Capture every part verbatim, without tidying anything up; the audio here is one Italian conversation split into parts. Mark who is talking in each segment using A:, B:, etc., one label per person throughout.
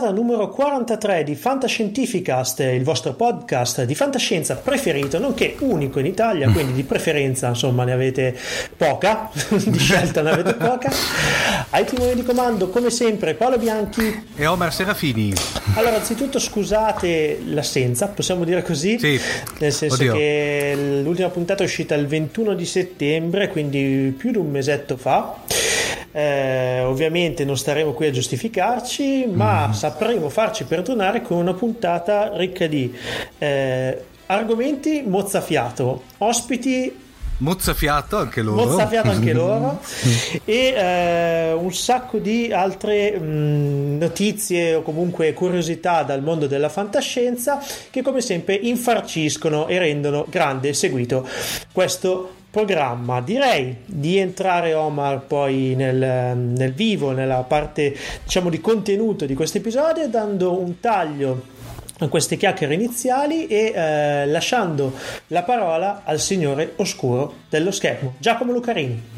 A: puntata numero quarantatré di Fantascientificast, il vostro podcast di fantascienza preferito, nonché unico in Italia, quindi di preferenza insomma ne avete poca, di scelta ne avete poca. Ai timoni di comando come sempre Paolo Bianchi
B: e Omar Serafini.
A: Allora, anzitutto scusate l'assenza, possiamo dire così,
B: sì.
A: Nel senso
B: Oddio.
A: che l'ultima puntata è uscita il ventuno di settembre, quindi più di un mesetto fa. Eh, ovviamente non staremo qui a giustificarci, ma mm. sapremo farci perdonare con una puntata ricca di eh, argomenti mozzafiato, ospiti
B: mozzafiato anche loro,
A: mozzafiato anche loro e eh, un sacco di altre mh, notizie o comunque curiosità dal mondo della fantascienza che come sempre infarciscono e rendono grande e seguito questo programma. Direi di entrare, Omar, poi nel, nel vivo, nella parte diciamo di contenuto di questo episodio, dando un taglio a queste chiacchiere iniziali e eh, lasciando la parola al signore oscuro dello schermo, Giacomo Lucarini.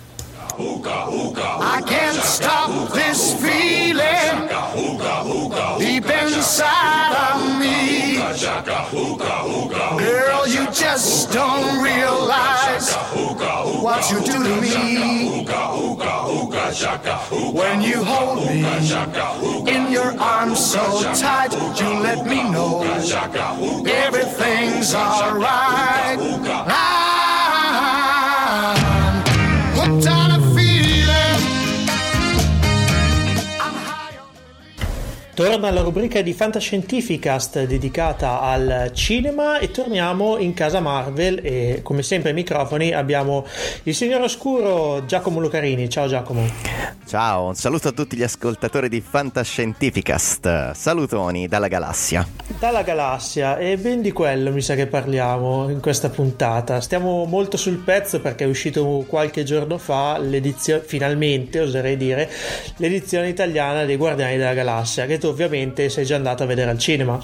C: I can't stop this feeling deep inside of me. Girl, you just don't realize what you do to me. When you hold me in your arms so tight, you let me know everything's alright. I'm hooked on a
A: Torna la rubrica di Fantascientificast dedicata al cinema e torniamo in casa Marvel e come sempre ai microfoni abbiamo il signor oscuro Giacomo Lucarini. Ciao Giacomo.
D: Ciao, un saluto a tutti gli ascoltatori di Fantascientificast. Salutoni dalla galassia.
A: Dalla galassia, e ben di quello mi sa che parliamo in questa puntata. Stiamo molto sul pezzo perché è uscito qualche giorno fa l'edizione, finalmente oserei dire, l'edizione italiana dei Guardiani della Galassia, che tu ovviamente sei già andato a vedere al cinema.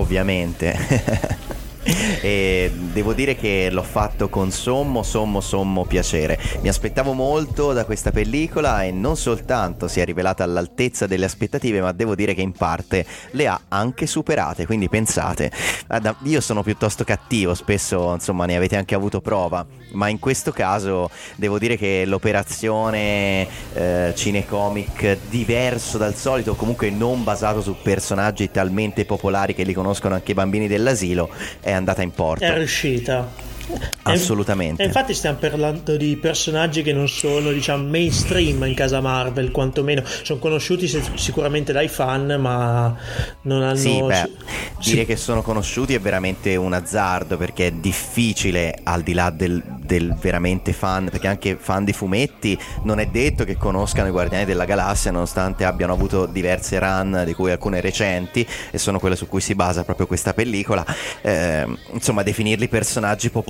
D: Ovviamente. E devo dire che l'ho fatto con sommo sommo sommo piacere. Mi aspettavo molto da questa pellicola e non soltanto si è rivelata all'altezza delle aspettative, ma devo dire che in parte le ha anche superate. Quindi pensate, io sono piuttosto cattivo, spesso insomma ne avete anche avuto prova, ma in questo caso devo dire che l'operazione eh, cinecomic diverso dal solito, comunque non basato su personaggi talmente popolari che li conoscono anche i bambini dell'asilo, è andata in porto.
A: È riuscita.
D: Assolutamente.
A: E infatti stiamo parlando di personaggi che non sono, diciamo, mainstream in casa Marvel, quantomeno sono conosciuti sicuramente dai fan, ma non hanno.
D: Sì, beh,
A: sì.
D: dire che sono conosciuti è veramente un azzardo, perché è difficile, al di là del, del veramente fan, perché anche fan di fumetti non è detto che conoscano i Guardiani della Galassia, nonostante abbiano avuto diverse run, di cui alcune recenti, e sono quelle su cui si basa proprio questa pellicola. Eh, insomma, definirli personaggi popolari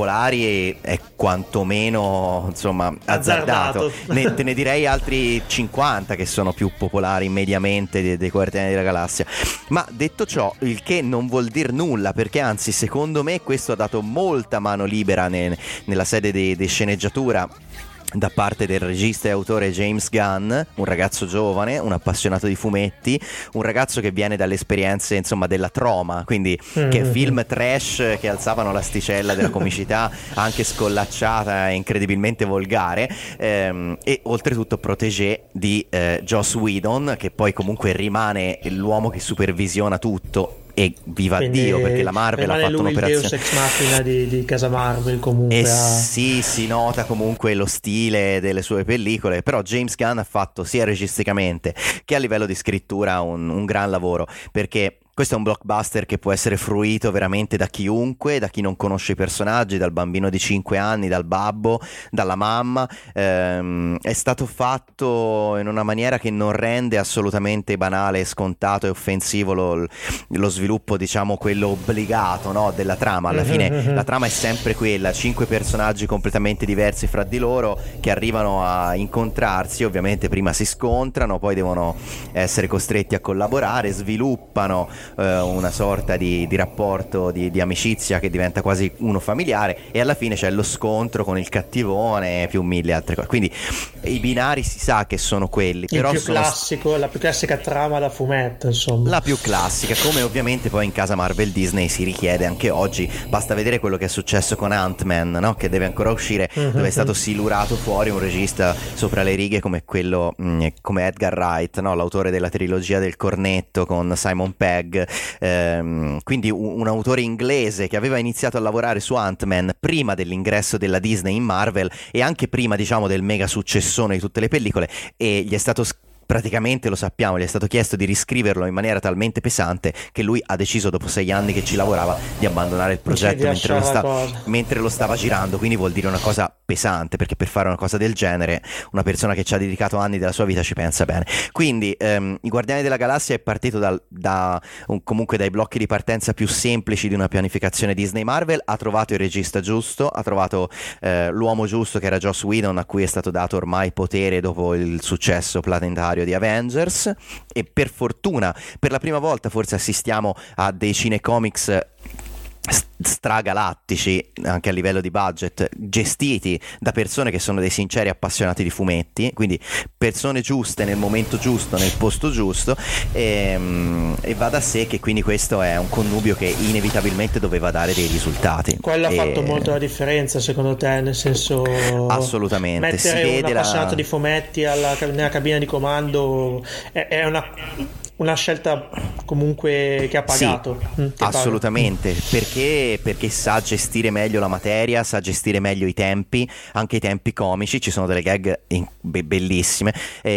D: è quantomeno insomma azzardato, azzardato. Ne, te ne direi altri cinquanta che sono più popolari mediamente dei, dei Guardiani della Galassia. Ma detto ciò, il che non vuol dir nulla, perché anzi secondo me questo ha dato molta mano libera ne, nella sede di, di sceneggiatura da parte del regista e autore James Gunn, un ragazzo giovane, un appassionato di fumetti, un ragazzo che viene dalle esperienze insomma della Troma, quindi mm-hmm. che film trash che alzavano l'asticella della comicità anche scollacciata e incredibilmente volgare, ehm, e oltretutto protégé di eh, Joss Whedon, che poi comunque rimane l'uomo che supervisiona tutto. E viva
A: Quindi
D: Dio, perché la Marvel ha fatto un'operazione,
A: il Deus ex machina di, di casa Marvel comunque.
D: E
A: ha...
D: sì, si nota comunque lo stile delle sue pellicole, però James Gunn ha fatto sia registicamente che a livello di scrittura un, un gran lavoro, perché questo è un blockbuster che può essere fruito veramente da chiunque, da chi non conosce i personaggi, dal bambino di cinque anni, dal babbo, dalla mamma. Ehm, è stato fatto in una maniera che non rende assolutamente banale, scontato e offensivo lo, lo sviluppo, diciamo, quello obbligato, no, della trama. Alla fine la trama è sempre quella, cinque personaggi completamente diversi fra di loro che arrivano a incontrarsi, ovviamente prima si scontrano, poi devono essere costretti a collaborare, sviluppano eh, una sorta di, di rapporto di, di amicizia che diventa quasi uno familiare, e alla fine c'è lo scontro con il cattivone più mille altre cose. Quindi i binari si sa che sono quelli,
A: il
D: però
A: più
D: sono
A: classico, la più classica trama da fumetto, insomma,
D: la più classica, come ovviamente poi in casa Marvel Disney si richiede anche oggi. Basta vedere quello che è successo con Ant-Man, no? Che deve ancora uscire, mm-hmm. dove è stato silurato fuori un regista sopra le righe come quello mh, come Edgar Wright, no? L'autore della trilogia del cornetto con Simon Pegg, ehm, quindi un, un autore inglese che aveva iniziato a lavorare su Ant-Man prima dell'ingresso della Disney in Marvel e anche prima, diciamo, del mega successone di tutte le pellicole, e gli è stato scritto, praticamente lo sappiamo, gli è stato chiesto di riscriverlo in maniera talmente pesante che lui ha deciso, dopo sei anni che ci lavorava, di abbandonare il progetto mentre lo, sta, mentre lo stava girando. Quindi vuol dire una cosa pesante, perché per fare una cosa del genere una persona che ci ha dedicato anni della sua vita ci pensa bene. Quindi ehm, i Guardiani della Galassia è partito dal, da un, comunque dai blocchi di partenza più semplici di una pianificazione Disney Marvel, ha trovato il regista giusto, ha trovato eh, l'uomo giusto, che era Joss Whedon, a cui è stato dato ormai potere dopo il successo planetario di Avengers, e per fortuna per la prima volta forse assistiamo a dei cinecomics stragalattici anche a livello di budget, gestiti da persone che sono dei sinceri appassionati di fumetti, quindi persone giuste nel momento giusto, nel posto giusto, e, e va da sé che quindi questo è un connubio che inevitabilmente doveva dare dei risultati.
A: Quello
D: e...
A: ha fatto molto la differenza, secondo te? Nel senso,
D: assolutamente,
A: mettere
D: si vede
A: un appassionato
D: la...
A: di fumetti alla, nella cabina di comando è, è una una scelta comunque che ha pagato.
D: Sì,
A: mm, che
D: assolutamente,
A: paga.
D: perché perché sa gestire meglio la materia, sa gestire meglio i tempi, anche i tempi comici. Ci sono delle gag in, be- bellissime,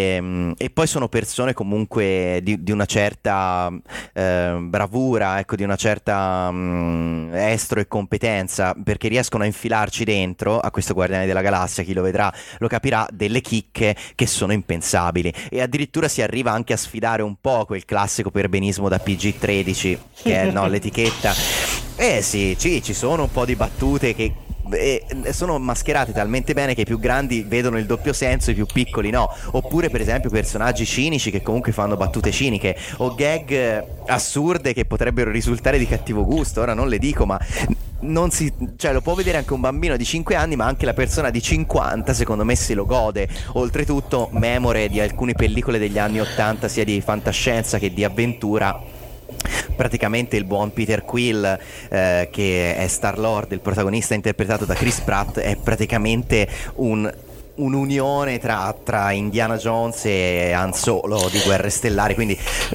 D: e, e poi sono persone comunque di, di una certa eh, bravura, ecco, di una certa mh, estro e competenza, perché riescono a infilarci dentro a questo Guardiani della Galassia, chi lo vedrà lo capirà, delle chicche che sono impensabili, e addirittura si arriva anche a sfidare un po' quel classico perbenismo da P G tredici che è, no, l'etichetta. Eh sì, ci, ci sono un po' di battute che eh, sono mascherate talmente bene che i più grandi vedono il doppio senso, i più piccoli no. Oppure per esempio personaggi cinici che comunque fanno battute ciniche, o gag assurde che potrebbero risultare di cattivo gusto. Ora non le dico, ma non si, cioè lo può vedere anche un bambino di cinque anni, ma anche la persona di cinquanta secondo me se lo gode. Oltretutto memore di alcune pellicole degli anni ottanta, sia di fantascienza che di avventura. Praticamente il buon Peter Quill, eh, che è Star-Lord, il protagonista interpretato da Chris Pratt, è praticamente un un'unione tra, tra Indiana Jones e Han Solo di Guerre Stellari, quindi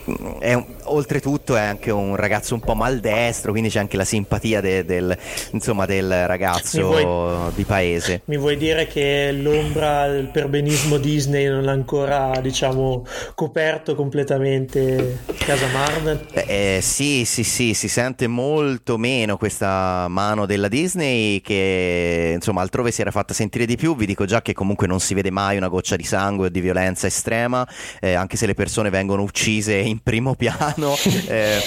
D: è un, oltretutto è anche un ragazzo un po' maldestro, quindi c'è anche la simpatia de, del, insomma, del ragazzo vuoi, di paese.
A: Mi vuoi dire che l'ombra del perbenismo Disney non ha ancora, diciamo, coperto completamente casa Marvel?
D: Eh, sì, sì, sì, si sente molto meno questa mano della Disney, che insomma altrove si era fatta sentire di più. Vi dico già che comunque non si vede mai una goccia di sangue o di violenza estrema, eh, anche se le persone vengono uccise in primo piano. eh,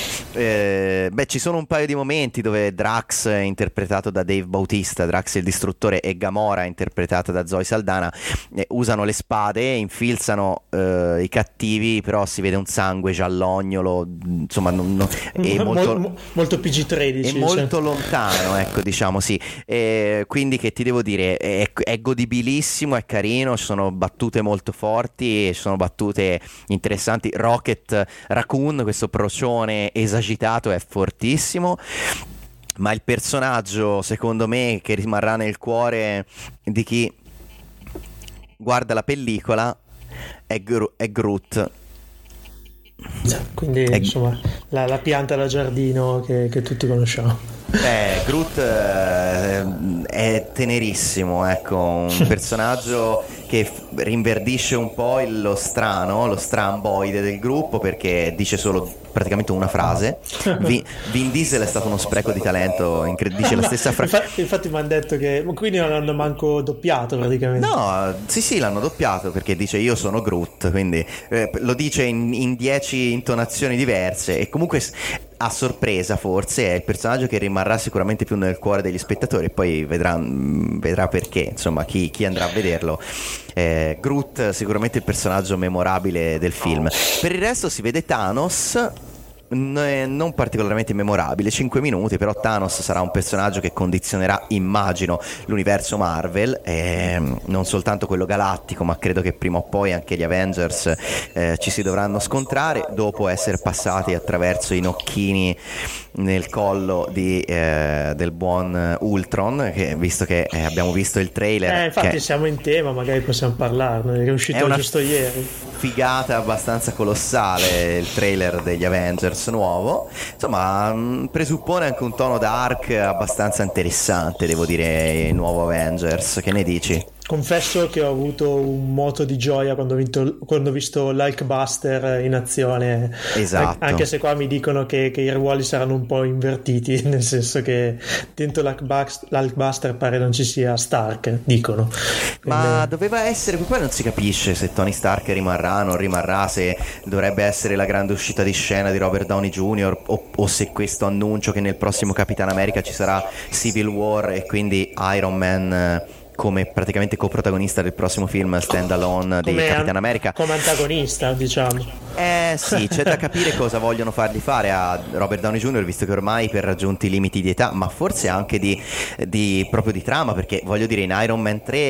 D: eh, beh, ci sono un paio di momenti dove Drax, interpretato da Dave Bautista, Drax il distruttore, e Gamora, interpretata da Zoe Saldana, eh, usano le spade, infilzano eh, i cattivi, però si vede un sangue giallognolo, insomma non, non, è molto,
A: Mol, molto P G tredici,
D: è molto cioè. lontano, ecco, diciamo, sì. E quindi che ti devo dire, è, è godibilissimo, è carino, ci sono battute molto forti, ci sono battute interessanti. Rocket Raccoon, questo procione esagitato, è fortissimo, ma il personaggio secondo me che rimarrà nel cuore di chi guarda la pellicola è, Gro- è Groot.
A: Quindi è... insomma la, la pianta da giardino che, che tutti conosciamo.
D: Eh, Groot eh, è tenerissimo, ecco, un personaggio che f- rinverdisce un po' il, lo strano, lo stramboide del gruppo, perché dice solo praticamente una frase. Vin, Vin Diesel è stato uno spreco di talento, incred- dice la stessa frase.
A: Infatti, infatti mi hanno detto che quindi non hanno manco doppiato praticamente.
D: No, sì sì, l'hanno doppiato, perché dice io sono Groot, quindi eh, lo dice in, in dieci intonazioni diverse, e comunque a sorpresa forse è il personaggio che rimarrà sicuramente più nel cuore degli spettatori, e poi vedrà, vedrà perché, insomma, chi, chi andrà a vederlo. eh, Groot sicuramente il personaggio memorabile del film. Per il resto si vede Thanos non particolarmente memorabile, cinque minuti, però Thanos sarà un personaggio che condizionerà, immagino, l'universo Marvel, eh, non soltanto quello galattico, ma credo che prima o poi anche gli Avengers eh, ci si dovranno scontrare dopo essere passati attraverso i nocchini nel collo di, eh, del buon Ultron, che visto che eh, abbiamo visto il trailer,
A: eh, infatti
D: che
A: siamo in tema, magari possiamo parlarne, è uscito è giusto ieri,
D: figata abbastanza colossale il trailer degli Avengers nuovo, insomma mh, presuppone anche un tono dark abbastanza interessante, devo dire, il nuovo Avengers. Che ne dici?
A: Confesso che ho avuto un moto di gioia quando ho, vinto, quando ho visto l'Hulkbuster in azione.
D: Esatto.
A: Anche se qua mi dicono che, che i ruoli saranno un po' invertiti, nel senso che dentro l'Hulkbuster pare non ci sia Stark, dicono.
D: Ma
A: Quindi...
D: doveva essere, poi non si capisce se Tony Stark rimarrà, non rimarrà, se dovrebbe essere la grande uscita di scena di Robert Downey junior o, o se questo annuncio che nel prossimo Capitan America ci sarà Civil War e quindi Iron Man come praticamente coprotagonista del prossimo film stand alone di Capitan America,
A: come antagonista, diciamo.
D: Eh sì, c'è da capire cosa vogliono fargli fare a Robert Downey junior, visto che ormai per raggiunti i limiti di età, ma forse anche di, di proprio di trama, perché voglio dire in Iron Man tre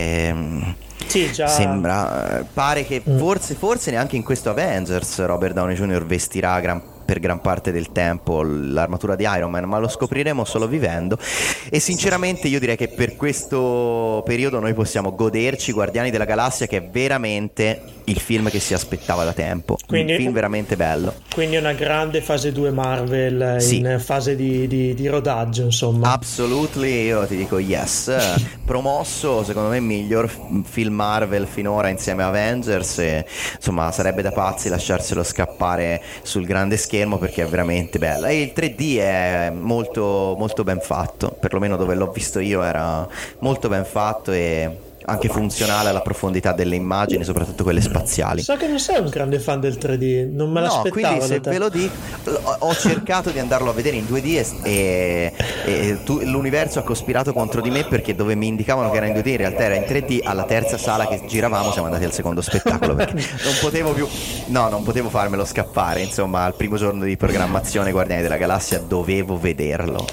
D: ehm,
A: sì, già.
D: sembra, pare che
A: mm.
D: forse, forse neanche in questo Avengers Robert Downey junior vestirà gran per gran parte del tempo l'armatura di Iron Man, ma lo scopriremo solo vivendo. E sinceramente io direi che per questo periodo noi possiamo goderci Guardiani della Galassia, che è veramente il film che si aspettava da tempo. Quindi, un film veramente bello.
A: Quindi una grande fase due Marvel, sì, in fase di, di, di rodaggio, insomma.
D: Absolutely, io ti dico yes. Promosso, secondo me miglior film Marvel finora insieme a Avengers, e, insomma sarebbe da pazzi lasciarselo scappare sul grande schermo, perché è veramente bella, e il tre D è molto molto ben fatto, perlomeno dove l'ho visto io era molto ben fatto e anche funzionale alla profondità delle immagini, soprattutto quelle spaziali.
A: So che non sei un grande fan del tre D, non me l'aspettavo.
D: No, quindi se ve lo dico, ho cercato di andarlo a vedere in due D e, e tu, l'universo ha cospirato contro di me, perché dove mi indicavano che era in due D in realtà era in tre D. Alla terza sala che giravamo siamo andati al secondo spettacolo, perché non potevo più, no, non potevo farmelo scappare, insomma al primo giorno di programmazione Guardiani della Galassia dovevo vederlo.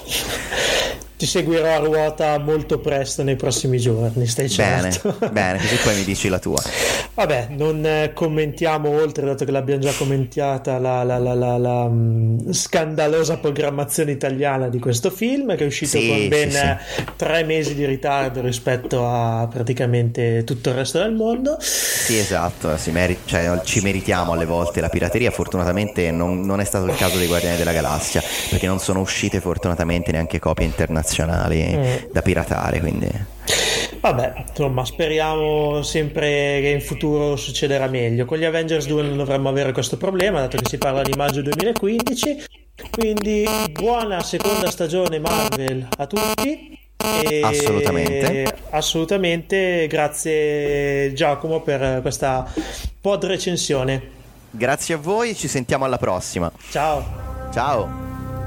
A: Ti seguirò a ruota molto presto nei prossimi giorni, stai certo.
D: Bene, bene, così poi mi dici la tua.
A: Vabbè, non eh, commentiamo oltre, dato che l'abbiamo già commentata la, la, la, la, la mh, scandalosa programmazione italiana di questo film, che è uscito
D: sì,
A: con ben
D: sì, sì.
A: tre mesi di ritardo rispetto a praticamente tutto il resto del mondo.
D: Sì, esatto, si meri- cioè, ci meritiamo alle volte la pirateria. Fortunatamente non, non è stato il caso dei Guardiani della Galassia, perché non sono uscite fortunatamente neanche copie internazionali mm. da piratare, quindi
A: vabbè, insomma, speriamo sempre che in futuro succederà meglio. Con gli Avengers due non dovremmo avere questo problema, dato che si parla di maggio duemilaquindici. Quindi buona seconda stagione Marvel a tutti. E
D: assolutamente
A: assolutamente grazie Giacomo per questa pod recensione.
D: Grazie a voi, ci sentiamo alla prossima.
A: Ciao.
D: Ciao.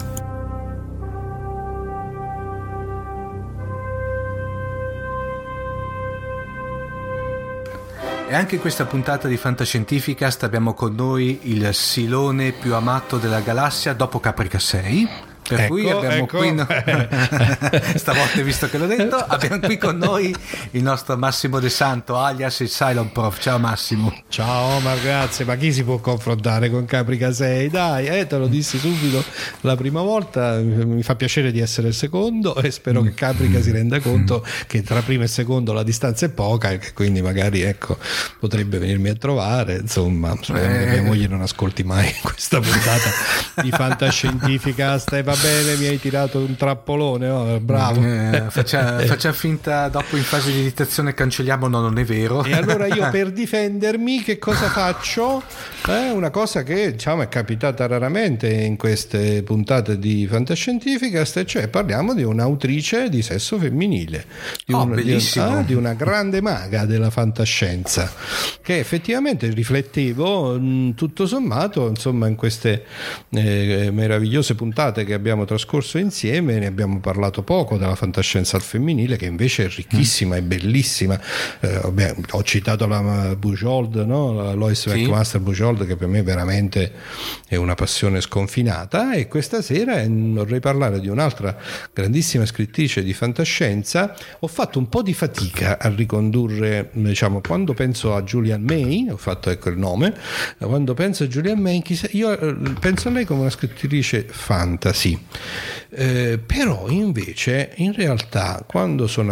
B: E anche in questa puntata di Fantascientificast abbiamo con noi il silone più amato della galassia dopo Caprica sei. Per
E: ecco,
B: cui abbiamo
E: ecco.
B: qui no... stavolta, visto che l'ho detto, abbiamo qui con noi il nostro Massimo De Santo, alias il Silent Prof. Ciao Massimo.
E: Ciao, ma grazie. Ma chi si può confrontare con Caprica sei? Dai, eh, te lo dissi subito la prima volta. Mi fa piacere di essere il secondo e spero che Caprica si renda conto che tra primo e secondo la distanza è poca e che quindi magari ecco potrebbe venirmi a trovare. Insomma, speriamo eh. che mia moglie non ascolti mai questa puntata di Fantascientificast. E va bene, mi hai tirato un trappolone, oh, bravo.
B: Eh, faccia, faccia finta dopo in fase di editazione cancelliamo, no, non è vero.
E: E allora io per difendermi che cosa faccio? Eh, una cosa che diciamo è capitata raramente in queste puntate di Fantascientificast, cioè parliamo di un'autrice di sesso femminile, di,
B: oh,
E: un, di, un, ah, di una grande maga della fantascienza, che effettivamente riflettevo mh, tutto sommato insomma in queste eh, meravigliose puntate che abbiamo abbiamo trascorso insieme ne abbiamo parlato poco della fantascienza al femminile, che invece è ricchissima, mm. è bellissima. Eh, vabbè, ho citato la Bujold, no? La Lois McMaster sì. Bujold, che per me veramente è una passione sconfinata, e questa sera vorrei parlare di un'altra grandissima scrittrice di fantascienza. Ho fatto un po' di fatica a ricondurre, diciamo, quando penso a Julian May, ho fatto ecco il nome, quando penso a Julian May io penso a lei come una scrittrice fantasy, eh, però invece in realtà quando sono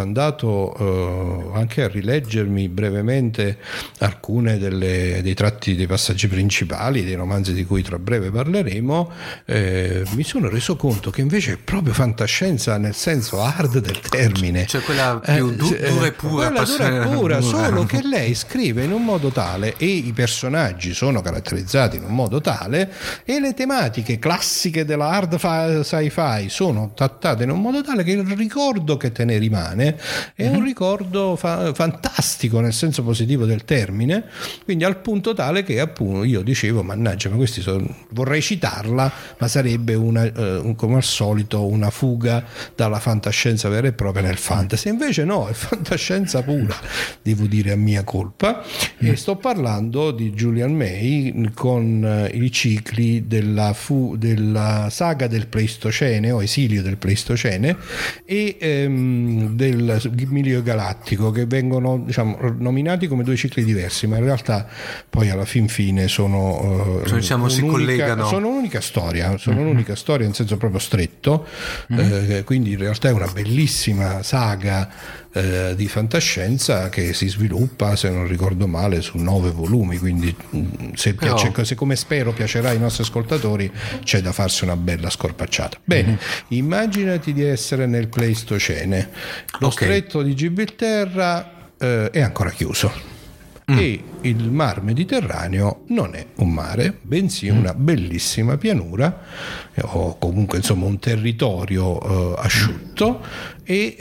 E: andato eh, anche a rileggermi brevemente alcune delle, dei tratti, dei passaggi principali dei romanzi di cui tra breve parleremo, eh, mi sono reso conto che invece è proprio fantascienza nel senso hard del termine,
B: cioè quella più
E: eh,
B: du- dura e pura,
E: quella dura e pura, solo che lei scrive in un modo tale e i personaggi sono caratterizzati in un modo tale e le tematiche classiche della hard fa- sci-fi sono trattate in un modo tale che il ricordo che te ne rimane è mm-hmm. un ricordo fa- fantastico nel senso positivo del termine, quindi al punto tale che appunto io dicevo mannaggia, ma questi sono, vorrei citarla, ma sarebbe una, uh, come al solito una fuga dalla fantascienza vera e propria nel fantasy. Invece no, è fantascienza pura, devo dire a mia colpa, mm. e sto parlando di Julian May con uh, i cicli della, fu- della saga del Pleistocene o esilio del Pleistocene e um, del Milio Galattico, che vengono diciamo nominati come due cicli diversi, ma in realtà poi alla fin fine sono uh,
B: cioè, diciamo, si collegano,
E: sono un'unica storia, sono mm-hmm. un'unica storia in senso proprio stretto, mm-hmm. eh, quindi in realtà è una bellissima saga eh, di fantascienza che si sviluppa, se non ricordo male, su nove volumi, quindi se,
B: Però...
E: piace, se come spero piacerà ai nostri ascoltatori c'è da farsi una bella scorpacciata. Bene, mm-hmm. immaginati di essere nel Pleistocene, lo okay. stretto di Gibilterra eh, è ancora chiuso. Mm. E il mar Mediterraneo non è un mare, bensì mm. una bellissima pianura o comunque insomma un territorio eh, asciutto e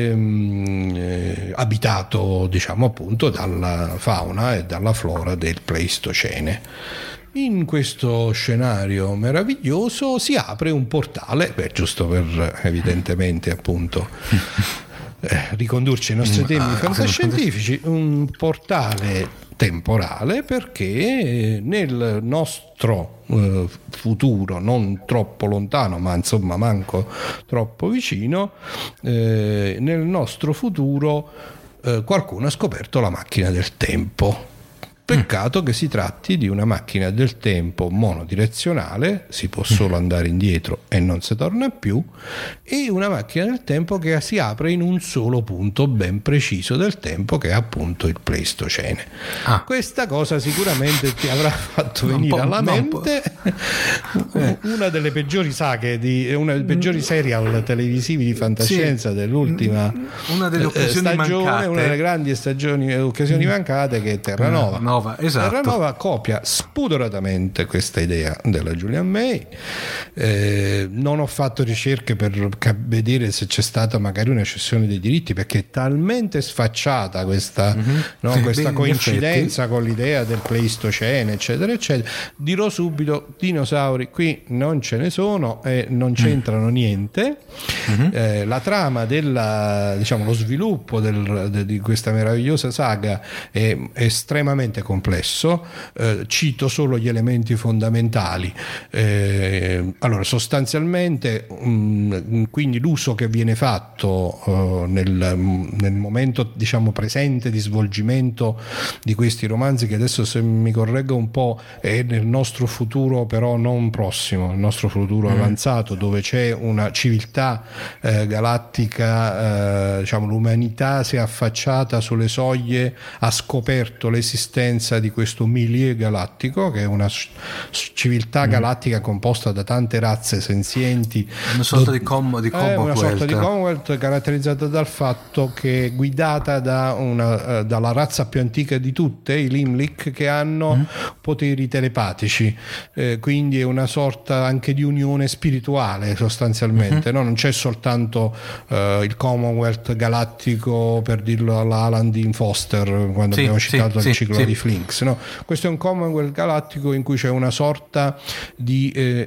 E: ehm, eh, abitato diciamo appunto dalla fauna e dalla flora del Pleistocene. In questo scenario meraviglioso si apre un portale, beh, giusto per evidentemente appunto Eh, ricondurci ai nostri temi fantascientifici, un portale temporale, perché nel nostro eh, futuro non troppo lontano, ma insomma manco troppo vicino, eh, nel nostro futuro eh, qualcuno ha scoperto la macchina del tempo. Peccato che si tratti di una macchina del tempo monodirezionale, si può solo andare indietro e non si torna più, e una macchina del tempo che si apre in un solo punto ben preciso del tempo, che è appunto il Pleistocene. Ah. Questa cosa sicuramente ti avrà fatto venire alla mente una delle peggiori saghe, di, una delle peggiori serial televisivi di fantascienza sì. dell'ultima
B: una delle occasioni
E: stagione,
B: mancate.
E: una delle grandi stagioni, occasioni mancate, che è Terranova.
B: No. Esatto.
E: Terranova copia spudoratamente questa idea della Julian May. Eh, non ho fatto ricerche per vedere se c'è stata magari una cessione dei diritti, perché è talmente sfacciata questa, mm-hmm. no, sì, questa coincidenza con l'idea del Pleistocene eccetera eccetera. Dirò subito, dinosauri qui non ce ne sono e non c'entrano mm. niente. Mm-hmm. Eh, la trama della, diciamo, lo sviluppo del, de, di questa meravigliosa saga è estremamente complesso, eh, cito solo gli elementi fondamentali. Eh, allora, sostanzialmente, mh, quindi l'uso che viene fatto uh, nel, nel momento diciamo presente di svolgimento di questi romanzi, che adesso, se mi correggo un po', è nel nostro futuro però non prossimo, il nostro futuro mm. avanzato, dove c'è una civiltà eh, galattica, eh, diciamo l'umanità si è affacciata sulle soglie, ha scoperto l'esistenza di questo milieu galattico, che è una civiltà mm. galattica composta da tante razze senzienti,
B: una sorta do- di, com- di Commonwealth,
E: una sorta di Commonwealth caratterizzata dal fatto che è guidata da una, uh, dalla razza più antica di tutte, i Limlic, che hanno mm. poteri telepatici, eh, quindi è una sorta anche di unione spirituale sostanzialmente, mm-hmm. no? Non c'è soltanto uh, il Commonwealth galattico, per dirlo alla Alan Dean Foster quando sì, abbiamo citato sì, il sì, ciclo sì. di Flinks, no? Questo è un Commonwealth galattico in cui c'è una sorta di eh, evoluzione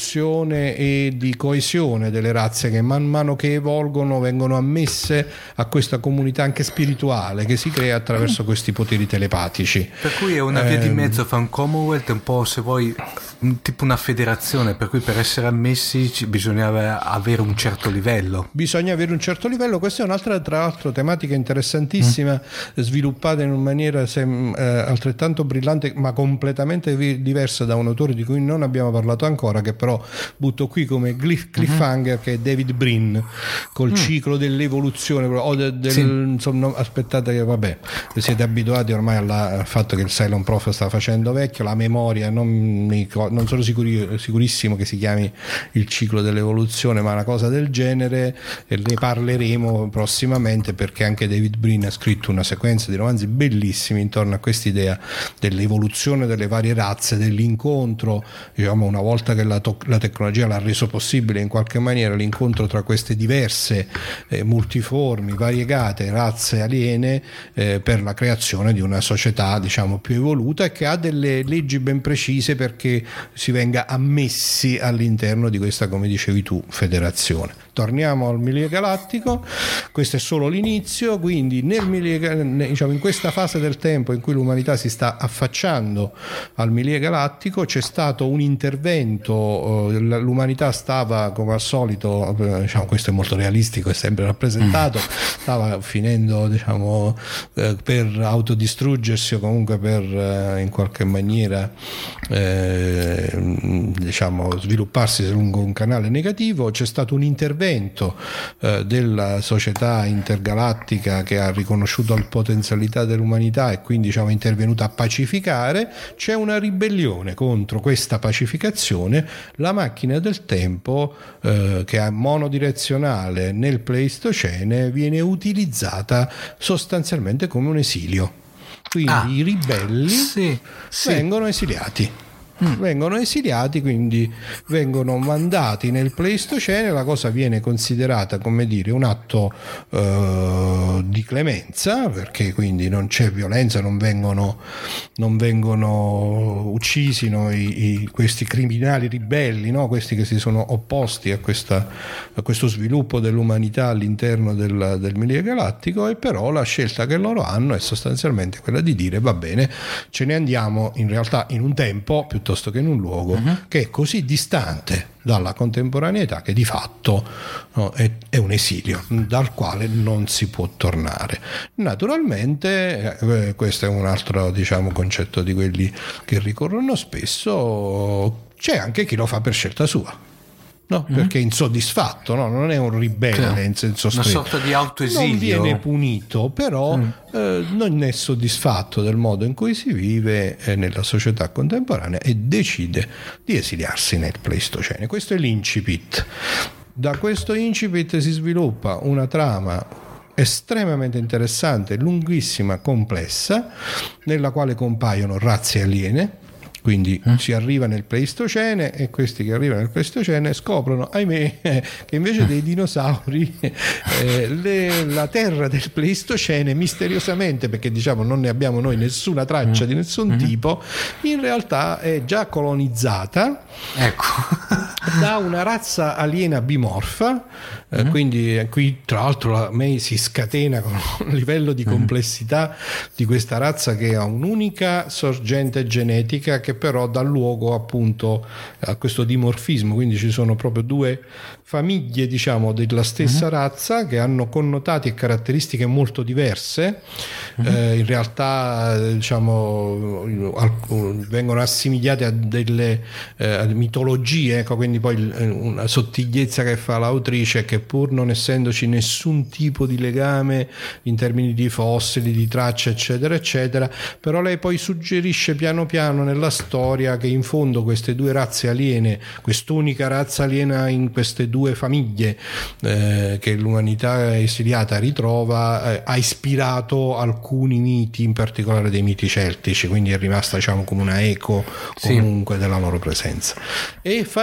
E: evoluzione e di coesione delle razze che man mano che evolgono vengono ammesse a questa comunità anche spirituale che si crea attraverso questi poteri telepatici.
B: Per cui è una via di
E: Ehm,
B: mezzo fra un Commonwealth e un po', se vuoi, un- tipo una federazione, per cui per essere ammessi ci- bisognava avere un certo livello.
E: Bisogna avere un certo livello. Questa è un'altra, tra l'altro, tematica interessantissima, sviluppata in una maniera sem- eh, altrettanto brillante ma completamente vi- diversa da un autore di cui non abbiamo parlato ancora, che però butto qui come cliff- cliffhanger, che è David Brin col ciclo dell'evoluzione o de- del,
B: Sì.
E: insomma, aspettate che vabbè, siete abituati ormai alla- al fatto che il Cylon Prof sta facendo vecchio, la memoria non, mi, co- non sono sicuri- sicurissimo che si chiami il ciclo dell'evoluzione, ma una cosa del genere, e ne parleremo prossimamente, perché anche David Brin ha scritto una sequenza di romanzi bellissimi intorno a quest'idea dell'evoluzione delle varie razze, dell'incontro, diciamo, una volta che la, to- la tecnologia l'ha reso possibile in qualche maniera, l'incontro tra queste diverse eh, multiformi, variegate razze aliene eh, per la creazione di una società, diciamo, più evoluta e che ha delle leggi ben precise perché si venga ammessi all'interno di questa, come dicevi tu, federazione. Torniamo al Milie Galattico, questo è solo l'inizio, quindi nel Milie, diciamo, in questa fase del tempo in cui l'umanità si sta affacciando al Milie Galattico c'è stato un intervento, eh, l'umanità stava come al solito, eh, diciamo, questo è molto realistico, è sempre rappresentato, stava finendo, diciamo, eh, per autodistruggersi o comunque per eh, in qualche maniera eh, diciamo svilupparsi lungo un canale negativo. C'è stato un intervento eh, della società intergalattica che ha riconosciuto la potenzialità dell'umanità e quindi, diciamo, è intervenuta a pacificare. C'è una ribellione contro questa pacificazione. La macchina del tempo eh, che è monodirezionale nel Pleistocene viene utilizzata sostanzialmente come un esilio, quindi
B: Ah,
E: i ribelli
B: sì, sì.
E: vengono esiliati. Vengono esiliati, quindi vengono mandati nel Pleistocene. La cosa viene considerata, come dire, un atto eh, di clemenza, perché quindi non c'è violenza, non vengono, non vengono uccisi no, i, i, questi criminali ribelli, no, questi che si sono opposti a, questa, a questo sviluppo dell'umanità all'interno del, del Milie Galattico. E però la scelta che loro hanno è sostanzialmente quella di dire: va bene, ce ne andiamo in realtà in un tempo piuttosto che in un luogo uh-huh. che è così distante dalla contemporaneità che di fatto no, è, è un esilio dal quale non si può tornare. Naturalmente eh, questo è un altro, diciamo, concetto di quelli che ricorrono spesso. C'è anche chi lo fa per scelta sua, no? Mm. Perché è insoddisfatto, no? Non è un ribelle in senso stretto,
B: una sorta di autoesilio,
E: non viene punito, però mm. eh, non è soddisfatto del modo in cui si vive eh, nella società contemporanea e decide di esiliarsi nel Pleistocene. Questo è l'incipit. Da questo incipit si sviluppa una trama estremamente interessante, lunghissima, complessa, nella quale compaiono razze aliene. Quindi eh? si arriva nel Pleistocene e questi che arrivano nel Pleistocene scoprono, ahimè, che invece dei dinosauri eh, le, la terra del Pleistocene misteriosamente, perché diciamo non ne abbiamo noi nessuna traccia di nessun mm-hmm. tipo, in realtà è già colonizzata, ecco, da una razza aliena bimorfa. eh, mm-hmm. Quindi qui tra l'altro a me si scatena con un livello di complessità mm-hmm. di questa razza che ha un'unica sorgente genetica che però dà luogo appunto a questo dimorfismo, quindi ci sono proprio due famiglie, diciamo, della stessa uh-huh. razza che hanno connotati e caratteristiche molto diverse. Uh-huh. Eh, in realtà, diciamo, vengono assimiliate a delle eh, mitologie, ecco, quindi poi una sottigliezza che fa l'autrice è che pur non essendoci nessun tipo di legame in termini di fossili, di tracce, eccetera eccetera, però lei poi suggerisce piano piano nella storia che in fondo queste due razze aliene, quest'unica razza aliena in queste due famiglie eh, che l'umanità esiliata ritrova, eh, ha ispirato alcuni miti, in particolare dei miti celtici, quindi è rimasta, diciamo, come una eco comunque sì. della loro presenza. E fanno i conti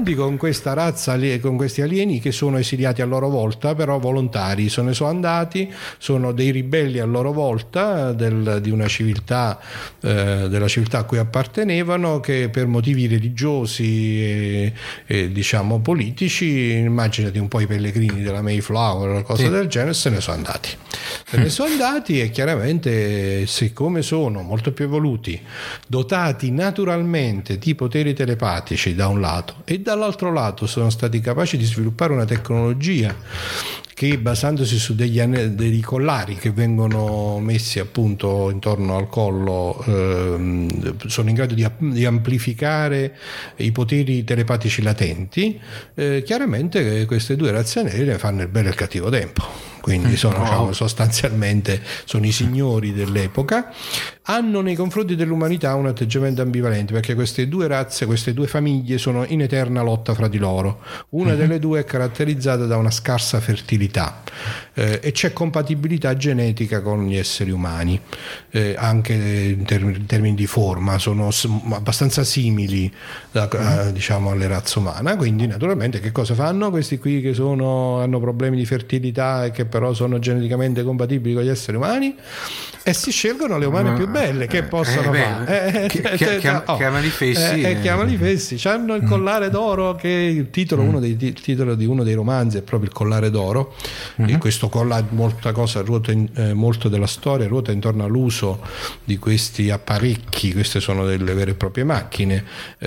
E: incontri con questa razza, con questi alieni che sono esiliati a loro volta, però volontari, se ne sono andati, sono dei ribelli a loro volta del, di una civiltà, eh, della civiltà a cui appartenevano, che per motivi religiosi e, e diciamo politici, immaginati un po' i pellegrini della Mayflower o cosa sì. del genere, se ne sono andati. Se ne sono andati e chiaramente, siccome sono molto più evoluti, dotati naturalmente di poteri telepatici da un lato e dall'altro lato sono stati capaci di sviluppare una tecnologia che, basandosi su degli ane- dei collari che vengono messi appunto intorno al collo, ehm, sono in grado di, di amplificare i poteri telepatici latenti, eh, chiaramente queste due razze aeree fanno il bello e il cattivo tempo. Quindi sono, diciamo, sostanzialmente sono i signori dell'epoca, hanno nei confronti dell'umanità un atteggiamento ambivalente, perché queste due razze, queste due famiglie sono in eterna lotta fra di loro. Una uh-huh. delle due è caratterizzata da una scarsa fertilità, eh, e c'è compatibilità genetica con gli esseri umani, eh, anche in, term- in termini di forma sono s- abbastanza simili da, uh-huh. a, diciamo alle razze umane. Quindi naturalmente che cosa fanno questi qui che sono, hanno problemi di fertilità e che però sono geneticamente compatibili con gli esseri umani, e si scelgono le umane più belle che possono
B: eh,
E: fare.
B: Chiamali fessi.
E: Eh, chiamali fessi. C'hanno il collare d'oro, che il titolo, mm. uno dei il titolo di uno dei romanzi è proprio il collare d'oro. Mm-hmm. E questo collare, molta cosa ruota in, eh, molto della storia ruota intorno all'uso di questi apparecchi. Queste sono delle vere e proprie macchine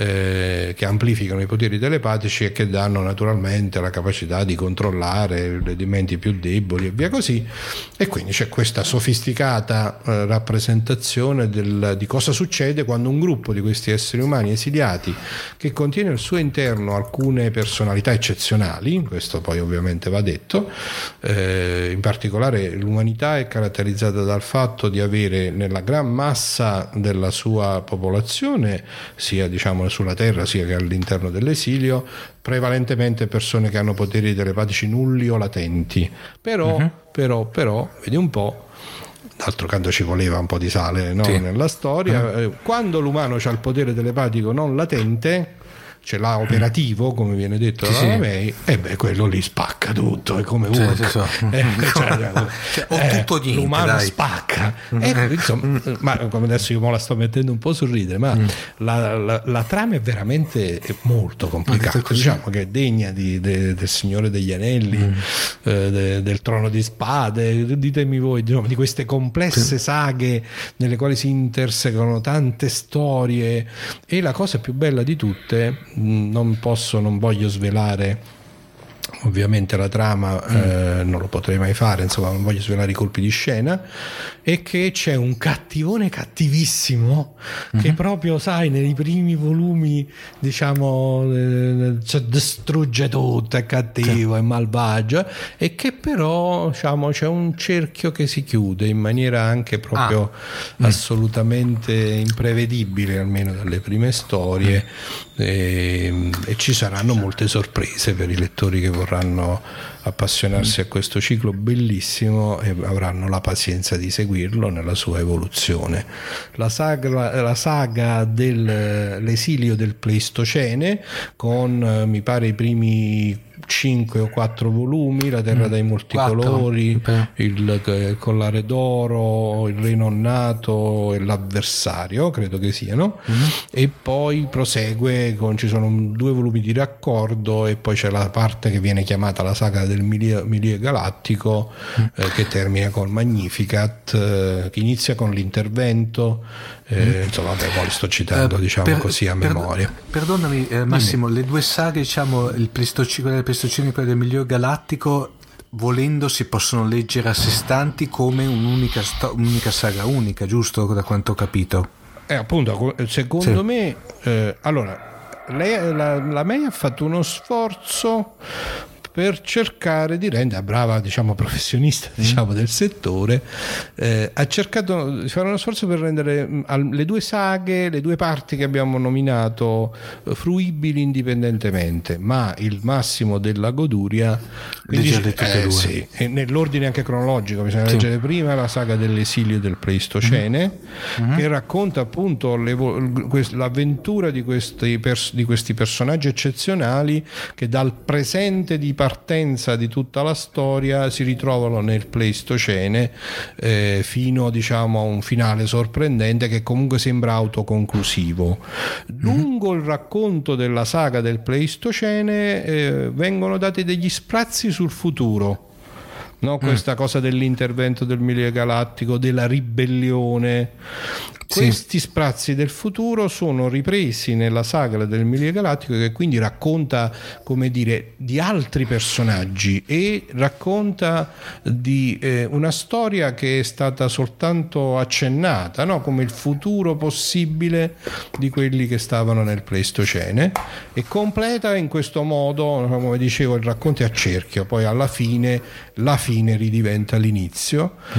E: eh, che amplificano i poteri telepatici e che danno naturalmente la capacità di controllare le menti più deboli e via così. E quindi c'è questa sofisticata eh, rappresentazione del, di cosa succede quando un gruppo di questi esseri umani esiliati, che contiene al suo interno alcune personalità eccezionali, questo poi ovviamente va detto, eh, in particolare l'umanità è caratterizzata dal fatto di avere nella gran massa della sua popolazione, sia diciamo sulla terra sia che all'interno dell'esilio, prevalentemente persone che hanno poteri telepatici nulli o latenti, però, uh-huh. però, però, vedi un po', d'altro canto ci voleva un po' di sale, no? Sì. Nella storia, uh-huh. eh, quando l'umano ha il potere telepatico non latente, ce l'ha operativo, come viene detto
B: sì,
E: dalla
B: sì.
E: May, e beh, quello lì spacca tutto, è come
B: cioè,
E: Hulk.
B: So.
E: Eh, cioè,
B: cioè, o
E: eh,
B: tutto niente,
E: l'umano
B: dai.
E: spacca. Eh, insomma, ma come adesso io me la sto mettendo un po' sul ridere, ma mm. la, la, la trama è veramente molto complicata, diciamo che è degna di, de, del Signore degli Anelli, mm. eh, de, del Trono di Spade, ditemi voi, diciamo, di queste complesse saghe nelle quali si intersecano tante storie. E la cosa più bella di tutte, non posso, non voglio svelare ovviamente la trama, mm. eh, non lo potrei mai fare, insomma non voglio svelare i colpi di scena, è che c'è un cattivone cattivissimo mm-hmm. che proprio, sai, nei primi volumi diciamo eh, cioè, distrugge tutto, è cattivo, sì. è malvagio, e che però diciamo c'è un cerchio che si chiude in maniera anche proprio ah. assolutamente imprevedibile, almeno dalle prime storie, mm. e, e ci saranno molte sorprese per i lettori che vorranno appassionarsi a questo ciclo bellissimo e avranno la pazienza di seguirlo nella sua evoluzione. La saga, la saga dell'esilio del Pleistocene, con mi pare i primi cinque o quattro volumi, la terra dai molti quattro. colori, okay. il, il collare d'oro, il re non nato e l'avversario, credo che siano, mm-hmm. e poi prosegue con, ci sono due volumi di raccordo, e poi c'è la parte che viene chiamata la saga del Milie, Milie Galattico, mm. eh, che termina con Magnificat, eh, che inizia con l'intervento, eh, mm. insomma vabbè, poi sto citando uh, diciamo per, così a per, memoria.
B: Perdonami eh, Massimo, Dimmi. Le due saghe, diciamo il Pleistocene, quella del Pleistocene e quella del Milie Galattico, volendo si possono leggere a sé stanti come un'unica, sto- un'unica saga unica, giusto, da quanto ho capito?
E: Eh, appunto, secondo sì. me eh, allora lei, la, la May ha fatto uno sforzo per cercare di rendere, brava diciamo professionista diciamo del settore, eh, ha cercato di fare uno sforzo per rendere mh, le due saghe, le due parti che abbiamo nominato eh, fruibili indipendentemente, ma il massimo della goduria, quindi, eh, sì, e nell'ordine anche cronologico bisogna sì. leggere prima la saga dell'esilio del Pleistocene, mm-hmm. che racconta appunto l'avventura di questi, pers- di questi personaggi eccezionali che dal presente di partenza di tutta la storia si ritrovano nel Pleistocene eh, fino diciamo a un finale sorprendente che comunque sembra autoconclusivo. Mm-hmm. Lungo il racconto della saga del Pleistocene eh, vengono dati degli sprazzi sul futuro. No, questa mm. cosa dell'intervento del milieu galattico, della ribellione, questi sì. sprazzi del futuro sono ripresi nella saga del milieu galattico, che quindi racconta, come dire, di altri personaggi e racconta di eh, una storia che è stata soltanto accennata, no? Come il futuro possibile di quelli che stavano nel Pleistocene, e completa in questo modo, come dicevo, il racconto è a cerchio, poi alla fine la fine ridiventa l'inizio mm.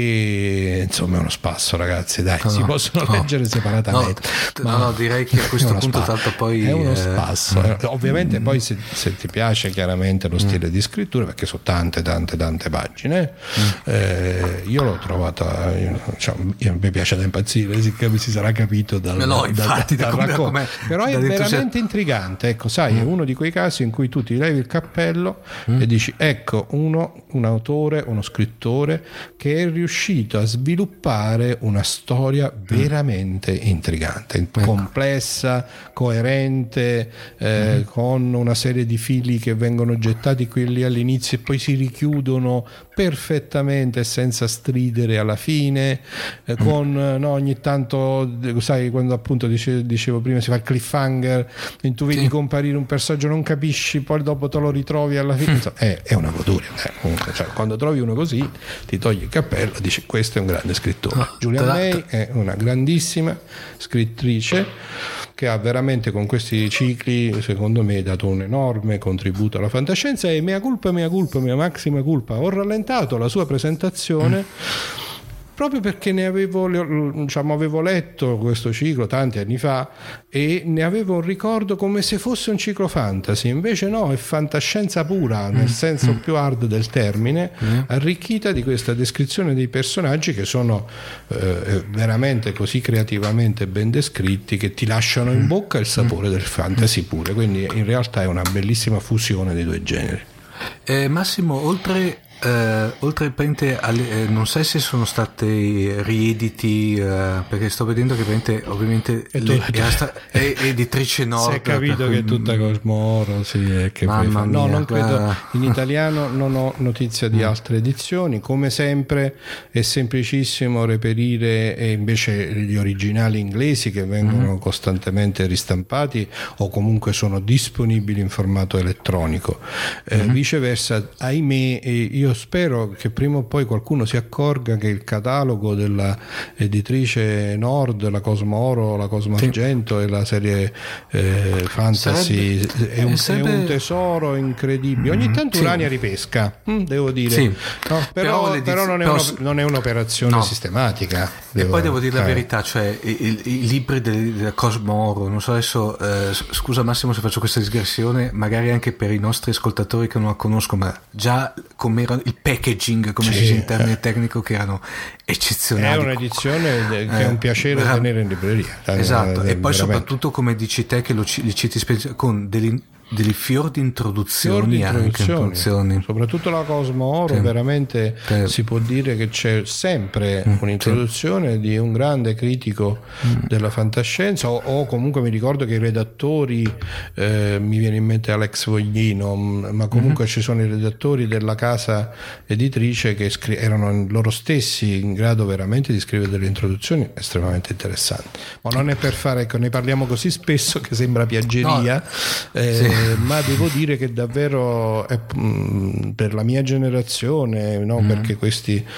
E: e insomma è uno spasso, ragazzi, dai, no, si no, possono no, leggere separatamente,
B: no,
E: ma
B: no, no, direi che a questo punto
E: spasso.
B: tanto poi
E: è uno
B: eh,
E: spasso mm. ovviamente mm. poi se, se ti piace chiaramente lo stile mm. di scrittura, perché sono tante tante tante pagine, mm. eh, io l'ho trovata, diciamo, io, mi piace da impazzire, si, si sarà capito dal,
B: no, infatti,
E: dal, dal racconto, come, però è veramente intrigante, ecco, sai, mm. è uno di quei casi in cui tu ti levi il cappello mm. e dici ecco uno un autore, uno scrittore che è riuscito a sviluppare una storia veramente intrigante, ecco. complessa, coerente, eh, mm. con una serie di fili che vengono gettati qui e lì all'inizio e poi si richiudono perfettamente senza stridere alla fine, eh, con no, ogni tanto, sai, quando appunto dicevo, dicevo prima si fa il cliffhanger e tu vedi sì. comparire un personaggio, non capisci, poi dopo te lo ritrovi alla fine, insomma, è, è una goduria, eh, comunque, cioè, quando trovi uno così ti togli il cappello e dici questo è un grande scrittore.
B: No,
E: Julian May è una grandissima scrittrice che ha veramente con questi cicli secondo me dato un enorme contributo alla fantascienza, e mea culpa, mea culpa, mia massima culpa, ho rallentato la sua presentazione mm. proprio perché ne avevo, diciamo, avevo letto questo ciclo tanti anni fa e ne avevo un ricordo come se fosse un ciclo fantasy, invece no, è fantascienza pura nel senso mm. più hard del termine, mm. arricchita di questa descrizione dei personaggi che sono eh, veramente così creativamente ben descritti che ti lasciano in bocca il sapore mm. del fantasy pure, quindi in realtà è una bellissima fusione dei due generi.
B: eh, Massimo, oltre Uh, oltre alle, eh, non sai se sono stati riediti, uh, perché sto vedendo che ovviamente
E: e tu,
B: le, è, sta, è editrice Nord.
E: Si è capito che è tutta Cosmoro, sì, è che
B: mamma
E: poi,
B: mia,
E: no, non
B: qua...
E: credo, in italiano non ho notizia di altre edizioni, come sempre è semplicissimo reperire e invece gli originali inglesi che vengono mm-hmm. costantemente ristampati o comunque sono disponibili in formato elettronico, eh, mm-hmm. viceversa, ahimè, io Io spero che prima o poi qualcuno si accorga che il catalogo della editrice Nord, la Cosmo Oro, la Cosmo Argento sì. e la serie eh, Fantasy sarebbe, è, un, sarebbe... è un tesoro incredibile. Ogni tanto sì. Urania ripesca, mm, devo dire,
B: sì.
E: no, però, però, però non, è però... non è un'operazione no. sistematica.
B: E devo... poi devo dire eh. la verità, cioè i, i, i libri della Cosmo Oro, non so adesso, eh, scusa Massimo se faccio questa digressione, magari anche per i nostri ascoltatori che non la conoscono, ma già com'era il packaging, come si dice in termine tecnico, che erano eccezionali.
E: È un'edizione che è un piacere eh, tenere in libreria.
B: Esatto,
E: eh,
B: e poi
E: veramente.
B: Soprattutto come dici te che lo, li citi con degli delle fior di introduzioni,
E: fior di introduzioni.
B: Anche,
E: soprattutto la Cosmo Oro, sì. veramente sì. si può dire che c'è sempre mm, un'introduzione sì. di un grande critico mm. della fantascienza, o, o comunque mi ricordo che i redattori, eh, mi viene in mente Alex Voglino, ma comunque mm-hmm. ci sono i redattori della casa editrice che scri- erano loro stessi in grado veramente di scrivere delle introduzioni estremamente interessanti, ma non è per fare, ecco, ne parliamo così spesso che sembra piaggeria, no. eh, sì. ma devo dire che davvero è, mh, per la mia generazione, no? mm. perché questi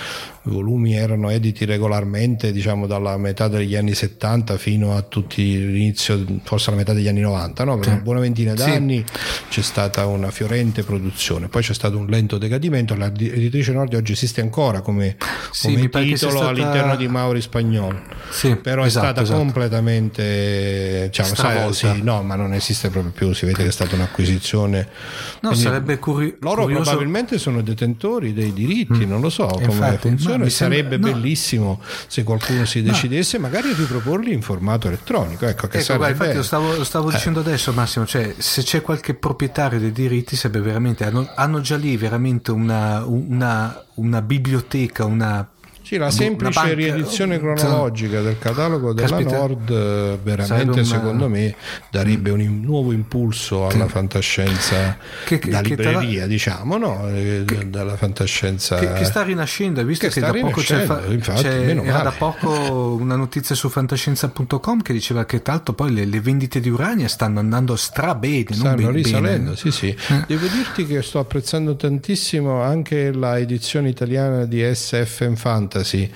E: volumi erano editi regolarmente, diciamo dalla metà degli anni settanta fino a tutti l'inizio, forse alla metà degli anni novanta, no? Per una buona ventina d'anni sì. c'è stata una fiorente produzione, poi c'è stato un lento decadimento. L'editrice Nordia oggi esiste ancora come,
B: sì,
E: come titolo
B: stata...
E: all'interno di Mauri Spagnolo,
B: sì,
E: però
B: esatto,
E: è stata
B: esatto.
E: completamente, diciamo, sai, sì, no, ma non esiste proprio più, si vede che è stata un'acquisizione.
B: No,
E: quindi
B: sarebbe curi-
E: loro
B: curioso.
E: Probabilmente sono detentori dei diritti, mm. non lo so come
B: Infatti,
E: funziona.
B: mi
E: sarebbe
B: sembra...
E: bellissimo no. se qualcuno si decidesse no. magari a riproporli in formato elettronico, ecco, che
B: ecco, guarda, infatti lo stavo, lo stavo
E: eh.
B: dicendo adesso, Massimo, cioè se c'è qualche proprietario dei diritti sarebbe veramente hanno, hanno già lì veramente una, una, una biblioteca, una
E: sì, la semplice
B: banca,
E: riedizione cronologica del catalogo della Caspita, Nord veramente una... secondo me darebbe un in, nuovo impulso alla che, fantascienza che, che, da libreria, che diciamo, no? Che, dalla fantascienza
B: che, che sta rinascendo, hai visto che, che da poco c'è, fa... infatti, c'è era da poco una notizia su fantascienza punto com che diceva che tanto poi le, le vendite di Urania stanno andando strabene,
E: stanno
B: non
E: risalendo,
B: bene.
E: sì sì. Eh. Devo dirti che sto apprezzando tantissimo anche la edizione italiana di S F Fantasy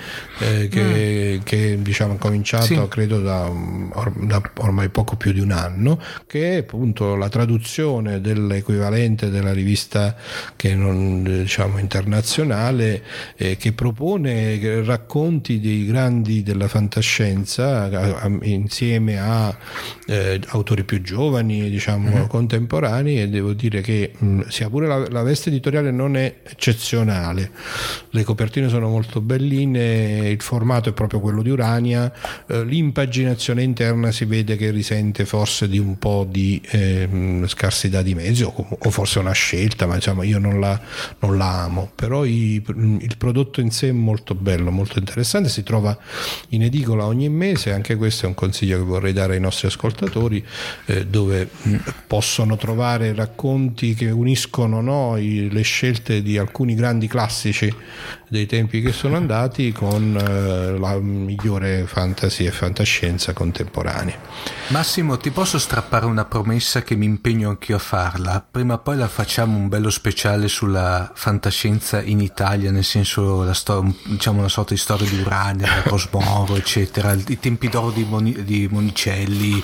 E: Eh, che, mm. che diciamo ha cominciato sì. credo da, or, da ormai poco più di un anno, che è appunto la traduzione dell'equivalente della rivista che non diciamo internazionale, eh, che propone racconti dei grandi della fantascienza a, a, insieme a eh, autori più giovani, diciamo mm. contemporanei, e devo dire che mh, sia pure la, la veste editoriale non è eccezionale, le copertine sono molto belline, il formato è proprio quello di Urania, eh, l'impaginazione interna si vede che risente forse di un po' di eh, scarsità di mezzi o, o forse una scelta, ma insomma io non la, non la amo, però i, il prodotto in sé è molto bello, molto interessante, si trova in edicola ogni mese, anche questo è un consiglio che vorrei dare ai nostri ascoltatori, eh, dove mh, possono trovare racconti che uniscono, no, i, le scelte di alcuni grandi classici dei tempi che sono andati con eh, la migliore fantasy e fantascienza contemporanea.
B: Massimo, ti posso strappare una promessa che mi impegno anch'io a farla? Prima o poi la facciamo un bello speciale sulla fantascienza in Italia, nel senso la storia, diciamo una sorta di storia di Urania, Cosmoro, eccetera, i tempi d'oro di, Moni, di Monicelli,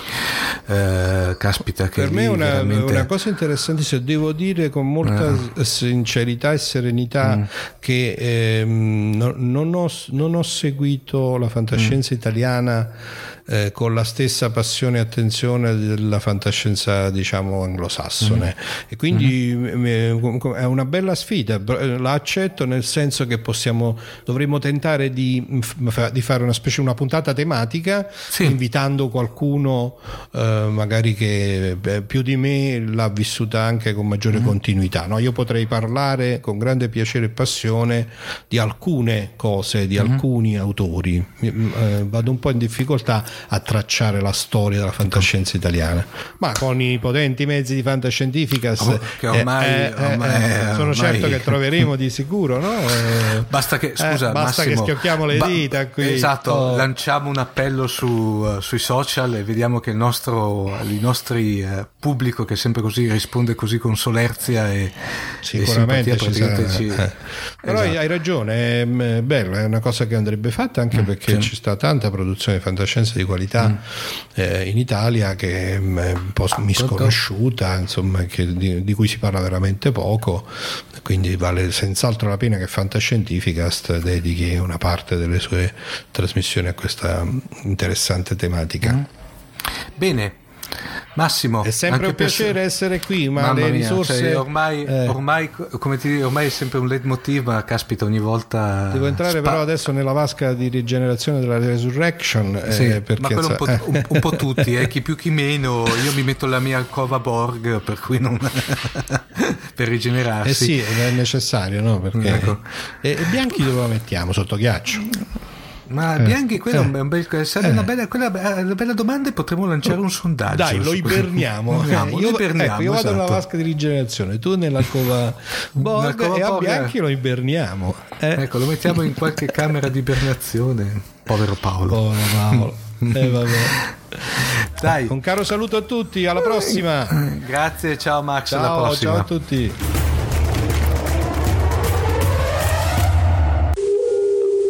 B: eh, caspita che
E: per me è una,
B: veramente...
E: una cosa interessante, se devo dire con molta eh. sincerità e serenità mm. che eh, non, non, ho, non ho seguito la fantascienza mm. italiana eh, con la stessa passione e attenzione della fantascienza, diciamo, anglosassone, mm. e quindi mm. è una bella sfida, la accetto, nel senso che possiamo dovremmo tentare di, di fare una specie una puntata tematica, sì. invitando qualcuno eh, magari che beh, più di me l'ha vissuta anche con maggiore mm. continuità, no? Io potrei parlare con grande piacere e passione di alcune cose, di mm-hmm. alcuni autori, eh, vado un po' in difficoltà a tracciare la storia della fantascienza italiana, ma con i potenti mezzi di fantascientificas
B: oh, che ormai,
E: eh, eh,
B: ormai,
E: eh, sono
B: ormai...
E: certo che troveremo di sicuro, no? Eh,
B: basta che scusa
E: eh, basta
B: Massimo,
E: che schiocchiamo le dita
B: ba-
E: qui.
B: Esatto,
E: oh.
B: lanciamo un appello su, uh, sui social e vediamo che il nostro il nostri uh, pubblico, che sempre così risponde così con solerzia e
E: sicuramente
B: e simpatia,
E: ci
B: ci...
E: eh. Però
B: esatto.
E: hai ragione, è bello, è una cosa che andrebbe fatta anche mm, perché sì. ci sta tanta produzione di fantascienza di qualità mm. eh, in Italia che è un po' misconosciuta, insomma, che, di, di cui si parla veramente poco, quindi vale senz'altro la pena che Fantascientificast dedichi una parte delle sue trasmissioni a questa interessante tematica. Mm.
B: Bene, Massimo,
E: è sempre un piacere per... essere qui, ma
B: Mamma
E: le
B: mia,
E: risorse
B: cioè, ormai,
E: eh.
B: ormai, come ti dico, ormai è sempre un leitmotiv, ma caspita, ogni volta
E: devo entrare
B: spa...
E: però adesso nella vasca di rigenerazione della Resurrection,
B: sì,
E: eh, perché
B: ma quello un po',
E: eh.
B: un, un po' tutti, eh, chi più chi meno. Io mi metto la mia alcova Borg, per cui non per rigenerarsi.
E: Eh sì, è necessario, no? Perché
B: ecco.
E: e, e Bianchi dove lo mettiamo? Sotto ghiaccio?
B: Ma
E: eh,
B: Bianchi, quello
E: eh,
B: è un bel, sarebbe eh. una, bella, quella, una bella domanda, e potremmo lanciare un sondaggio.
E: Dai, lo iberniamo.
B: Andiamo,
E: io,
B: lo iberniamo,
E: ecco, io vado
B: esatto.
E: nella vasca di rigenerazione, tu nella cova Borg, e a Bianchi lo iberniamo. Eh.
B: Ecco, lo mettiamo in qualche camera di ibernazione. Povero Paolo.
E: Povero Paolo. eh, vabbè.
B: Dai.
E: Un caro saluto a tutti, alla prossima.
B: Grazie, ciao Max,
E: ciao,
B: alla prossima.
E: Ciao a tutti.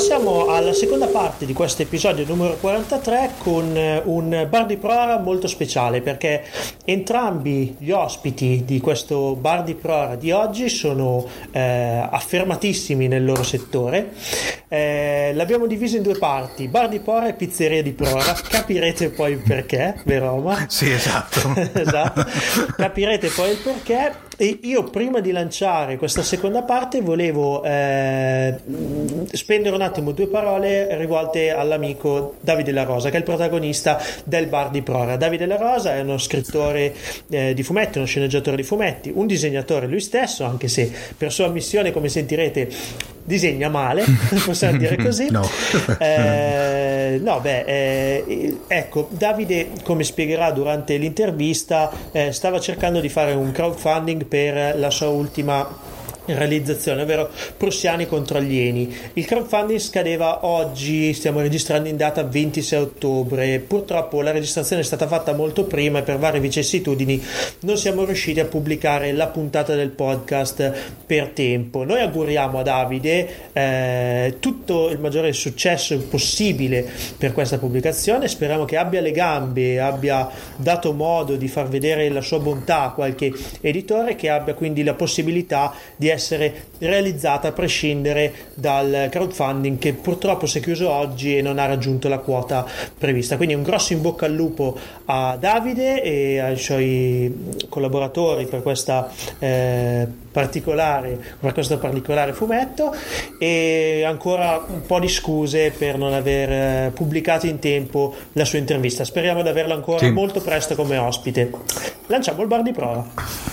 A: passiamo alla seconda parte di questo episodio numero quarantatré con un bar di prora molto speciale, perché entrambi gli ospiti di questo bar di prora di oggi sono eh, affermatissimi nel loro settore. Eh, l'abbiamo diviso in due parti: bar di prora e pizzeria di prora. Capirete poi il perché, vero Omar?
B: Sì, esatto.
A: Esatto. Capirete poi il perché. E io, prima di lanciare questa seconda parte, volevo eh, spendere un attimo due parole rivolte all'amico Davide La Rosa, che è il protagonista del bar di prora. Davide La Rosa è uno scrittore eh, di fumetti, uno sceneggiatore di fumetti, un disegnatore lui stesso, anche se per sua missione, come sentirete, disegna male, possiamo dire così.
B: No,
A: eh, no beh, eh, ecco, Davide, come spiegherà durante l'intervista, eh, stava cercando di fare un crowdfunding per la sua ultima realizzazione, ovvero Prussiani contro alieni. Il crowdfunding scadeva oggi, stiamo registrando in data ventisei ottobre. Purtroppo la registrazione è stata fatta molto prima e per varie vicissitudini non siamo riusciti a pubblicare la puntata del podcast per tempo. Noi auguriamo a Davide eh, tutto il maggiore successo possibile per questa pubblicazione. Speriamo che abbia le gambe, abbia dato modo di far vedere la sua bontà a qualche editore, che abbia quindi la possibilità di essere realizzata a prescindere dal crowdfunding, che purtroppo si è chiuso oggi e non ha raggiunto la quota prevista. Quindi un grosso in bocca al lupo a Davide e ai suoi collaboratori per questa eh, particolare per questo particolare fumetto, e ancora un po' di scuse per non aver pubblicato in tempo la sua intervista. Speriamo di averla ancora sì. molto presto come ospite. Lanciamo il bar di prova.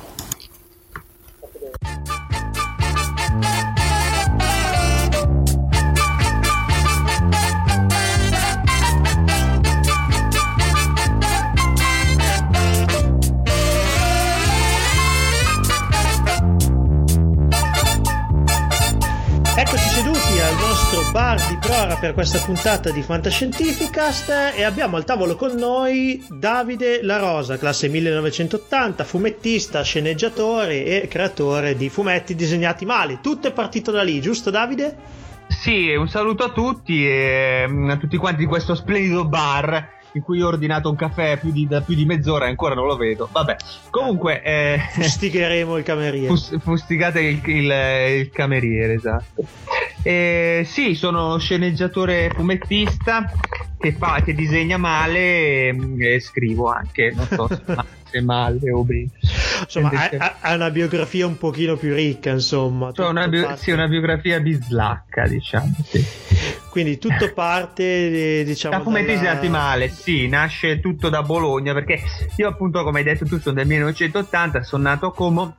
A: Bar di prora per questa puntata di Fantascientificast, e abbiamo al tavolo con noi Davide La Rosa, classe millenovecentottanta, fumettista, sceneggiatore e creatore di fumetti disegnati male. Tutto è partito da lì, giusto Davide?
F: Sì, un saluto a tutti e a tutti quanti di questo splendido bar in cui ho ordinato un caffè più di, da più di mezz'ora e ancora non lo vedo. Vabbè, comunque eh,
A: fustigheremo il cameriere.
F: Fus, fustigate il, il, il cameriere, esatto. Eh, sì, sono sceneggiatore fumettista che fa, che disegna male e, e scrivo anche, non so se male o bene.
A: Insomma, ha, ha una biografia un pochino più ricca, insomma.
F: Cioè una, bio, sì, una biografia bislacca, diciamo, sì.
A: Quindi tutto parte, diciamo,
F: da fumetti
A: dalla...
F: disegnati male, sì, nasce tutto da Bologna, perché io appunto, come hai detto tu, sono del millenovecentottanta, sono nato a Como.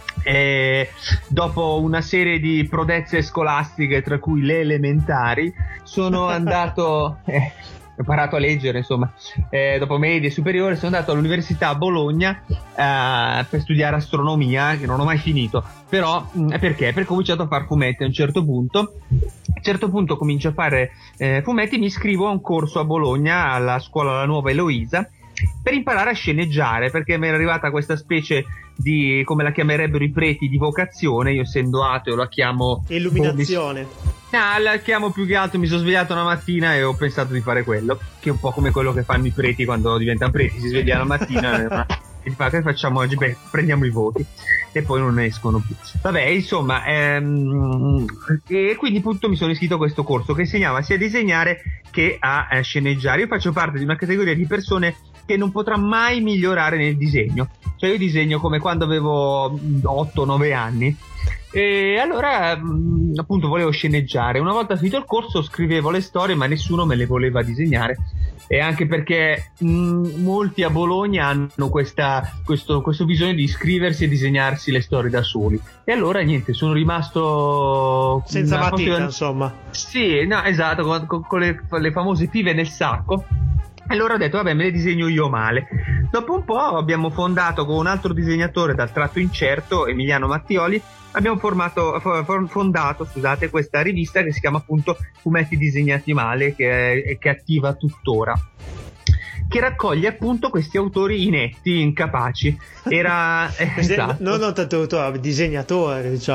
F: E dopo una serie di prodezze scolastiche, tra cui le elementari, sono andato eh, ho imparato a leggere, insomma, eh, dopo medie superiori sono andato all'università a Bologna eh, per studiare astronomia, che non ho mai finito, però mh, perché? Perché ho cominciato a fare fumetti a un certo punto. A un certo punto comincio a fare eh, fumetti, mi iscrivo a un corso a Bologna alla scuola La Nuova Eloisa per imparare a sceneggiare, perché mi era arrivata questa specie di, come la chiamerebbero i preti, di vocazione. Io, essendo ateo, la chiamo
A: illuminazione.
F: No, la chiamo più che altro, mi sono svegliato una mattina e ho pensato di fare quello, che è un po' come quello che fanno i preti quando diventano preti, si svegliano la mattina e fa, che facciamo oggi? Beh, prendiamo i voti e poi non ne escono più. Vabbè, insomma, ehm, e quindi appunto mi sono iscritto a questo corso che insegnava sia a disegnare che a eh, sceneggiare. Io faccio parte di una categoria di persone che non potrà mai migliorare nel disegno, cioè io disegno come quando avevo otto nove anni, e allora mh, appunto volevo sceneggiare. Una volta finito il corso scrivevo le storie, ma nessuno me le voleva disegnare, e anche perché mh, molti a Bologna hanno questa, questo, questo bisogno di scriversi e disegnarsi le storie da soli, e allora niente, sono rimasto
A: senza matita,
F: proprio...
A: insomma.
F: Sì, no, esatto, con, con, con, le, con le famose pive nel sacco. E allora ho detto, vabbè, me le disegno io male. Dopo un po' abbiamo fondato con un altro disegnatore dal tratto incerto, Emiliano Mattioli, abbiamo formato, fondato scusate, questa rivista che si chiama appunto Fumetti Disegnati Male, che è, che è attiva tuttora, che raccoglie appunto questi autori inetti, incapaci. Era esatto.
A: Non, non tanto autore, disegnatore, diciamo.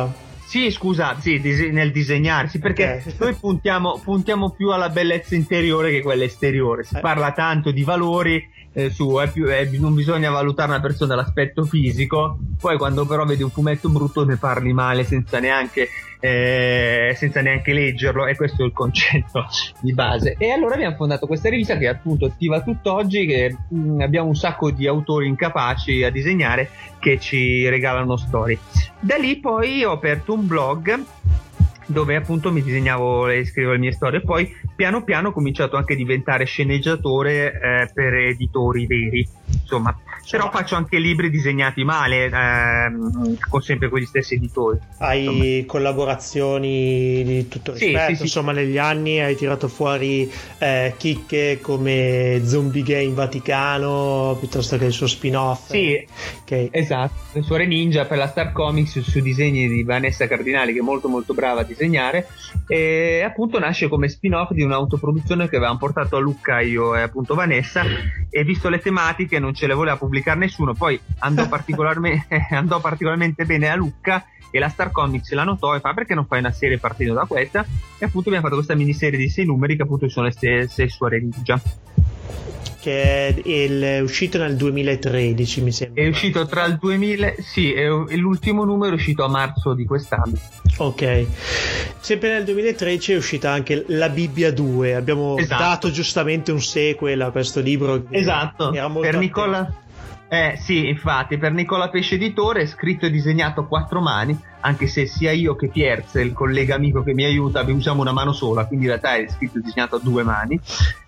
F: Sì, scusa, sì, dise- nel disegnare, sì, perché
A: Okay.
F: noi puntiamo, puntiamo più alla bellezza interiore che quella esteriore. Si
A: Eh.
F: parla tanto di valori, eh, su è più, è- non bisogna valutare una persona dall'aspetto fisico, poi quando però vedi un fumetto brutto ne parli male senza neanche, eh, senza neanche leggerlo, e questo è il concetto di base. E allora abbiamo fondato questa rivista che è appunto attiva tutt'oggi, che mh, abbiamo un sacco di autori incapaci a disegnare che ci regalano storie. Da lì poi ho aperto un blog dove appunto mi disegnavo e scrivevo le mie storie, poi piano piano ho cominciato anche a diventare sceneggiatore eh, per editori veri, insomma, però faccio anche libri disegnati male, ehm, con sempre quegli stessi editori.
A: Hai collaborazioni di tutto
F: Sì,
A: rispetto,
F: sì, sì.
A: insomma negli anni hai tirato fuori eh, chicche come Zombie Game Vaticano piuttosto che il suo spin-off.
F: Sì,
A: che...
F: esatto, le Suore Ninja per la Star Comics su disegni di Vanessa Cardinali, che è molto molto brava a disegnare, e appunto nasce come spin-off di un'autoproduzione che avevamo portato a Lucca io e appunto Vanessa, e visto le tematiche non ce le voleva pubblicare nessuno, poi andò particolarmente andò particolarmente bene a Lucca e la Star Comics la notò e fa: perché non fai una serie partendo da questa? E appunto abbiamo fatto questa miniserie di sei numeri che appunto sono le sei, sei Suore Ninja,
A: che è, il, è uscito nel duemilatredici, mi sembra.
F: è uscito tra il duemila, sì, è, è l'ultimo numero è uscito a marzo di quest'anno.
A: Ok, sempre nel duemilatredici è uscita anche La Bibbia due. Abbiamo
F: Esatto.
A: dato giustamente un sequel a questo libro. che
F: Esatto,
A: era molto
F: per Nicola, eh sì, infatti, per Nicola Pesce Editore, scritto e disegnato a quattro mani, anche se sia io che Pierz, il collega amico che mi aiuta, usiamo una mano sola, quindi in realtà è scritto e disegnato a due mani.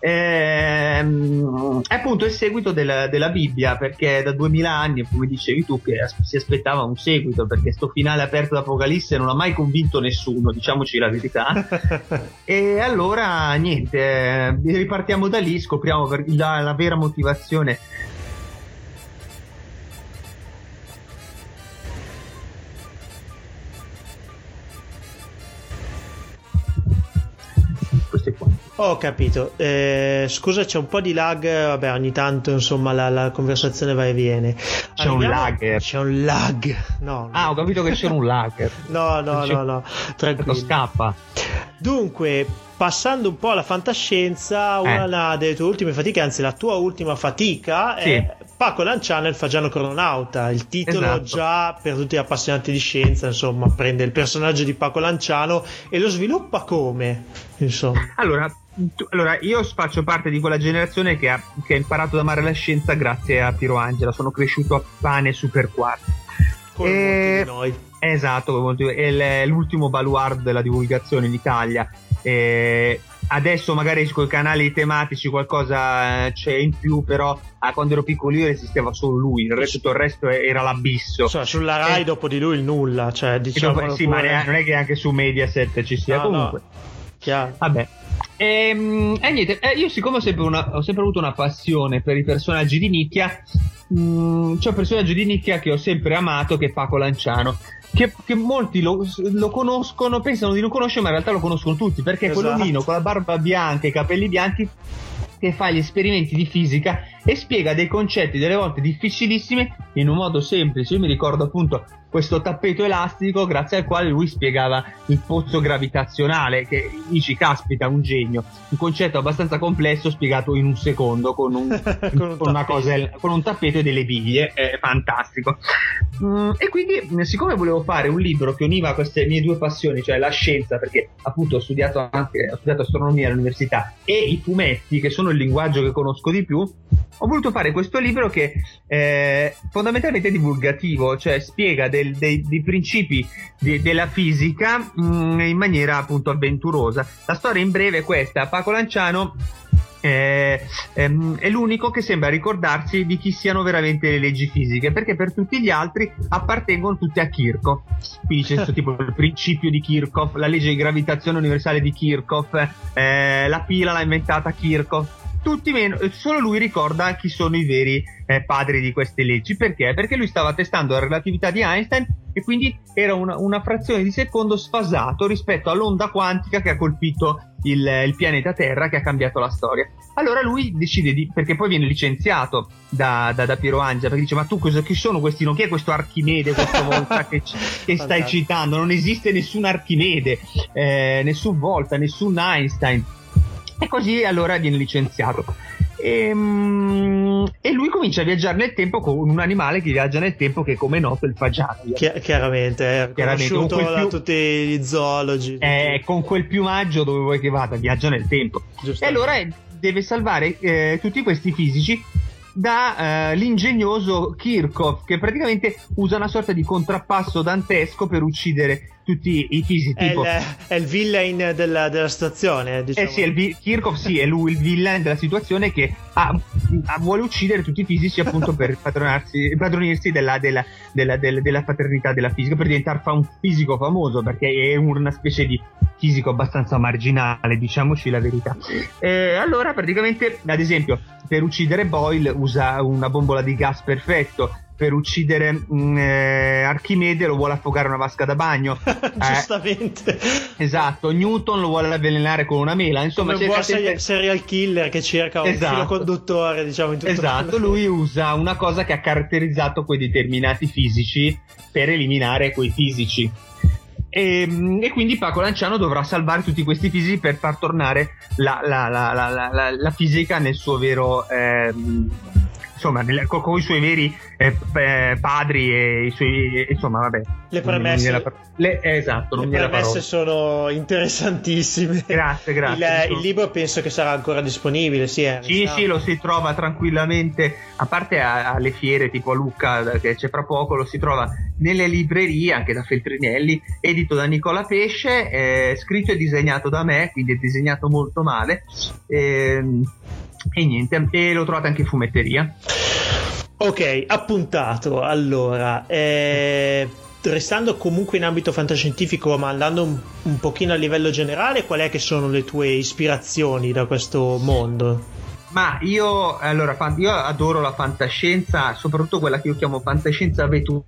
F: Ehm, è appunto il seguito della, della Bibbia, perché da duemila anni, come dicevi tu, che as- si aspettava un seguito, perché sto finale aperto d'Apocalisse non ha mai convinto nessuno, diciamoci la verità. E allora niente, eh, ripartiamo da lì, scopriamo per- la, la vera motivazione. Questo è qua.
A: Ho capito. Eh, scusa, c'è un po' di lag. Vabbè, ogni tanto insomma la, la conversazione va e viene.
F: C'è un lager.
A: C'è un lag. No, no.
F: Ah, ho capito che c'era un lager.
A: No, no, no, no. Tranquillo.
F: Scappa.
A: Dunque, passando un po' alla fantascienza, una delle tue ultime fatiche, anzi la tua ultima fatica,
F: Sì.
A: è Paco Lanciano e il Fagiano Crononauta. Il titolo
F: Esatto.
A: già per tutti gli appassionati di scienza, insomma, prende il personaggio di Paco Lanciano e lo sviluppa come? Insomma.
F: Allora, tu- allora, io faccio parte di quella generazione che ha, che ha imparato ad amare la scienza grazie a Piero Angela. Sono cresciuto a pane super quarti.
A: Come
F: E-
A: molti di noi.
F: Esatto, come molti- è l- l'ultimo baluardo della divulgazione in Italia. E adesso magari con i canali tematici qualcosa eh, c'è in più, però ah, quando ero piccolino esisteva solo lui, il resto, tutto il resto era l'abisso.
A: Insomma, sulla Rai
F: Eh,
A: dopo di lui il nulla, cioè
F: e
A: diciamo
F: dopo- sì, ma ne- non è che anche su Mediaset ci sia.
A: No,
F: Comunque,
A: no. Chiaro.
F: vabbè. E, e niente, eh, io siccome ho sempre, una, ho sempre avuto una passione per i personaggi di nicchia, mh, c'è un personaggio di nicchia che ho sempre amato, che è Paco Lanciano, che, che molti lo, lo conoscono, pensano di non conoscere, ma in realtà lo conoscono tutti, perché è
A: Esatto.
F: quell'omino con la barba bianca e i capelli bianchi che fa gli esperimenti di fisica e spiega dei concetti delle volte difficilissimi in un modo semplice. Io mi ricordo appunto questo tappeto elastico grazie al quale lui spiegava il pozzo gravitazionale, che dici caspita, un genio, un concetto abbastanza complesso spiegato in un secondo con, un,
A: Con un
F: con una
A: tappeto.
F: cosa, con un tappeto e delle biglie. È fantastico. Mm, e quindi siccome volevo fare un libro che univa queste mie due passioni, cioè la scienza, perché appunto ho studiato anche ho studiato astronomia all'università, e i fumetti, che sono il linguaggio che conosco di più, ho voluto fare questo libro che è fondamentalmente divulgativo, cioè spiega del, dei, dei principi di, della fisica mh, in maniera appunto avventurosa. La storia in breve è questa: Paco Lanciano è, è, è l'unico che sembra ricordarsi di chi siano veramente le leggi fisiche, perché per tutti gli altri appartengono tutte a Kirchhoff. Quindi c'è questo tipo il principio di Kirchhoff, la legge di gravitazione universale di Kirchhoff, eh, la pila l'ha inventata Kirchhoff. tutti meno, solo lui ricorda chi sono i veri eh, padri di queste leggi. Perché? Perché lui stava testando la relatività di Einstein e quindi era una, una frazione di secondo sfasato rispetto all'onda quantica che ha colpito il, il pianeta Terra, che ha cambiato la storia. Allora lui decide di, perché poi viene licenziato da, da, da Piero Angela, perché dice: ma tu cosa, chi sono questi? Non chi è questo Archimede questa volta che, che stai citando? Non esiste nessun Archimede, eh, nessun Volta, nessun Einstein. E così allora viene licenziato. E, e lui comincia a viaggiare nel tempo con un animale che viaggia nel tempo, che come è noto è il fagiano.
A: Chi- chiaramente è
F: Chiaramente,
A: conosciuto
F: con quel
A: da
F: più-
A: tutti gli zoologi.
F: Eh, con quel piumaggio dove vuoi che vada, viaggia nel tempo. E allora deve salvare eh, tutti questi fisici da eh, l'ingegnoso Kirchhoff, che praticamente usa una sorta di contrappasso dantesco per uccidere tutti i fisici.
A: È,
F: Tipo,
A: il, è il villain della, della situazione, diciamo.
F: eh sì, è il vi- Kirchhoff sì, è lui il villain della situazione, che ha, ha- vuole uccidere tutti i fisici appunto per padronarsi, padronirsi della, della, della, della, della paternità della fisica, per diventare fa- un fisico famoso, perché è una specie di fisico abbastanza marginale, diciamoci la verità. Eh, allora praticamente, ad esempio, per uccidere Boyle usa una bombola di gas perfetto. Per uccidere mh, eh, Archimede lo vuole affogare una vasca da bagno.
A: Giustamente.
F: Eh, esatto. Newton lo vuole avvelenare con una mela. Insomma,
A: come un buon
F: sempre...
A: serial killer che cerca un
F: Esatto.
A: filo conduttore, diciamo, in tutto.
F: Esatto, lui usa una cosa che ha caratterizzato quei determinati fisici per eliminare quei fisici. E, e quindi Paco Lanciano dovrà salvare tutti questi fisici per far tornare la, la, la, la, la, la fisica nel suo vero... Ehm, insomma, nel, con, con i suoi veri eh, eh, padri e i suoi, insomma, vabbè.
A: Le premesse.
F: Non le, eh, esatto, non
A: le
F: la
A: premesse sono interessantissime.
F: Grazie, grazie.
A: Il, il libro penso che sarà ancora disponibile, sì. È
F: Sì, sì, lo si trova tranquillamente, a parte alle fiere tipo a Lucca, che c'è fra poco, lo si trova nelle librerie, anche da Feltrinelli, edito da Nicola Pesce, eh, scritto e disegnato da me, quindi è disegnato molto male. Eh, E niente, e lo trovate anche in fumetteria.
A: Ok, appuntato. Allora, eh, restando comunque in ambito fantascientifico, ma andando un, un pochino a livello generale, qual è che sono le tue ispirazioni da questo mondo?
F: Ma io, allora, io adoro la fantascienza, soprattutto quella che io chiamo fantascienza vetusta.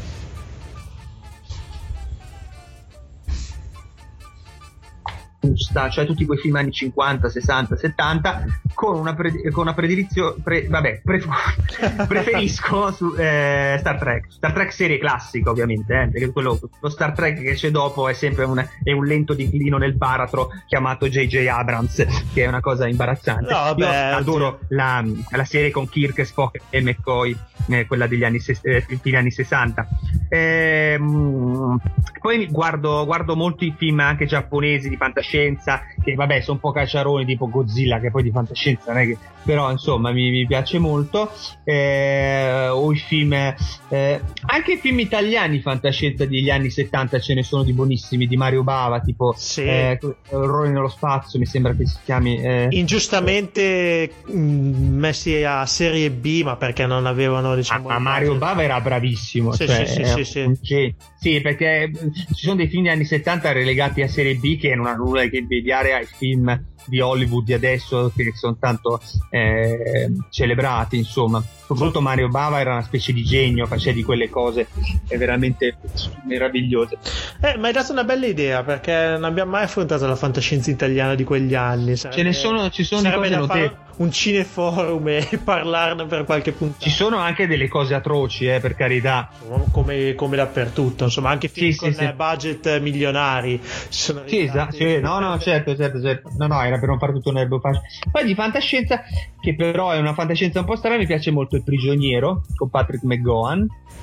F: Cioè tutti quei film anni cinquanta, sessanta, settanta, con una, pre- con una predilizione pre- vabbè pre- preferisco su, eh, Star Trek Star Trek serie classica, ovviamente, eh, perché quello, lo Star Trek che c'è dopo è sempre una, è un lento declino nel baratro chiamato J J Abrams, che è una cosa imbarazzante.
A: No,
F: io
A: beh,
F: adoro la, la serie con Kirk, Spock e McCoy, eh, quella degli anni, eh, fine anni sessanta. Ehm, poi guardo, guardo molti film anche giapponesi di fantascienza, che vabbè sono un po' cacciaroni, tipo Godzilla, che poi di fantascienza non è che, però insomma mi, mi piace molto. Eh, o i film, eh, anche i film italiani fantascienza degli anni settanta ce ne sono di buonissimi, di Mario Bava, tipo
A: sì.
F: eh, Orrori nello spazio, mi sembra che si chiami, eh.
A: Ingiustamente mh, messi a serie B, ma perché non avevano, diciamo,
F: ma, ma Mario Bava era bravissimo,
A: sì,
F: cioè,
A: sì, sì, sì,
F: sì. Sì, perché ci sono dei film degli anni settanta relegati a serie B che non hanno nulla a che vedere ai film di Hollywood di adesso, che sono tanto eh, celebrati, insomma. Soprattutto Mario Bava era una specie di genio, faceva di quelle cose veramente meravigliose.
A: Eh, ma hai dato una bella idea, perché non abbiamo mai affrontato la fantascienza italiana di quegli anni. Sarebbe,
F: Ce ne sono, ci sono di cose
A: da fare
F: notevoli.
A: Un cineforum e parlarne per qualche puntata.
F: Ci sono anche delle cose atroci, eh, per carità.
A: Come, come dappertutto, insomma, anche film
F: sì,
A: con
F: sì, sì.
A: budget milionari. Sono
F: sì, esatto, sì, no, no, certo, certo, certo. No, no, era per non fare tutto un erbo facile. Poi di fantascienza, che però è una fantascienza un po' strana, mi piace molto Il prigioniero con Patrick McGowan.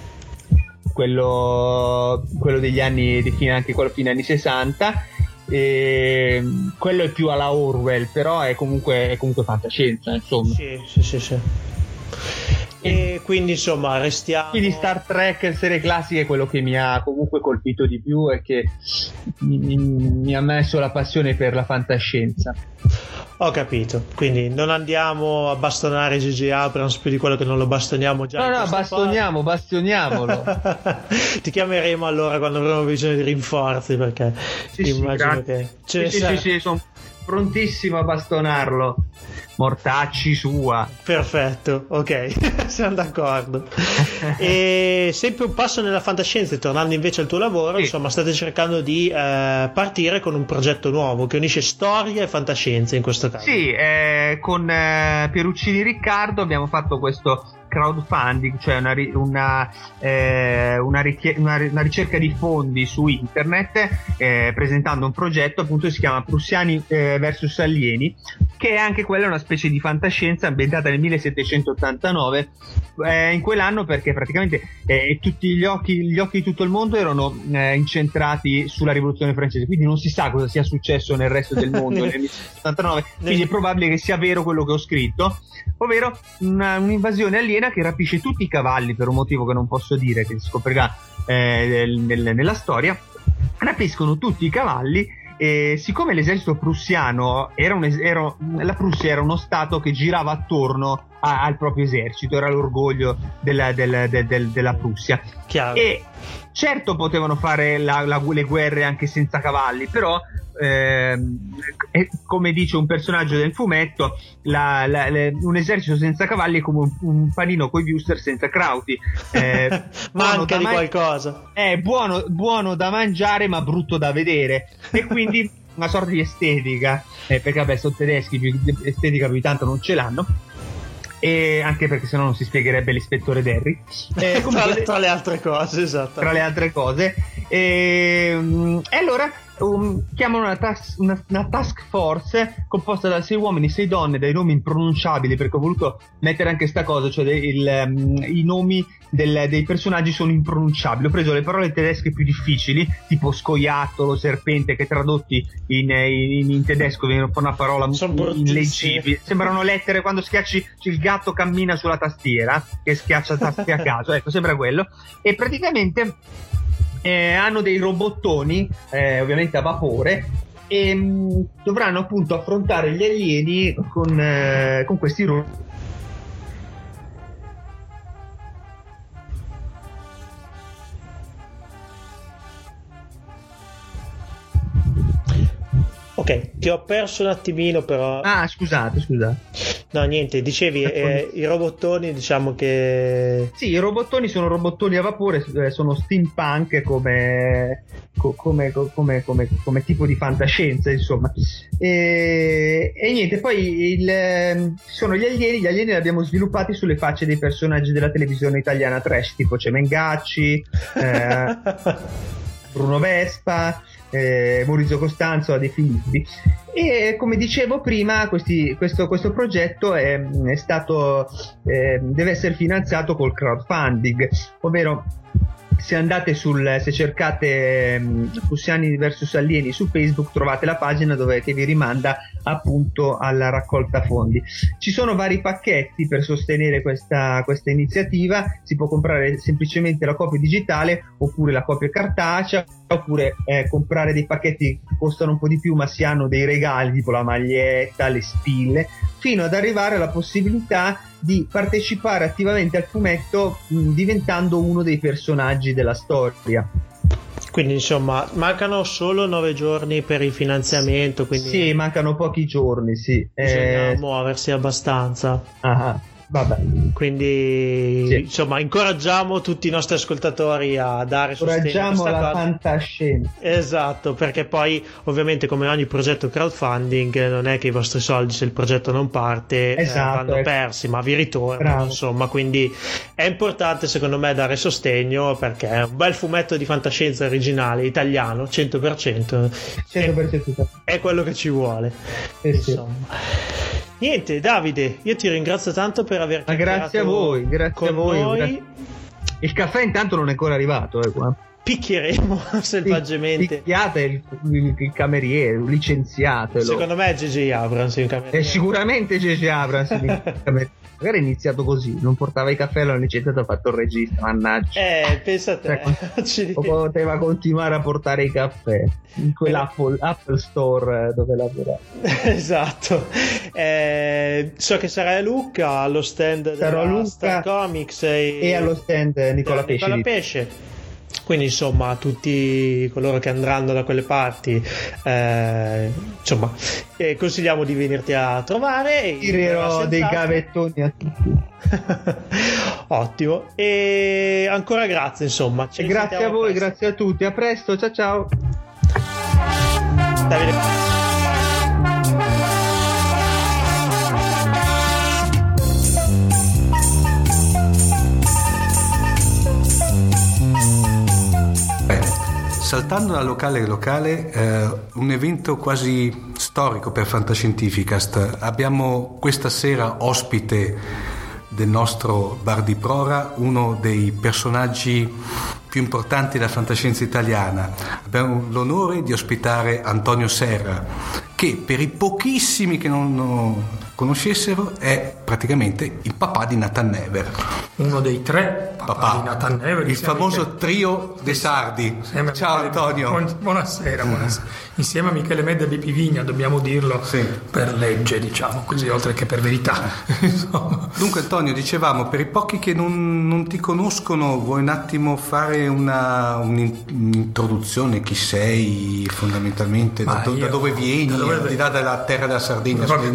F: Quello, quello degli anni, di fine, anche quello fine anni sessanta. E quello è più alla Orwell, però è comunque, è comunque fantascienza, insomma.
A: Sì, sì, sì, sì. E quindi insomma restiamo.
F: Quindi Star Trek serie classica è quello che mi ha comunque colpito di più e che mi, mi, mi ha messo la passione per la fantascienza.
A: Ho capito, quindi non andiamo a bastonare J J Abrams più di quello che non lo bastoniamo già.
F: No, no, bastoniamo, parte. bastioniamolo.
A: Ti chiameremo allora quando avremo bisogno di rinforzi, perché
F: sì,
A: immagino
F: sì,
A: che ce
F: sì,
A: ne
F: sì, sì, sì, sono prontissimo a bastonarlo. Mortacci sua.
A: Perfetto, ok, siamo d'accordo. E sempre un passo nella fantascienza, tornando invece al tuo lavoro, sì. Insomma, state cercando di eh, partire con un progetto nuovo che unisce storia e fantascienza in questo caso.
F: Sì, eh, con eh, Pieruccini Riccardo abbiamo fatto questo crowdfunding, cioè una, una, eh, una, richie- una, una ricerca di fondi su internet, eh, presentando un progetto appunto che si chiama Prussiani eh, versus Alieni, che è anche quella una specie di fantascienza ambientata nel millesettecentottantanove, eh, in quell'anno, perché praticamente eh, tutti gli occhi, gli occhi di tutto il mondo erano eh, incentrati sulla rivoluzione francese, quindi non si sa cosa sia successo nel resto del mondo nel millesettecentottantanove, quindi è probabile che sia vero quello che ho scritto, ovvero una, un'invasione aliena che rapisce tutti i cavalli per un motivo che non posso dire, che si scoprirà eh, nel, nella storia. Rapiscono tutti i cavalli e siccome l'esercito prussiano era, un es- era la Prussia era uno stato che girava attorno a- al proprio esercito, era l'orgoglio della, del, del, del, della Prussia.
A: Chiaro.
F: E certo potevano fare la, la, le guerre anche senza cavalli, però eh, come dice un personaggio del fumetto, la, la, le, un esercito senza cavalli è come un, un panino coi wuster senza crauti, eh,
A: manca di
F: man-
A: qualcosa,
F: è buono, buono da mangiare ma brutto da vedere, e quindi una sorta di estetica, eh, perché vabbè sono tedeschi, più estetica più di tanto non ce l'hanno, e anche perché sennò non si spiegherebbe l'ispettore Derry, eh,
A: tra, le, tra le altre cose, esatto,
F: tra le altre cose, e, e allora um, chiamano una, tas- una, una task force composta da sei uomini, sei donne, dai nomi impronunciabili, perché ho voluto mettere anche sta cosa, cioè dei, il, um, i nomi del, dei personaggi sono impronunciabili. Ho preso le parole tedesche più difficili, tipo scoiattolo, serpente, che tradotti in, in, in tedesco vengono una parola illeggibile, sembrano lettere quando schiacci il gatto cammina sulla tastiera che schiaccia tasti a caso, ecco, sembra quello. E praticamente eh, hanno dei robottoni, eh, ovviamente a vapore, e mh, dovranno appunto affrontare gli alieni con, eh, con questi robottoni.
A: Ok, ti ho perso un attimino però.
F: Ah, scusate, scusate.
A: No, niente, dicevi eh, i robottoni, diciamo che...
F: Sì, i robottoni sono robottoni a vapore, sono steampunk come, come, come, come, come tipo di fantascienza, insomma. E, e niente, poi il, sono gli alieni, gli alieni li abbiamo sviluppati sulle facce dei personaggi della televisione italiana trash, tipo Cemengacci, eh, Bruno Vespa, Eh, Maurizio Costanzo, a De Filippi. E come dicevo prima, questi, questo, questo progetto è, è stato eh, deve essere finanziato col crowdfunding, ovvero se andate sul se cercate um, Prussiani versus Alieni su Facebook trovate la pagina dove che vi rimanda appunto alla raccolta fondi. Ci sono vari pacchetti per sostenere questa, questa iniziativa, si può comprare semplicemente la copia digitale oppure la copia cartacea, oppure eh, comprare dei pacchetti che costano un po' di più ma si hanno dei regali tipo la maglietta, le spille, fino ad arrivare alla possibilità di partecipare attivamente al fumetto mh, diventando uno dei personaggi della storia.
A: Quindi insomma mancano solo nove giorni per il finanziamento, quindi
F: sì, mancano pochi giorni, sì.
A: Bisogna
F: eh...
A: muoversi abbastanza.
F: Ah, vabbè.
A: Quindi sì, insomma incoraggiamo tutti i nostri ascoltatori a dare sostegno a
F: incoraggiamo
A: questa
F: la
A: cosa.
F: Fantascienza.
A: Esatto, perché poi ovviamente come ogni progetto crowdfunding non è che i vostri soldi, se il progetto non parte,
F: esatto,
A: eh, vanno
F: ecco.
A: persi, ma vi ritornano. Bravo. Insomma, quindi è importante secondo me dare sostegno, perché è un bel fumetto di fantascienza originale italiano cento per cento,
F: cento per cento
A: è, è quello che ci vuole,
F: eh sì.
A: Insomma. Niente, Davide, io ti ringrazio tanto per aver chiacchierato.
F: Grazie a voi, grazie
A: con
F: a voi.
A: noi.
F: Grazie. Il caffè intanto non è ancora arrivato, eh, qua.
A: Picchieremo selvaggiamente.
F: Picchiate il, il, il cameriere, licenziatelo.
A: Secondo me è J J Abrams il cameriere.
F: È sicuramente J J Abrams il cameriere. Magari è iniziato così, non portava i caffè, l'hanno licenziato, ha fatto il regista, mannaggia.
A: Eh, pensa a te.
F: Cioè, poteva continuare a portare i caffè in quell'Apple Apple Store dove lavorava.
A: Esatto. Eh, so che sarai a Lucca allo stand
F: Sarò
A: della
F: Lucca
A: Star Comics e,
F: e allo stand Nicola Pesce.
A: Nicola Pesce. quindi insomma tutti coloro che andranno da quelle parti eh, insomma eh, consigliamo di venirti a trovare.
F: Tirerò dei gavettoni a tutti.
A: Ottimo, e ancora grazie insomma.
F: E grazie a voi, presto. Grazie a tutti, a presto, ciao ciao.
A: Davide.
B: Saltando da locale a locale, eh, un evento quasi storico per Fantascientificast. Abbiamo questa sera ospite del nostro Bar di Prora uno dei personaggi più importanti della fantascienza italiana. Abbiamo l'onore di ospitare Antonio Serra, che per i pochissimi che non lo conoscessero è praticamente il papà di Nathan Never.
G: Uno dei tre papà, papà. di Nathan Never.
B: Il famoso Michele... trio dei sardi. Ciao Michele... Antonio.
G: Buon... Buonasera, buonasera. Insieme a Michele Medda e Bippi Vigna, dobbiamo dirlo, sì. per legge, diciamo così, oltre che per verità.
B: Dunque Antonio, dicevamo, per i pochi che non, non ti conoscono, vuoi un attimo fare una, un'introduzione? Chi sei fondamentalmente? Da, io, da dove vieni? Da dove... Al di là della terra della Sardegna. Da...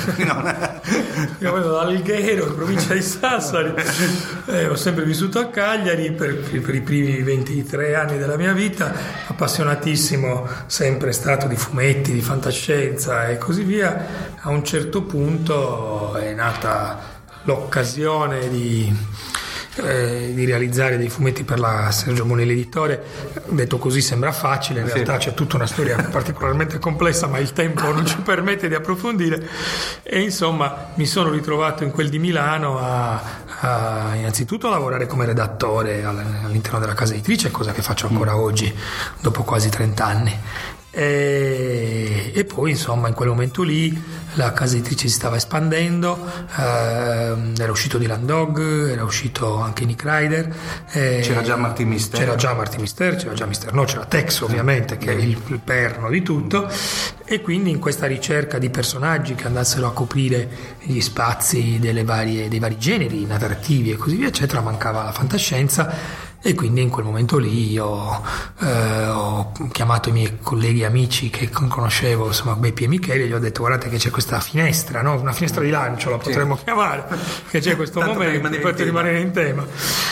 G: Io vengo da Alghero, in provincia di Sassari. Eh, ho sempre vissuto a Cagliari per, per i primi ventitré anni della mia vita, appassionatissimo sempre stato di fumetti, di fantascienza e così via. A un certo punto è nata l'occasione di, eh, di realizzare dei fumetti per la Sergio Bonelli Editore. Detto così sembra facile, in realtà c'è tutta una storia particolarmente complessa, ma il tempo non ci permette di approfondire, e insomma mi sono ritrovato in quel di Milano a, a innanzitutto a lavorare come redattore all'interno della casa editrice, cosa che faccio ancora oggi dopo quasi trenta anni. E, e poi insomma in quel momento lì la casa editrice si stava espandendo, eh, era uscito Dylan Dog, era uscito anche Nick Ryder, eh,
B: c'era già Martin Mister
G: c'era già Martin Mister, c'era già Mister No, c'era Tex ovviamente, che è il, il perno di tutto, e quindi in questa ricerca di personaggi che andassero a coprire gli spazi delle varie, dei vari generi narrativi e così via eccetera, mancava la fantascienza. E quindi in quel momento lì io eh, ho chiamato i miei colleghi amici che conoscevo, insomma Beppi e Michele, e gli ho detto: guardate che c'è questa finestra, no? Una finestra di lancio la potremmo sì. chiamare, che c'è questo Tanto momento per, per rimanere in tema.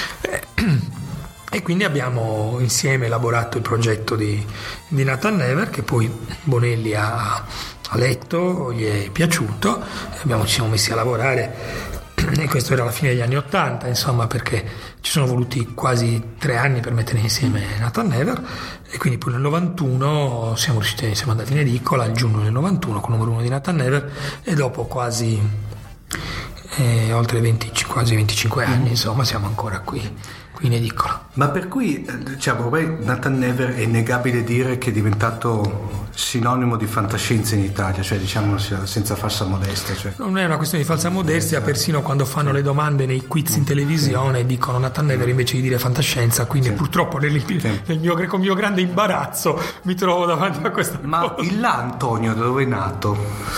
G: E quindi abbiamo insieme elaborato il progetto di, di Nathan Never, che poi Bonelli ha, ha letto, gli è piaciuto, e abbiamo, ci siamo messi a lavorare. E questo era la fine degli anni Ottanta, insomma, perché ci sono voluti quasi tre anni per mettere insieme Nathan Never, e quindi poi nel novantuno siamo riusciti, siamo andati in edicola il giugno del novantuno con il numero uno di Nathan Never, e dopo quasi eh, oltre venti, quasi venticinque anni, insomma, siamo ancora qui, qui in edicola.
B: Ma per cui, diciamo, ormai Nathan Never è innegabile dire che è diventato sinonimo di fantascienza in Italia, cioè diciamo senza falsa modestia. Cioè.
G: Non è una questione di falsa modestia, persino quando fanno le domande nei quiz in televisione dicono Nathan Never invece di dire fantascienza, quindi sì. purtroppo nel, nel mio, con mio grande imbarazzo mi trovo davanti a questa
B: Ma cosa. Il là, Antonio, da dove è nato?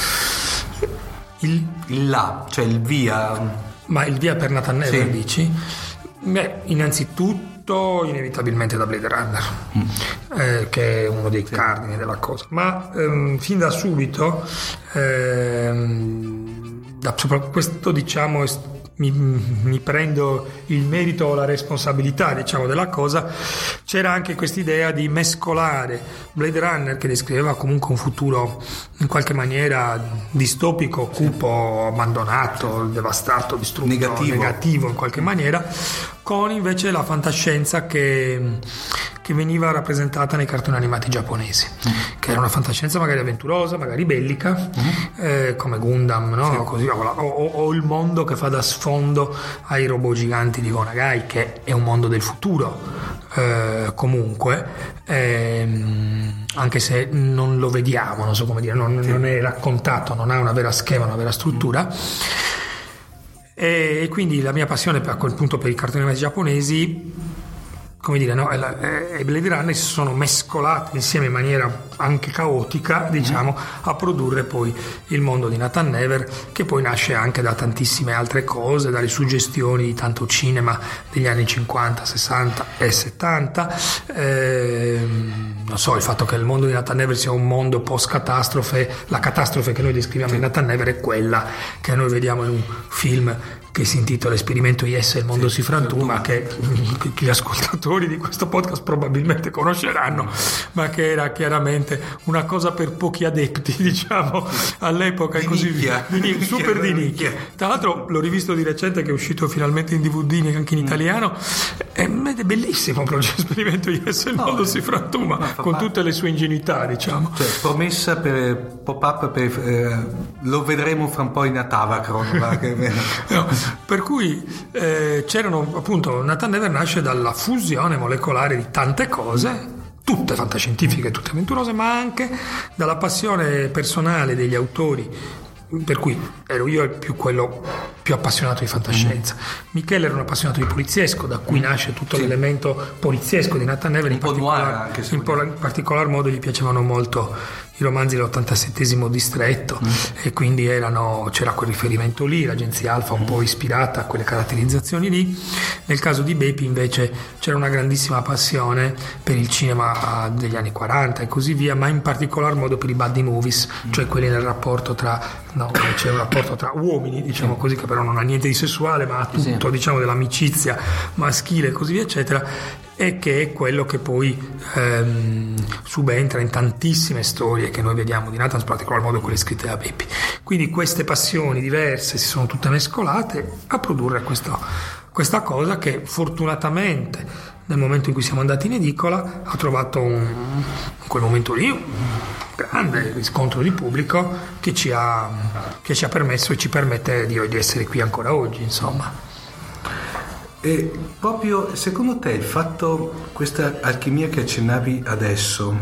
G: Il,
B: il là, cioè il via.
G: Ma il via per Nathan Never, sì. dici? Beh, innanzitutto inevitabilmente da Blade Runner, mm. eh, che è uno dei sì. cardini della cosa, ma ehm, fin da subito ehm, da, questo diciamo mi, mi prendo il merito o la responsabilità, diciamo, della cosa. C'era anche quest'idea di mescolare Blade Runner, che descriveva comunque un futuro in qualche maniera distopico, cupo, abbandonato, devastato, distrutto, negativo, negativo in qualche maniera, con invece la fantascienza che, che veniva rappresentata nei cartoni animati giapponesi, mm. che era una fantascienza magari avventurosa, magari bellica, mm. eh, come Gundam, no? Sì. Così, o, o, o il mondo che fa da sfondo ai robot giganti di Go Nagai, che è un mondo del futuro, eh, comunque, ehm, anche se non lo vediamo, non so come dire, non, sì. non è raccontato, non ha una vera schema, una vera struttura. E quindi la mia passione a quel punto per i cartoni animati giapponesi come dire, no? E Blade Runner si sono mescolati insieme in maniera anche caotica, diciamo, a produrre poi il mondo di Nathan Never, che poi nasce anche da tantissime altre cose, dalle suggestioni di tanto cinema degli anni cinquanta, sessanta e settanta. Eh, non so, il fatto che il mondo di Nathan Never sia un mondo post-catastrofe, la catastrofe che noi descriviamo in Nathan Never è quella che noi vediamo in un film che si intitola Esperimento Yes e il mondo sì, si frantuma, che, che gli ascoltatori di questo podcast probabilmente conosceranno, ma che era chiaramente una cosa per pochi adepti, diciamo, all'epoca, e così via, di, super di nicchia. Tra l'altro l'ho rivisto di recente, che è uscito finalmente in D V D anche in italiano, ed è bellissimo proprio Esperimento Yes e il mondo no, si frantuma, no, con parte. Tutte le sue ingenuità, diciamo.
B: Cioè, promessa per pop-up, per, eh, lo vedremo fra un po' in Atavacron.
G: No, per cui eh, c'erano appunto, Nathan Never nasce dalla fusione molecolare di tante cose, tutte fantascientifiche, tutte avventurose, ma anche dalla passione personale degli autori, per cui ero io più quello più appassionato di fantascienza. Mm. Michele era un appassionato di poliziesco, da cui nasce tutto sì. l'elemento poliziesco di Nathan Never. In, particolar, anche, in, in particolar modo gli piacevano molto i romanzi dell'ottantasettesimo distretto, mm. e quindi erano, c'era quel riferimento lì, l'agenzia Alfa un mm. po' ispirata a quelle caratterizzazioni lì. Nel caso di Bepi invece c'era una grandissima passione per il cinema degli anni quaranta e così via, ma in particolar modo per i buddy movies, mm. cioè quelli nel rapporto tra, no, c'è un rapporto tra uomini, diciamo così, che però non ha niente di sessuale, ma ha tutto, sì. diciamo, dell'amicizia maschile e così via eccetera, e che è quello che poi ehm, subentra in tantissime storie che noi vediamo di Nathan, in particolar modo quelle scritte da Bepi. Quindi queste passioni diverse si sono tutte mescolate a produrre questo, questa cosa che fortunatamente nel momento in cui siamo andati in edicola ha trovato un, in quel momento lì un grande riscontro di pubblico che ci ha, che ci ha permesso e ci permette di, di essere qui ancora oggi, insomma.
B: E proprio secondo te il fatto, questa alchimia che accennavi adesso,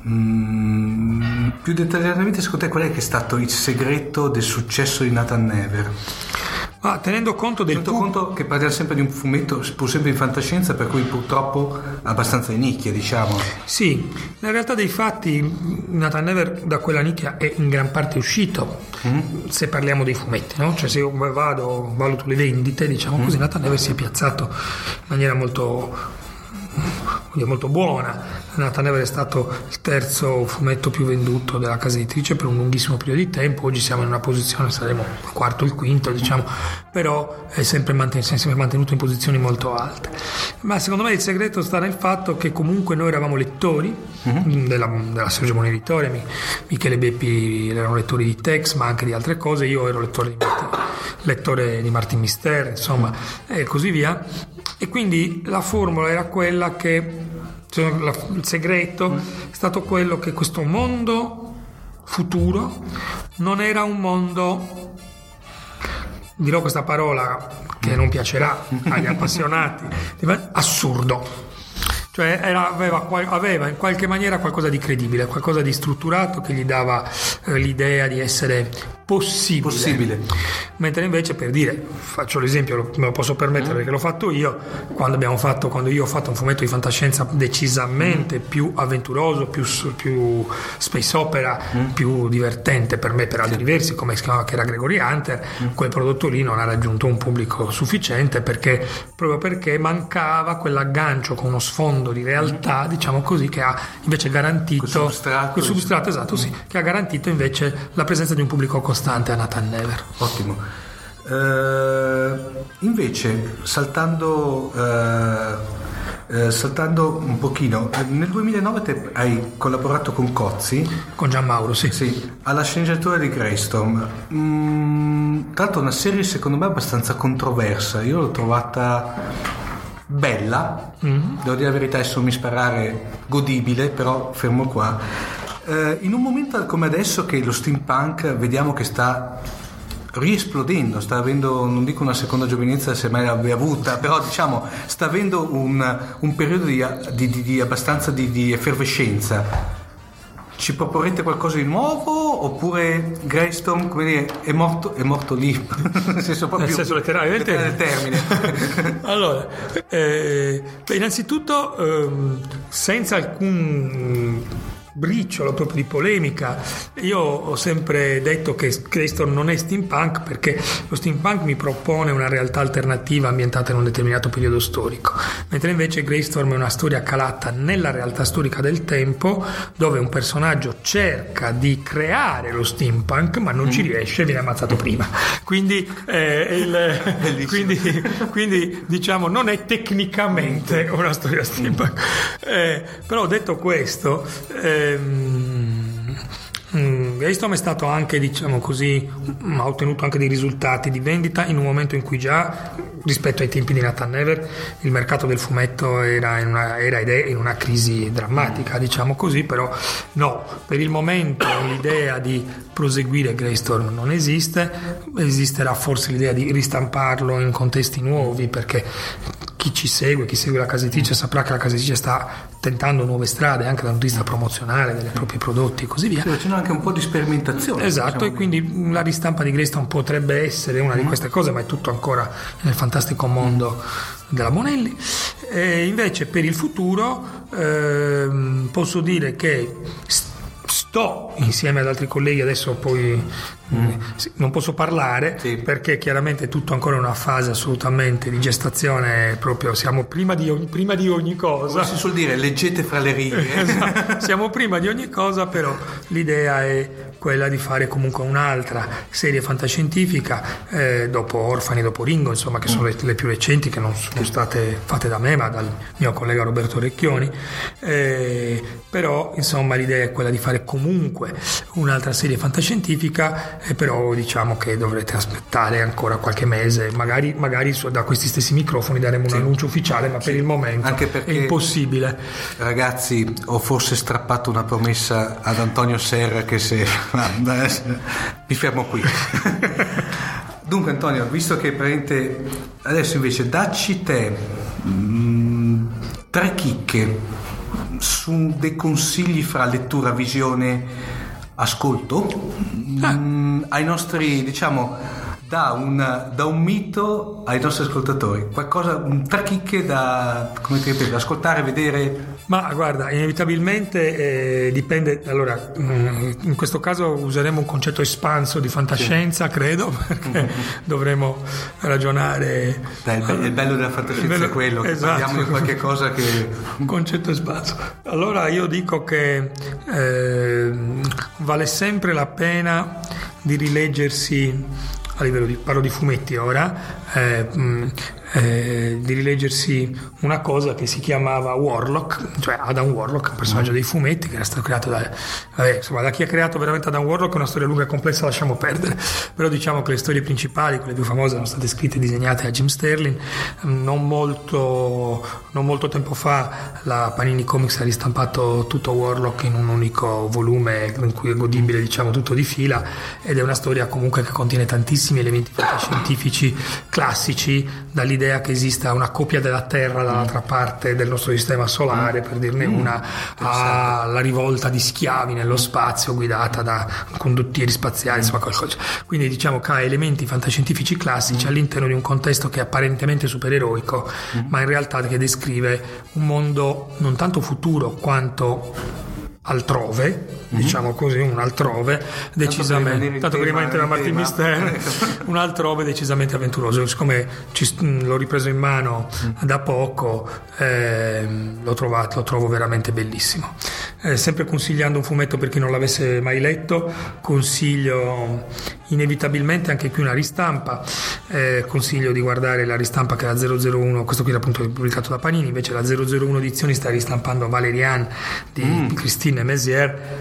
B: mh, più dettagliatamente secondo te qual è che è stato il segreto del successo di Nathan Never?
G: Ah, tenendo conto del
B: tenendo pub- conto che parliamo sempre di un fumetto pur sempre di fantascienza, per cui purtroppo abbastanza di nicchia, diciamo.
G: Sì, in realtà dei fatti Nathan Never da quella nicchia è in gran parte uscito, mm. se parliamo dei fumetti, no? Cioè se io vado, valuto le vendite, diciamo mm. così, Nathan Never si è piazzato in maniera molto molto buona. Nathan Never è stato il terzo fumetto più venduto della casa editrice per un lunghissimo periodo di tempo. Oggi siamo in una posizione, saremo il quarto o il quinto, diciamo, però è sempre mantenuto, è sempre mantenuto in posizioni molto alte. Ma secondo me il segreto sta nel fatto che comunque noi eravamo lettori mm-hmm. della, della Sergio Moni Editore. Michele Beppi erano lettori di Tex, ma anche di altre cose. Io ero lettore di Martin, lettore di Martin Mister, insomma, e così via. E quindi la formula era quella che, cioè, la, il segreto mm. è stato quello che questo mondo futuro non era un mondo, dirò questa parola che non piacerà agli appassionati, assurdo. Cioè era, aveva, aveva in qualche maniera qualcosa di credibile, qualcosa di strutturato che gli dava eh, l'idea di essere possibile. possibile. Mentre invece, per dire, faccio l'esempio, me lo posso permettere mm. perché l'ho fatto io, quando abbiamo fatto, quando io ho fatto un fumetto di fantascienza decisamente mm. più avventuroso, più, più space opera, mm. più divertente per me, per altri versi, come si chiamava, che era Gregory Hunter, mm. quel prodotto lì non ha raggiunto un pubblico sufficiente perché proprio perché mancava quell'aggancio con uno sfondo di realtà, diciamo così, che ha invece garantito quel substrato, quel substrato esatto, sì, che ha garantito invece la presenza di un pubblico costante a Nathan Never.
B: Ottimo. Uh, invece saltando uh, uh, saltando un pochino, nel duemilanove te hai collaborato con Cozzi,
G: con Gianmauro, sì,
B: sì alla sceneggiatura di Greystorm. Mm, tra l'altro una serie secondo me abbastanza controversa, io l'ho trovata bella, mm-hmm. devo dire la verità, adesso mi sparare godibile, però fermo qua. Eh, in un momento come adesso che lo steampunk vediamo che sta riesplodendo, sta avendo, non dico una seconda giovinezza se mai l'abbia avuta, però diciamo sta avendo un, un periodo di, di, di, di abbastanza di, di effervescenza.
H: ci proporrete qualcosa di nuovo oppure Greystone, come dire, è morto, è morto lì nel senso proprio
G: nel senso letterale del
H: termine,
G: termine. Allora eh, beh, innanzitutto ehm, senza alcun briciolo proprio di polemica, io ho sempre detto che Greystone non è steampunk perché lo steampunk mi propone una realtà alternativa ambientata in un determinato periodo storico, mentre invece Greystone è una storia calata nella realtà storica del tempo, dove un personaggio cerca di creare lo steampunk ma non mm. ci riesce e viene ammazzato prima, quindi, eh, il, quindi, quindi diciamo non è tecnicamente una storia steampunk, eh, però detto questo eh, Greystone è stato anche, diciamo così, ha ottenuto anche dei risultati di vendita in un momento in cui già rispetto ai tempi di Nathan Never il mercato del fumetto era in una, era ed è in una crisi drammatica, diciamo così, però no, per il momento l'idea di proseguire Greystone non esiste, esisterà forse l'idea di ristamparlo in contesti nuovi, perché chi ci segue, chi segue la casa editrice saprà che la casa editrice sta tentando nuove strade anche dal punto di vista promozionale dei propri prodotti e così via.
H: Sì, c'è anche un po' di sperimentazione.
G: Esatto, diciamo, e quindi la ristampa di Greystone potrebbe essere una di queste cose, ma è tutto ancora nel fantastico mondo della Bonelli. E invece per il futuro ehm, posso dire che sto insieme ad altri colleghi, adesso poi mm. non posso parlare sì. perché chiaramente è tutto ancora in una fase assolutamente di gestazione, proprio siamo prima di, prima di ogni cosa.
H: Come si suol dire, leggete fra le righe.
G: Esatto. Siamo prima di ogni cosa, però l'idea è quella di fare comunque un'altra serie fantascientifica eh, dopo Orfani, dopo Ringo, insomma, che sono le, le più recenti, che non sono state fatte da me ma dal mio collega Roberto Recchioni, eh, però insomma l'idea è quella di fare comunque un'altra serie fantascientifica, eh, però diciamo che dovrete aspettare ancora qualche mese, magari, magari da questi stessi microfoni daremo un sì. annuncio ufficiale, ma sì. per il momento anche perché, è impossibile.
H: Ragazzi, ho forse strappato una promessa ad Antonio Serra che se mi fermo qui. Dunque Antonio, visto che praticamente adesso invece dacci te mh, tre chicche su dei consigli fra lettura, visione, ascolto ah. mh, ai nostri, diciamo, da un, da un mito ai nostri ascoltatori, qualcosa, tre chicche da, come ti ripeto, ascoltare, vedere.
G: Ma guarda, inevitabilmente eh, dipende. Allora, in questo caso useremo un concetto espanso di fantascienza, sì. credo, perché mm-hmm. dovremo ragionare.
H: Dai, il bello della fantascienza bello, è quello, che esatto. parliamo di qualche cosa che.
G: Un concetto espanso. Allora io dico che eh, vale sempre la pena di rileggersi, a livello di, parlo di fumetti ora, eh, mh, eh, di rileggersi una cosa che si chiamava Warlock, cioè Adam Warlock, un personaggio dei fumetti che era stato creato da, vabbè, insomma, da chi ha creato veramente Adam Warlock è una storia lunga e complessa, lasciamo perdere, però diciamo che le storie principali, quelle più famose, sono state scritte e disegnate da Jim Sterling. Non molto, non molto tempo fa la Panini Comics ha ristampato tutto Warlock in un unico volume in cui è godibile, diciamo, tutto di fila, ed è una storia comunque che contiene tantissimi elementi fantascientifici classici, dall'idea che esista una copia della Terra dall'altra parte del nostro sistema solare, per dirne una, alla rivolta di schiavi nello spazio guidata da condottieri spaziali, insomma qualcosa. Quindi diciamo che ha elementi fantascientifici classici all'interno di un contesto che è apparentemente supereroico, ma in realtà che descrive un mondo non tanto futuro quanto altrove, mm-hmm. diciamo così, un altrove decisamente, tanto per rimanere da Martin Mister, un altrove decisamente avventuroso. Siccome ci, l'ho ripreso in mano mm. da poco, eh, l'ho trovato, lo trovo veramente bellissimo. Eh, sempre consigliando un fumetto per chi non l'avesse mai letto, consiglio inevitabilmente anche qui una ristampa, eh, consiglio di guardare la ristampa che è la zero zero uno, questo qui è appunto pubblicato da Panini, invece la zero zero uno edizioni sta ristampando Valerian di mm. Christine Mézières,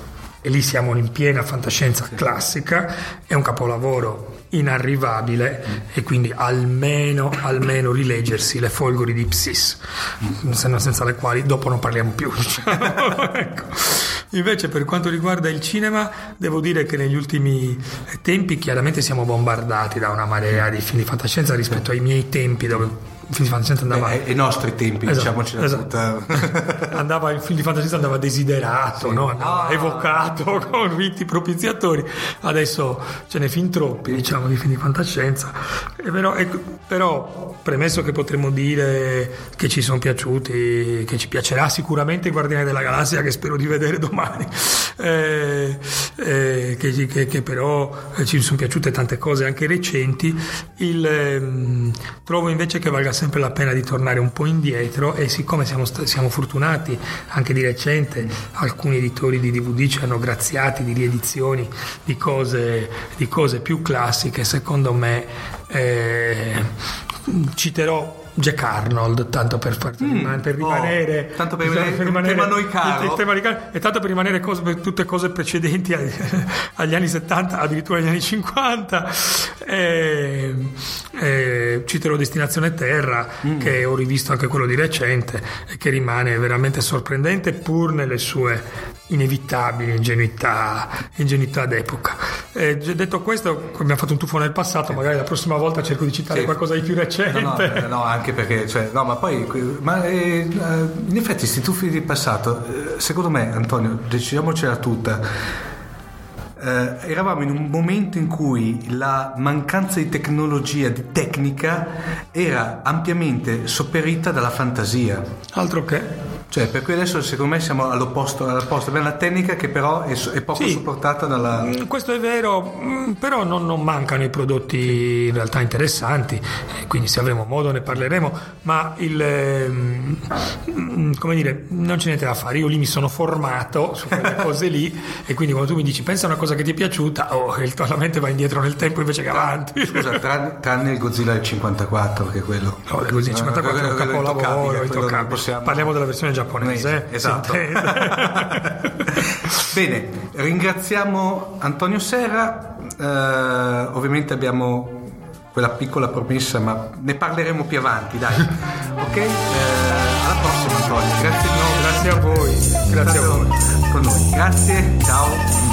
G: e lì siamo in piena fantascienza sì. classica, è un capolavoro inarrivabile mm. e quindi almeno, almeno rileggersi le folgori di Psis, mm. senza le quali dopo non parliamo più, diciamo. Ecco. Invece per quanto riguarda il cinema, devo dire che negli ultimi tempi chiaramente siamo bombardati da una marea di film di fantascienza rispetto ai miei tempi, dove film di fantascienza andava
H: Beh, ai nostri tempi,
G: esatto,
H: diciamocela
G: esatto.
H: tutta.
G: Andava, il film di fantascienza andava desiderato,
H: sì.
G: no? Andava
H: ah.
G: evocato con riti propiziatori. Adesso ce ne fin troppi, diciamo, di film di fantascienza. E però, ecco, però premesso che potremmo dire che ci sono piaciuti, che ci piacerà sicuramente Guardiani della Galassia, che spero di vedere domani, eh, eh, che, che, che però eh, ci sono piaciute tante cose anche recenti, il, ehm, trovo invece che valga sempre la pena di tornare un po' indietro, e siccome siamo, siamo fortunati anche di recente, alcuni editori di D V D ci hanno graziati di riedizioni di cose, di cose più classiche, secondo me eh, citerò Jack Arnold, tanto per, far, mm, per rimanere
H: oh, tanto per rimanere, per rimanere tema noi caro.
G: Il, il tema di caro, e tanto per rimanere cose, per tutte cose precedenti agli, agli anni settanta, addirittura agli anni cinquanta. E, e, citerò Destinazione Terra, mm. che ho rivisto anche quello di recente e che rimane veramente sorprendente pur nelle sue inevitabili ingenuità, ingenuità d'epoca. E, detto questo, abbiamo fatto un tuffo nel passato, magari la prossima volta cerco di citare sì. qualcosa di più recente.
H: No, no, no, anche perché, cioè, no, ma poi, ma eh, in effetti, questi tuffi del passato, eh, secondo me, Antonio, diciamocela tutta. Eh, eravamo in un momento in cui la mancanza di tecnologia, di tecnica, era ampiamente sopperita dalla fantasia.
G: Altro che.
H: Cioè, per cui adesso secondo me siamo all'opposto, all'opposto. Abbiamo la tecnica che però è, è poco sì, supportata dalla...
G: Questo è vero, però non, non mancano i prodotti in realtà interessanti, quindi se avremo modo ne parleremo, ma il come dire, non c'è niente da fare. Io lì mi sono formato su quelle cose lì, e quindi quando tu mi dici pensa a una cosa che ti è piaciuta, oh, il tua mente va indietro nel tempo invece che avanti.
H: Scusa, tranne, tranne il Godzilla del cinquantaquattro, che è quello.
G: No, il Godzilla del cinquantaquattro è un capolavoro, possiamo... parliamo della versione giapponese.
H: Esatto. Bene, ringraziamo Antonio Serra. Eh, ovviamente abbiamo quella piccola promessa, ma ne parleremo più avanti, dai. Ok? Eh, alla prossima, Antonio. Grazie di nuovo.
G: Grazie a voi. Grazie a voi.
H: Con noi. Grazie. Ciao.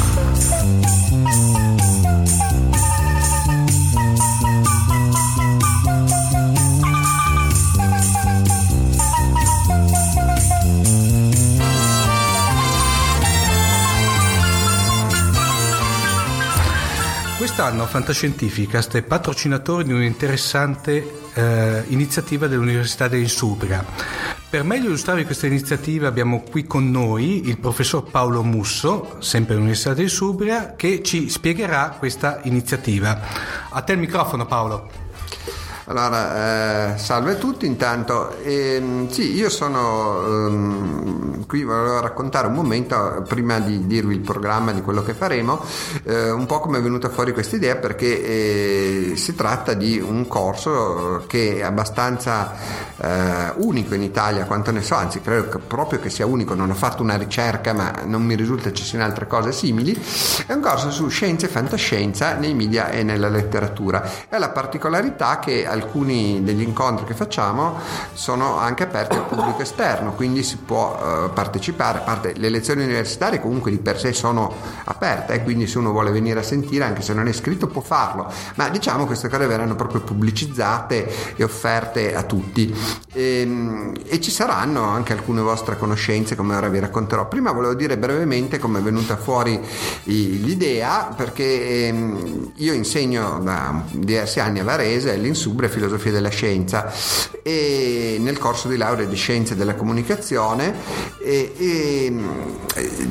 H: Quest'anno Fantascientificast è patrocinatore di un'interessante eh, iniziativa dell'Università dell'Insubria. Per meglio illustrare questa iniziativa abbiamo qui con noi il professor Paolo Musso, sempre dell'Università dell'Insubria, che ci spiegherà questa iniziativa. A te il microfono, Paolo.
I: Allora, eh, salve a tutti intanto. ehm, sì, io sono ehm, qui, volevo raccontare un momento prima di dirvi il programma di quello che faremo, eh, un po' come è venuta fuori questa idea, perché eh, si tratta di un corso che è abbastanza eh, unico in Italia, quanto ne so, anzi credo che proprio che sia unico, non ho fatto una ricerca ma non mi risulta ci siano altre cose simili. È un corso su scienza e fantascienza nei media e nella letteratura, e la particolarità che alcuni degli incontri che facciamo sono anche aperti al pubblico esterno, quindi si può uh, partecipare. A parte le lezioni universitarie comunque di per sé sono aperte, eh, quindi se uno vuole venire a sentire anche se non è iscritto può farlo, ma diciamo queste cose verranno proprio pubblicizzate e offerte a tutti, e, e ci saranno anche alcune vostre conoscenze, come ora vi racconterò. Prima volevo dire brevemente come è venuta fuori l'idea, perché ehm, io insegno da diversi anni a Varese all'Insubria filosofia della scienza, e nel corso di laurea di scienze della comunicazione, e, e, e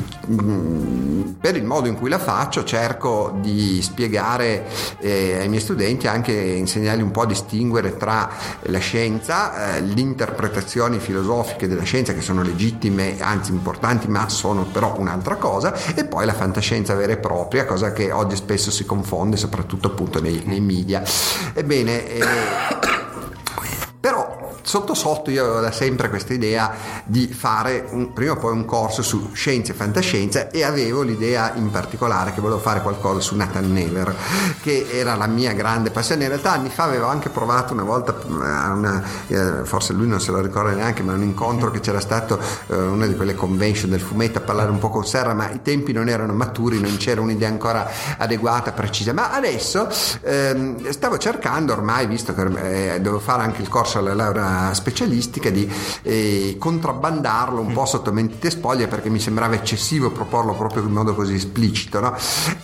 I: per il modo in cui la faccio cerco di spiegare eh, ai miei studenti, anche insegnargli un po' a distinguere tra la scienza, eh, le interpretazioni filosofiche della scienza, che sono legittime, anzi importanti, ma sono però un'altra cosa, e poi la fantascienza vera e propria, cosa che oggi spesso si confonde soprattutto appunto nei, nei media. Ebbene, eh, però sotto sotto io avevo da sempre questa idea di fare un, prima o poi un corso su scienze e fantascienza, e avevo l'idea in particolare che volevo fare qualcosa su Nathan Never, che era la mia grande passione. In realtà anni fa avevo anche provato una volta a una, eh, forse lui non se lo ricorda neanche, ma un incontro che c'era stato, eh, una di quelle convention del fumetto, a parlare un po' con Serra, ma i tempi non erano maturi, non c'era un'idea ancora adeguata, precisa. Ma adesso ehm, stavo cercando ormai, visto che eh, devo fare anche il corso alla laurea specialistica, di eh, contrabbandarlo un po' sotto mentite spoglie, perché mi sembrava eccessivo proporlo proprio in modo così esplicito, no?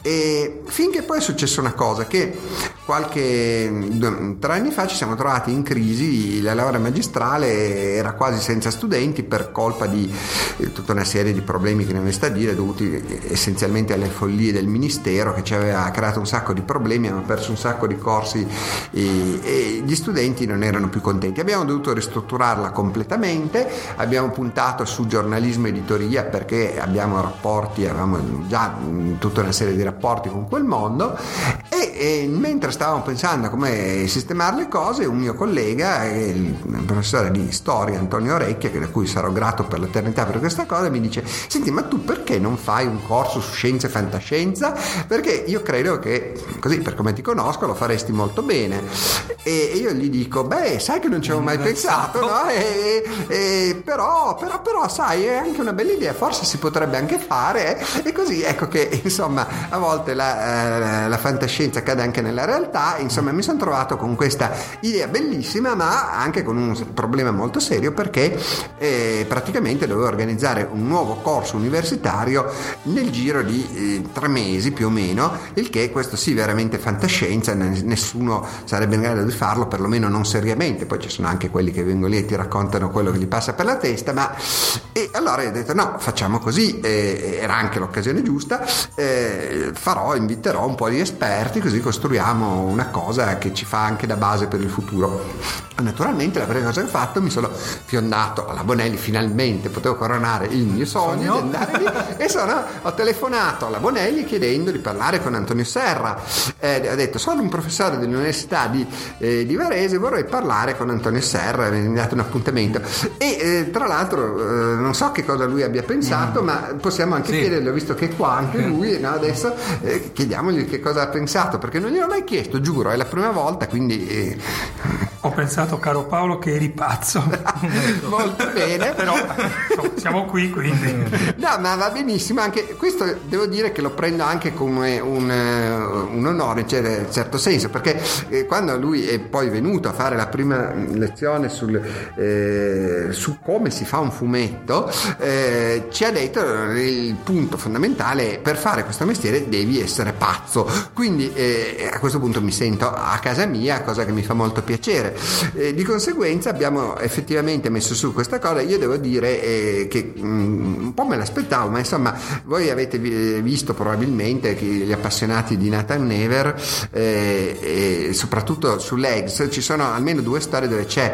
I: E finché poi è successa una cosa, che qualche tre anni fa ci siamo trovati in crisi, la laurea magistrale era quasi senza studenti per colpa di eh, tutta una serie di problemi che ne aveva sta a dire, dovuti essenzialmente alle follie del ministero, che ci aveva creato un sacco di problemi, abbiamo perso un sacco di corsi e, e gli studenti non erano più contenti. Abbiamo dovuto ristrutturarla completamente, abbiamo puntato su giornalismo e editoria, perché abbiamo rapporti, avevamo già tutta una serie di rapporti con quel mondo, e, e mentre stavamo pensando a come sistemare le cose, un mio collega, il professore di storia Antonio Orecchia, da cui sarò grato per l'eternità per questa cosa, mi dice: senti, ma tu perché non fai un corso su scienza e fantascienza? Perché io credo che, così per come ti conosco, lo faresti molto bene. E io gli dico: beh, sai che non ci avevo mai pensato, no? E, e, però, però, però, sai, è anche una bella idea, forse si potrebbe anche fare, eh? E così ecco che, insomma, a volte la, eh, la fantascienza cade anche nella realtà. Insomma, mi sono trovato con questa idea bellissima, ma anche con un problema molto serio, perché eh, praticamente dovevo organizzare un nuovo corso universitario nel giro di eh, tre mesi più o meno, il che, questo sì, veramente fantascienza, nessuno sarebbe in grado di farlo, perlomeno non seriamente. Poi ci sono anche quelli che vengono lì e ti raccontano quello che gli passa per la testa, ma e allora ho detto no, facciamo così, eh, era anche l'occasione giusta, eh, farò, inviterò un po' di esperti, così costruiamo una cosa che ci fa anche da base per il futuro. Naturalmente la prima cosa che ho fatto, mi sono fiondato alla Bonelli, finalmente potevo coronare il mio sogno di andare lì, e sono, ho telefonato alla Bonelli chiedendo di parlare con Antonio Serra. Eh, ho detto: sono un professore dell'università di, eh, di Varese, vorrei parlare con Antonio Serra, mi ha dato un appuntamento. E eh, tra l'altro eh, non so che cosa lui abbia pensato, mm. ma possiamo anche sì. chiedergli, ho visto che è qua anche lui, no? Adesso eh, chiediamogli che cosa ha pensato, perché non gliel'ho mai chiesto, giuro, è la prima volta, quindi eh...
G: ho pensato, caro Paolo, che eri pazzo.
I: Molto bene,
G: però siamo qui, quindi
I: no, ma va benissimo. Anche questo devo dire che lo prendo anche come un, un onore, cioè, in certo senso, perché eh, quando lui è poi venuto a fare la prima lezione sul, eh, su come si fa un fumetto, eh, ci ha detto il punto fondamentale: per fare questo mestiere devi essere pazzo. Quindi eh, a questo punto mi sento a casa mia, cosa che mi fa molto piacere. Eh, di conseguenza abbiamo effettivamente messo su questa cosa. Io devo dire eh, che mh, un po' me l'aspettavo, ma insomma, voi avete visto probabilmente che gli appassionati di Nathan Never, eh, e soprattutto su Legs, ci sono almeno due storie dove c'è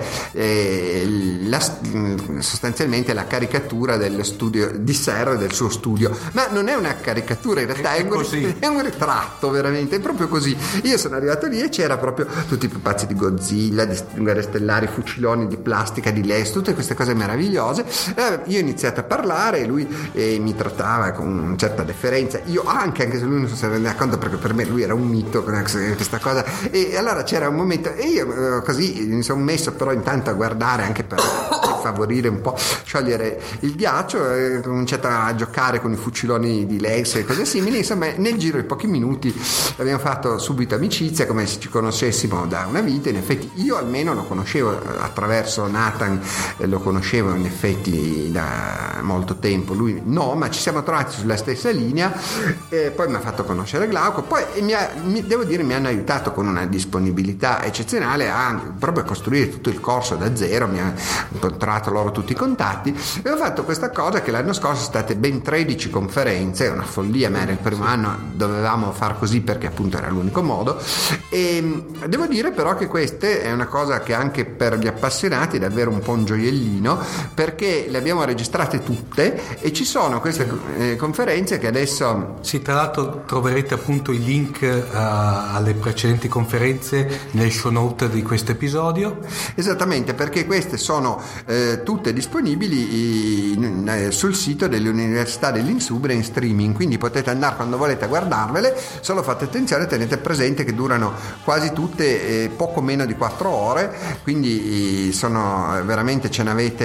I: eh, la, sostanzialmente la caricatura dello studio di Serra e del suo studio, ma non è una caricatura, in realtà è, è, un, è un ritratto, veramente, è proprio così. Io sono arrivato lì e c'era proprio tutti i pupazzi di Godzilla, di Guerre Stellari, fuciloni di plastica di Lex, tutte queste cose meravigliose. Eh, io ho iniziato a parlare e lui eh, mi trattava con una certa deferenza, io anche, anche se lui non si rendeva conto, perché per me lui era un mito questa cosa. E allora c'era un momento e io eh, così mi sono messo però intanto a guardare, anche per favorire un po', sciogliere il ghiaccio, e ho cominciato a giocare con i fuciloni di Lex e cose simili. Insomma, nel giro di pochi minuti abbiamo fatto subito amicizia, come se ci conoscessimo da una vita. In effetti io almeno lo conoscevo attraverso Nathan, eh, lo conoscevo in effetti da molto tempo, lui no, ma ci siamo trovati sulla stessa linea. E poi mi ha fatto conoscere Glauco, poi mi ha, mi, devo dire mi hanno aiutato con una disponibilità eccezionale a proprio a costruire tutto il corso da zero. Mi ha incontrato loro tutti i contatti e ho fatto questa cosa che l'anno scorso sono state ben tredici conferenze, una follia, ma era il primo anno, dovevamo far così perché appunto era l'unico modo. E devo dire però che queste è una una cosa che anche per gli appassionati è davvero un po' un gioiellino, perché le abbiamo registrate tutte e ci sono queste eh, conferenze che adesso...
H: Sì, tra l'altro troverete appunto i link uh, alle precedenti conferenze nel show note di questo episodio.
I: Esattamente, perché queste sono eh, tutte disponibili in, in, eh, sul sito dell'Università dell'Insubria in streaming, quindi potete andare quando volete a guardarvele, solo fate attenzione, tenete presente che durano quasi tutte eh, poco meno di quattro ore, quindi eh, sono veramente, ce n'avete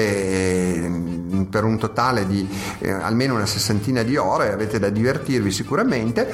I: eh, per un totale di eh, almeno una sessantina di ore, avete da divertirvi sicuramente,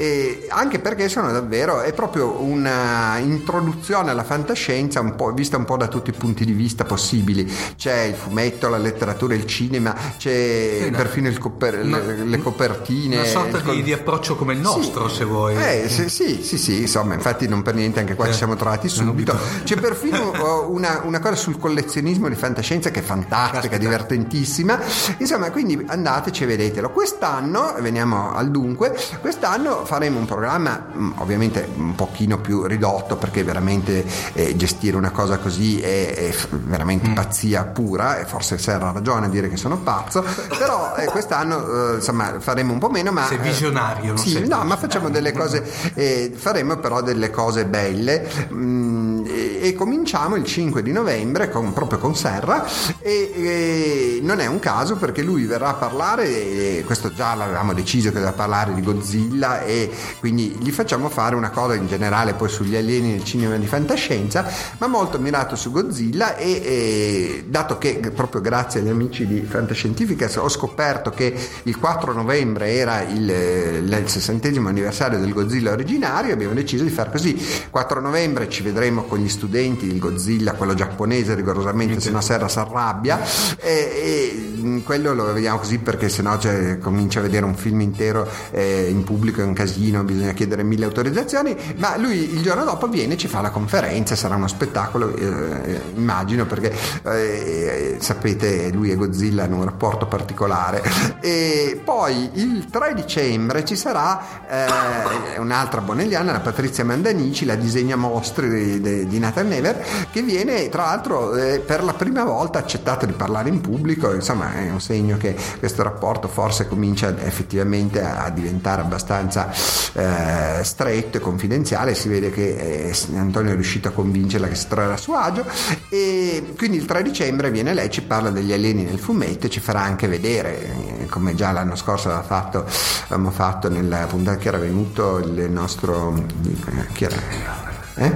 I: e anche perché sono davvero, è proprio una introduzione alla fantascienza un po', vista un po' da tutti i punti di vista possibili. C'è il fumetto, la letteratura, il cinema, c'è sì, perfino il coper- una, le, le copertine,
H: una sorta
I: col...
H: di, di approccio come il nostro,
I: sì,
H: se vuoi.
I: Eh, sì, sì, sì, sì, insomma, infatti non per niente anche qua eh, ci siamo trovati subito. C'è perfino una, una cosa sul collezionismo di fantascienza che è fantastica, Caspita. divertentissima, insomma, quindi andateci e vedetelo. Quest'anno, veniamo al dunque, quest'anno faremo un programma ovviamente un pochino più ridotto, perché veramente eh, gestire una cosa così è, è veramente mm. pazzia pura, e forse Serra ha ragione a dire che sono pazzo, però eh, quest'anno eh, insomma faremo un po' meno, ma
H: sei visionario, non
I: sì,
H: sei
I: no, ma facciamo delle cose, eh, faremo però delle cose belle, mm, e, e cominciamo il cinque di novembre con, proprio con Serra, e, e non è un caso perché lui verrà a parlare, e questo già l'avevamo deciso che doveva parlare di Godzilla, e quindi gli facciamo fare una cosa in generale poi sugli alieni nel cinema di fantascienza, ma molto mirato su Godzilla, e, e dato che proprio grazie agli amici di Fantascientifica ho scoperto che il quattro novembre era il, il sessantesimo anniversario del Godzilla originario, abbiamo deciso di far così: quattro novembre ci vedremo con gli studenti il Godzilla, quello giapponese rigorosamente, se no Serra si arrabbia, e, e quello lo vediamo così perché sennò cioè, comincia a vedere un film intero eh, in pubblico è un casino, bisogna chiedere mille autorizzazioni, ma lui il giorno dopo viene e ci fa la conferenza, sarà uno spettacolo, eh, immagino, perché eh, sapete lui e Godzilla hanno un rapporto particolare. E poi il tre dicembre ci sarà eh, un'altra bonelliana, la Patrizia Mandanici, la disegna mostri di, di, di Nathan Never, che viene tra l'altro eh, per la prima volta accettato di parlare in pubblico, insomma è un segno che questo rapporto forse comincia effettivamente a, a diventare abbastanza eh, stretto e confidenziale, si vede che eh, Antonio è riuscito a convincerla che si troverà a suo agio, e quindi il tre dicembre viene lei, ci parla degli alieni nel fumetto e ci farà anche vedere, eh, come già l'anno scorso aveva fatto, avevamo fatto nella puntata che era venuto il nostro chi era? Eh?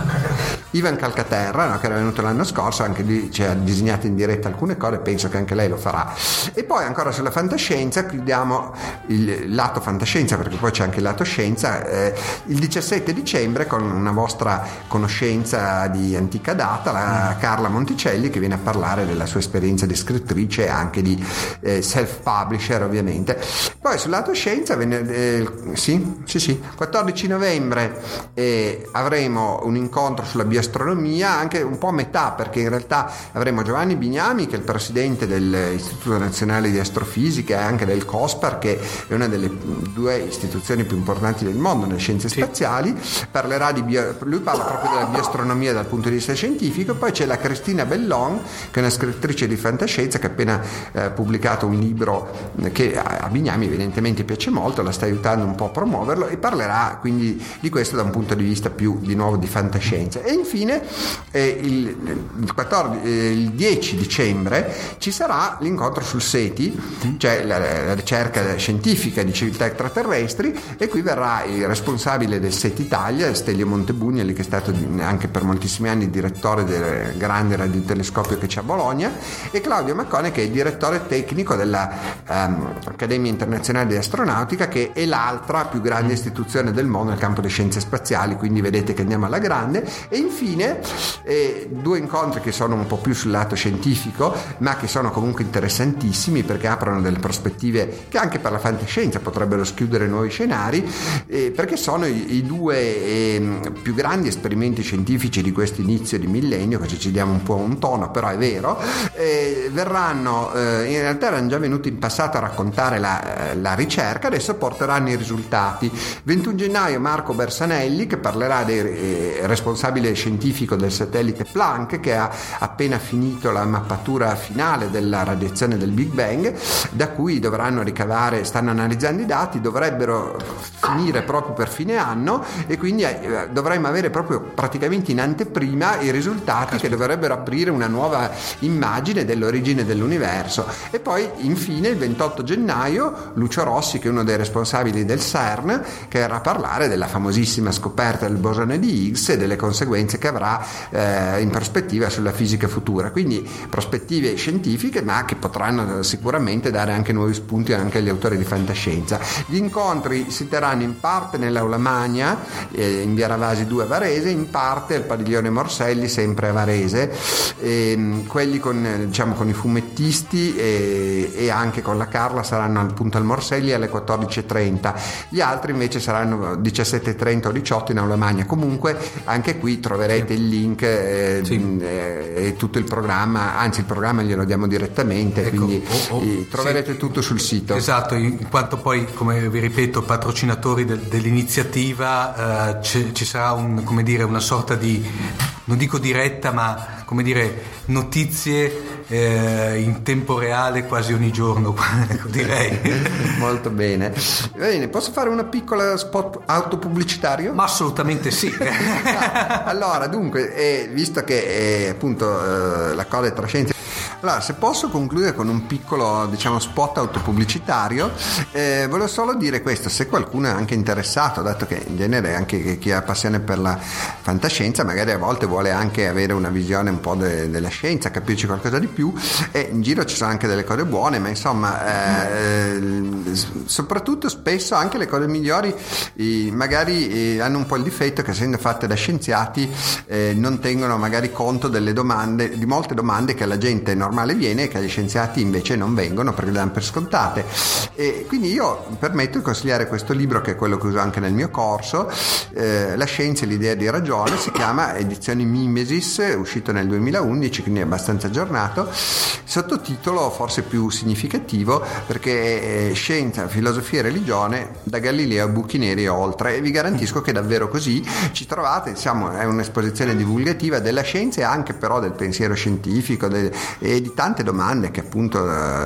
I: Ivan Calcaterra, no, che era venuto l'anno scorso, anche lì ci ha disegnato in diretta alcune cose, penso che anche lei lo farà. E poi ancora sulla fantascienza chiudiamo il lato fantascienza, perché poi c'è anche il lato scienza, eh, il diciassette dicembre con una vostra conoscenza di antica data, la Carla Monticelli, che viene a parlare della sua esperienza di scrittrice e anche di eh, self-publisher ovviamente. Poi sul lato scienza eh, sì, sì, sì, quattordici novembre eh, avremo un incontro sulla bioastronomia, anche un po' a metà, perché in realtà avremo Giovanni Bignami, che è il presidente dell'Istituto Nazionale di Astrofisica e anche del COSPAR, che è una delle due istituzioni più importanti del mondo nelle scienze sì. spaziali. Parlerà di bio, lui parla proprio della bioastronomia dal punto di vista scientifico. Poi c'è la Cristina Bellon, che è una scrittrice di fantascienza, che ha appena eh, pubblicato un libro che a Bignami evidentemente piace molto, la sta aiutando un po' a promuoverlo, e parlerà quindi di questo da un punto di vista più di nuovo di fantascienza. E infine eh, il, il, quattordici, eh, il dieci dicembre ci sarà l'incontro sul SETI, cioè la, la ricerca scientifica di civiltà extraterrestri, e qui verrà il responsabile del SETI Italia, Stelio Montebugnoli, che è stato anche per moltissimi anni direttore del grande radiotelescopio che c'è a Bologna, e Claudio Maccone, che è direttore tecnico della um, Accademia Internazionale di Astronautica, che è l'altra più grande istituzione del mondo nel campo delle scienze spaziali, quindi vedete che andiamo alla grande. E infine eh, due incontri che sono un po' più sul lato scientifico, ma che sono comunque interessantissimi, perché aprono delle prospettive che anche per la fantascienza potrebbero schiudere nuovi scenari, eh, perché sono i, i due eh, più grandi esperimenti scientifici di questo inizio di millennio, così ci diamo un po' un tono, però è vero. Eh, verranno eh, in realtà erano già venuti in passato a raccontare la, la ricerca, adesso porteranno i risultati. ventuno gennaio Marco Bersanelli, che parlerà dei eh, responsabile scientifico del satellite Planck, che ha appena finito la mappatura finale della radiazione del Big Bang, da cui dovranno ricavare, stanno analizzando i dati, dovrebbero finire proprio per fine anno, e quindi eh, dovremmo avere proprio praticamente in anteprima i risultati che dovrebbero aprire una nuova immagine dell'origine dell'universo. E poi infine il ventotto gennaio Lucio Rossi, che è uno dei responsabili del CERN, che era a parlare della famosissima scoperta del bosone di Higgs e delle conseguenze che avrà eh, in prospettiva sulla fisica futura. Quindi prospettive scientifiche, ma che potranno sicuramente dare anche nuovi spunti anche agli autori di fantascienza. Gli incontri si terranno in parte nell'Aula Magna eh, in via Ravasi due a Varese, in parte al padiglione Morselli sempre a Varese, e, quelli con, diciamo, con i fumettisti e, e anche con la Carla saranno appunto al Morselli alle quattordici e trenta, gli altri invece saranno diciassette e trenta o diciotto in Aula Magna. Comunque anche qui troverete il link eh, sì. eh, e tutto il programma, anzi il programma glielo diamo direttamente, ecco, quindi oh, oh, troverete sì. tutto sul sito.
H: Esatto, in quanto poi, come vi ripeto, patrocinatori del, dell'iniziativa, eh, ci, ci sarà un, come dire, una sorta di, non dico diretta, ma come dire, notizie eh, in tempo reale quasi ogni giorno, direi.
I: Molto bene. Bene, posso fare una piccola spot autopubblicitario?
H: Ma assolutamente sì.
I: Allora, dunque, eh, visto che eh, appunto eh, la cosa è tra scienze, allora, se posso concludere con un piccolo, diciamo, spot autopubblicitario, eh, volevo solo dire questo: se qualcuno è anche interessato, dato che in genere anche chi ha passione per la fantascienza magari a volte vuole anche avere una visione un po' de- della scienza, capirci qualcosa di più, e in giro ci sono anche delle cose buone, ma insomma eh, soprattutto spesso anche le cose migliori eh, magari eh, hanno un po' il difetto che, essendo fatte da scienziati, eh, non tengono magari conto delle domande, di molte domande che la gente normale viene e che agli scienziati invece non vengono perché le danno per scontate. E quindi io mi permetto di consigliare questo libro, che è quello che uso anche nel mio corso, eh, La scienza e l'idea di ragione, si chiama Edizioni Mimesis, è uscito nel duemilaundici, quindi è abbastanza aggiornato. Sottotitolo forse più significativo perché è Scienza, filosofia e religione da Galileo a buchi neri e oltre, e vi garantisco che è davvero così. Ci trovate, diciamo, è un'esposizione divulgativa della scienza e anche però del pensiero scientifico de, e di tante domande che appunto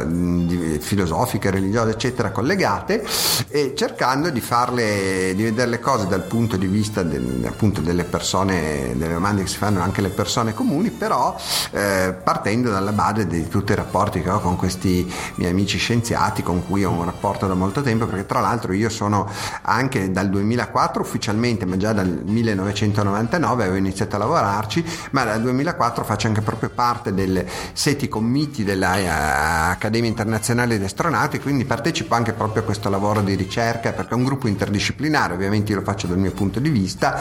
I: di, filosofiche, religiose eccetera collegate, e cercando di farle, di vedere le cose dal punto di vista del, appunto delle persone, delle domande che si fanno anche le persone comuni, però eh, partendo dalla base di tutti i rapporti che ho con questi miei amici scienziati con cui ho un rapporto da molto tempo, perché tra l'altro io sono anche dal duemilaquattro ufficialmente, ma già dal millenovecentonovantanove avevo iniziato a lavorarci, ma dal duemilaquattro faccio anche proprio parte del seti commiti dell'Accademia Internazionale di Astronauti, quindi partecipo anche proprio a questo lavoro di ricerca, perché è un gruppo interdisciplinare, ovviamente io lo faccio dal mio punto di vista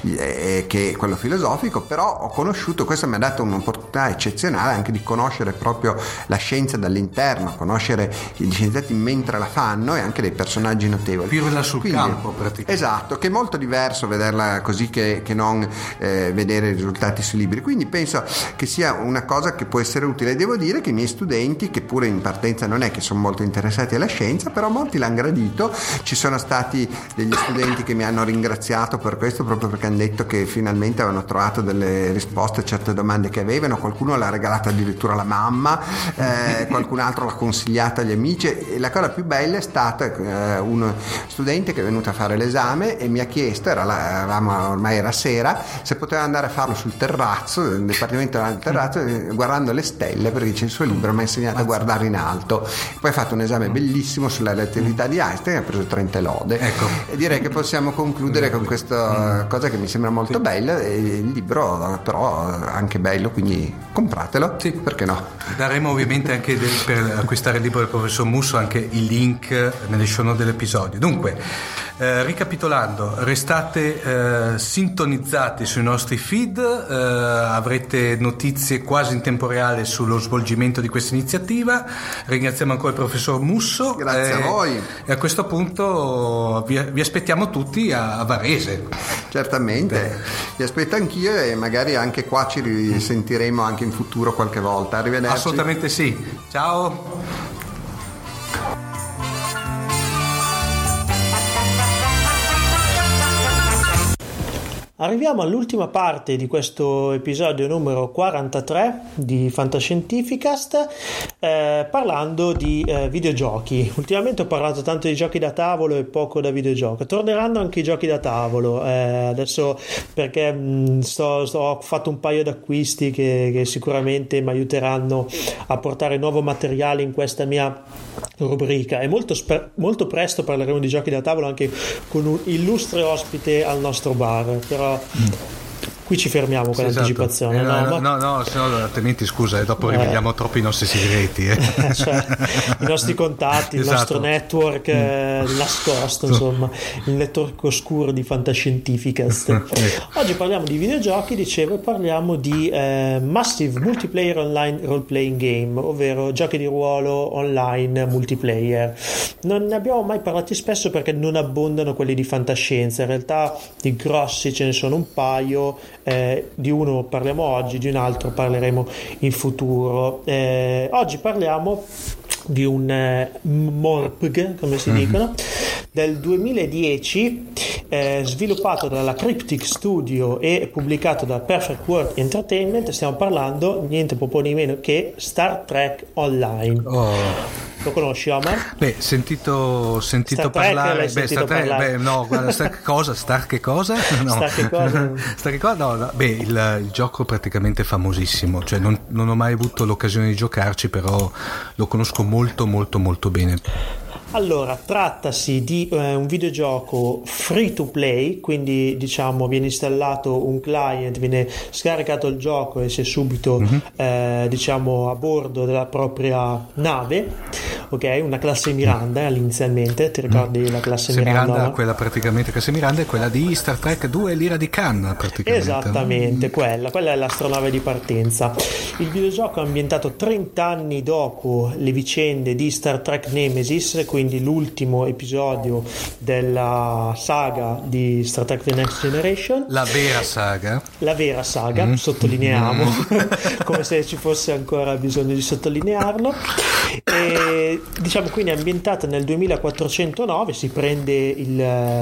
I: eh, che è quello filosofico, però ho conosciuto, questo mi ha dato un'opportunità eccezionale anche di conoscere proprio la scienza dall'interno, conoscere gli scienziati mentre la fanno e anche dei personaggi notevoli.
H: Viverla sul quindi, campo praticamente.
I: Esatto, che è molto diverso vederla così che, che non eh, vedere i risultati sui libri, quindi penso che sia una cosa che può essere utile. Devo dire che i miei studenti, che pure in partenza non è che sono molto interessati alla scienza, però molti l'hanno gradito. Ci sono stati degli studenti che mi hanno ringraziato per questo, proprio perché hanno detto che finalmente avevano trovato delle risposte a certe domande che avevano. Qualcuno l'ha regalata addirittura alla mamma, eh, qualcun altro l'ha consigliata agli amici, e la cosa più bella è stata eh, uno studente che è venuto a fare l'esame e mi ha chiesto, era la, ormai era sera, se poteva andare a farlo sul terrazzo, nel dipartimento del terrazzo, guardando le stelle, perché c'è il suo libro, mi ha insegnato a guardare in alto. Poi ha fatto un esame bellissimo sulla relatività di Einstein e ha preso trenta lode.
H: Ecco.
I: E direi che possiamo concludere con questa cosa che mi sembra molto bella, e il libro però anche bello, quindi compratelo,
H: sì,
I: perché no?
H: Daremo ovviamente anche del, per acquistare il libro del professor Musso anche il link nelle show note dell'episodio. Dunque, eh, ricapitolando, restate eh, sintonizzati sui nostri feed, eh, avrete notizie quasi in tempo reale sullo svolgimento di questa iniziativa. Ringraziamo ancora il professor Musso.
I: Grazie
H: eh,
I: a voi.
H: E a questo punto vi, vi aspettiamo tutti a, a Varese.
I: Certamente. Beh. Vi aspetto anch'io e magari anche qua ci risentiremo anche in futuro qualche volta. Arrivederci.
H: Assolutamente sì. Ciao.
A: Arriviamo all'ultima parte di questo episodio numero quarantatré di Fantascientificast, eh, parlando di eh, videogiochi. Ultimamente ho parlato tanto di giochi da tavolo e poco da videogioco. Torneranno anche i giochi da tavolo, eh, adesso perché mh, sto, sto, ho fatto un paio d'acquisti che, che sicuramente mi aiuteranno a portare nuovo materiale in questa mia rubrica, e molto, spe- molto presto parleremo di giochi da tavolo anche con un illustre ospite al nostro bar, però mm. qui ci fermiamo con sì, l'anticipazione.
B: Esatto. eh,
A: no,
B: no,
A: ma...
B: no, no, se no altrimenti scusa, eh, dopo eh. riveliamo troppo i nostri segreti. Eh.
A: Cioè, i nostri contatti, esatto. Il nostro network eh, nascosto, insomma, il network oscuro di Fantascientificast. Oggi parliamo di videogiochi, dicevo, e parliamo di eh, Massive Multiplayer Online Role Playing Game, ovvero giochi di ruolo online multiplayer. Non ne abbiamo mai parlati spesso perché non abbondano quelli di fantascienza, in realtà di grossi ce ne sono un paio. Eh, di uno parliamo oggi, di un altro parleremo in futuro. Eh, oggi parliamo di un eh, MORPG, come si mm-hmm. dicono, del duemiladieci, eh, sviluppato dalla Cryptic Studio e pubblicato da Perfect World Entertainment. Stiamo parlando niente po' di meno che Star Trek Online.
B: Oh.
A: Lo conosci, Omar?
B: Beh, sentito, sentito
A: Star
B: parlare.
A: Beh,
B: Star
A: sentito
B: Trek,
A: parlare.
B: beh, no, guarda, Star che cosa? Star che cosa? No.
A: Star che cosa?
B: Star che cosa? No, no. Beh, il, il gioco è praticamente famosissimo, cioè non, non ho mai avuto l'occasione di giocarci, però lo conosco molto, molto, molto bene.
A: Allora, trattasi di eh, un videogioco free to play, quindi diciamo viene installato un client, viene scaricato il gioco e si è subito mm-hmm. eh, diciamo a bordo della propria nave, ok? Una classe Miranda mm. inizialmente, ti ricordi mm. la classe
B: classe
A: Miranda?
B: Miranda
A: no?
B: Quella praticamente, classe Miranda è quella di Star Trek due, l'ira di Khan praticamente.
A: Esattamente, mm. quella, quella è l'astronave di partenza. Il videogioco è ambientato trenta anni dopo le vicende di Star Trek Nemesis, quindi l'ultimo episodio della saga di Star Trek The Next Generation,
B: la vera saga
A: la vera saga, mm. sottolineiamo mm. come se ci fosse ancora bisogno di sottolinearlo. E diciamo quindi è ambientata nel duemilaquattrocentonove, si prende il,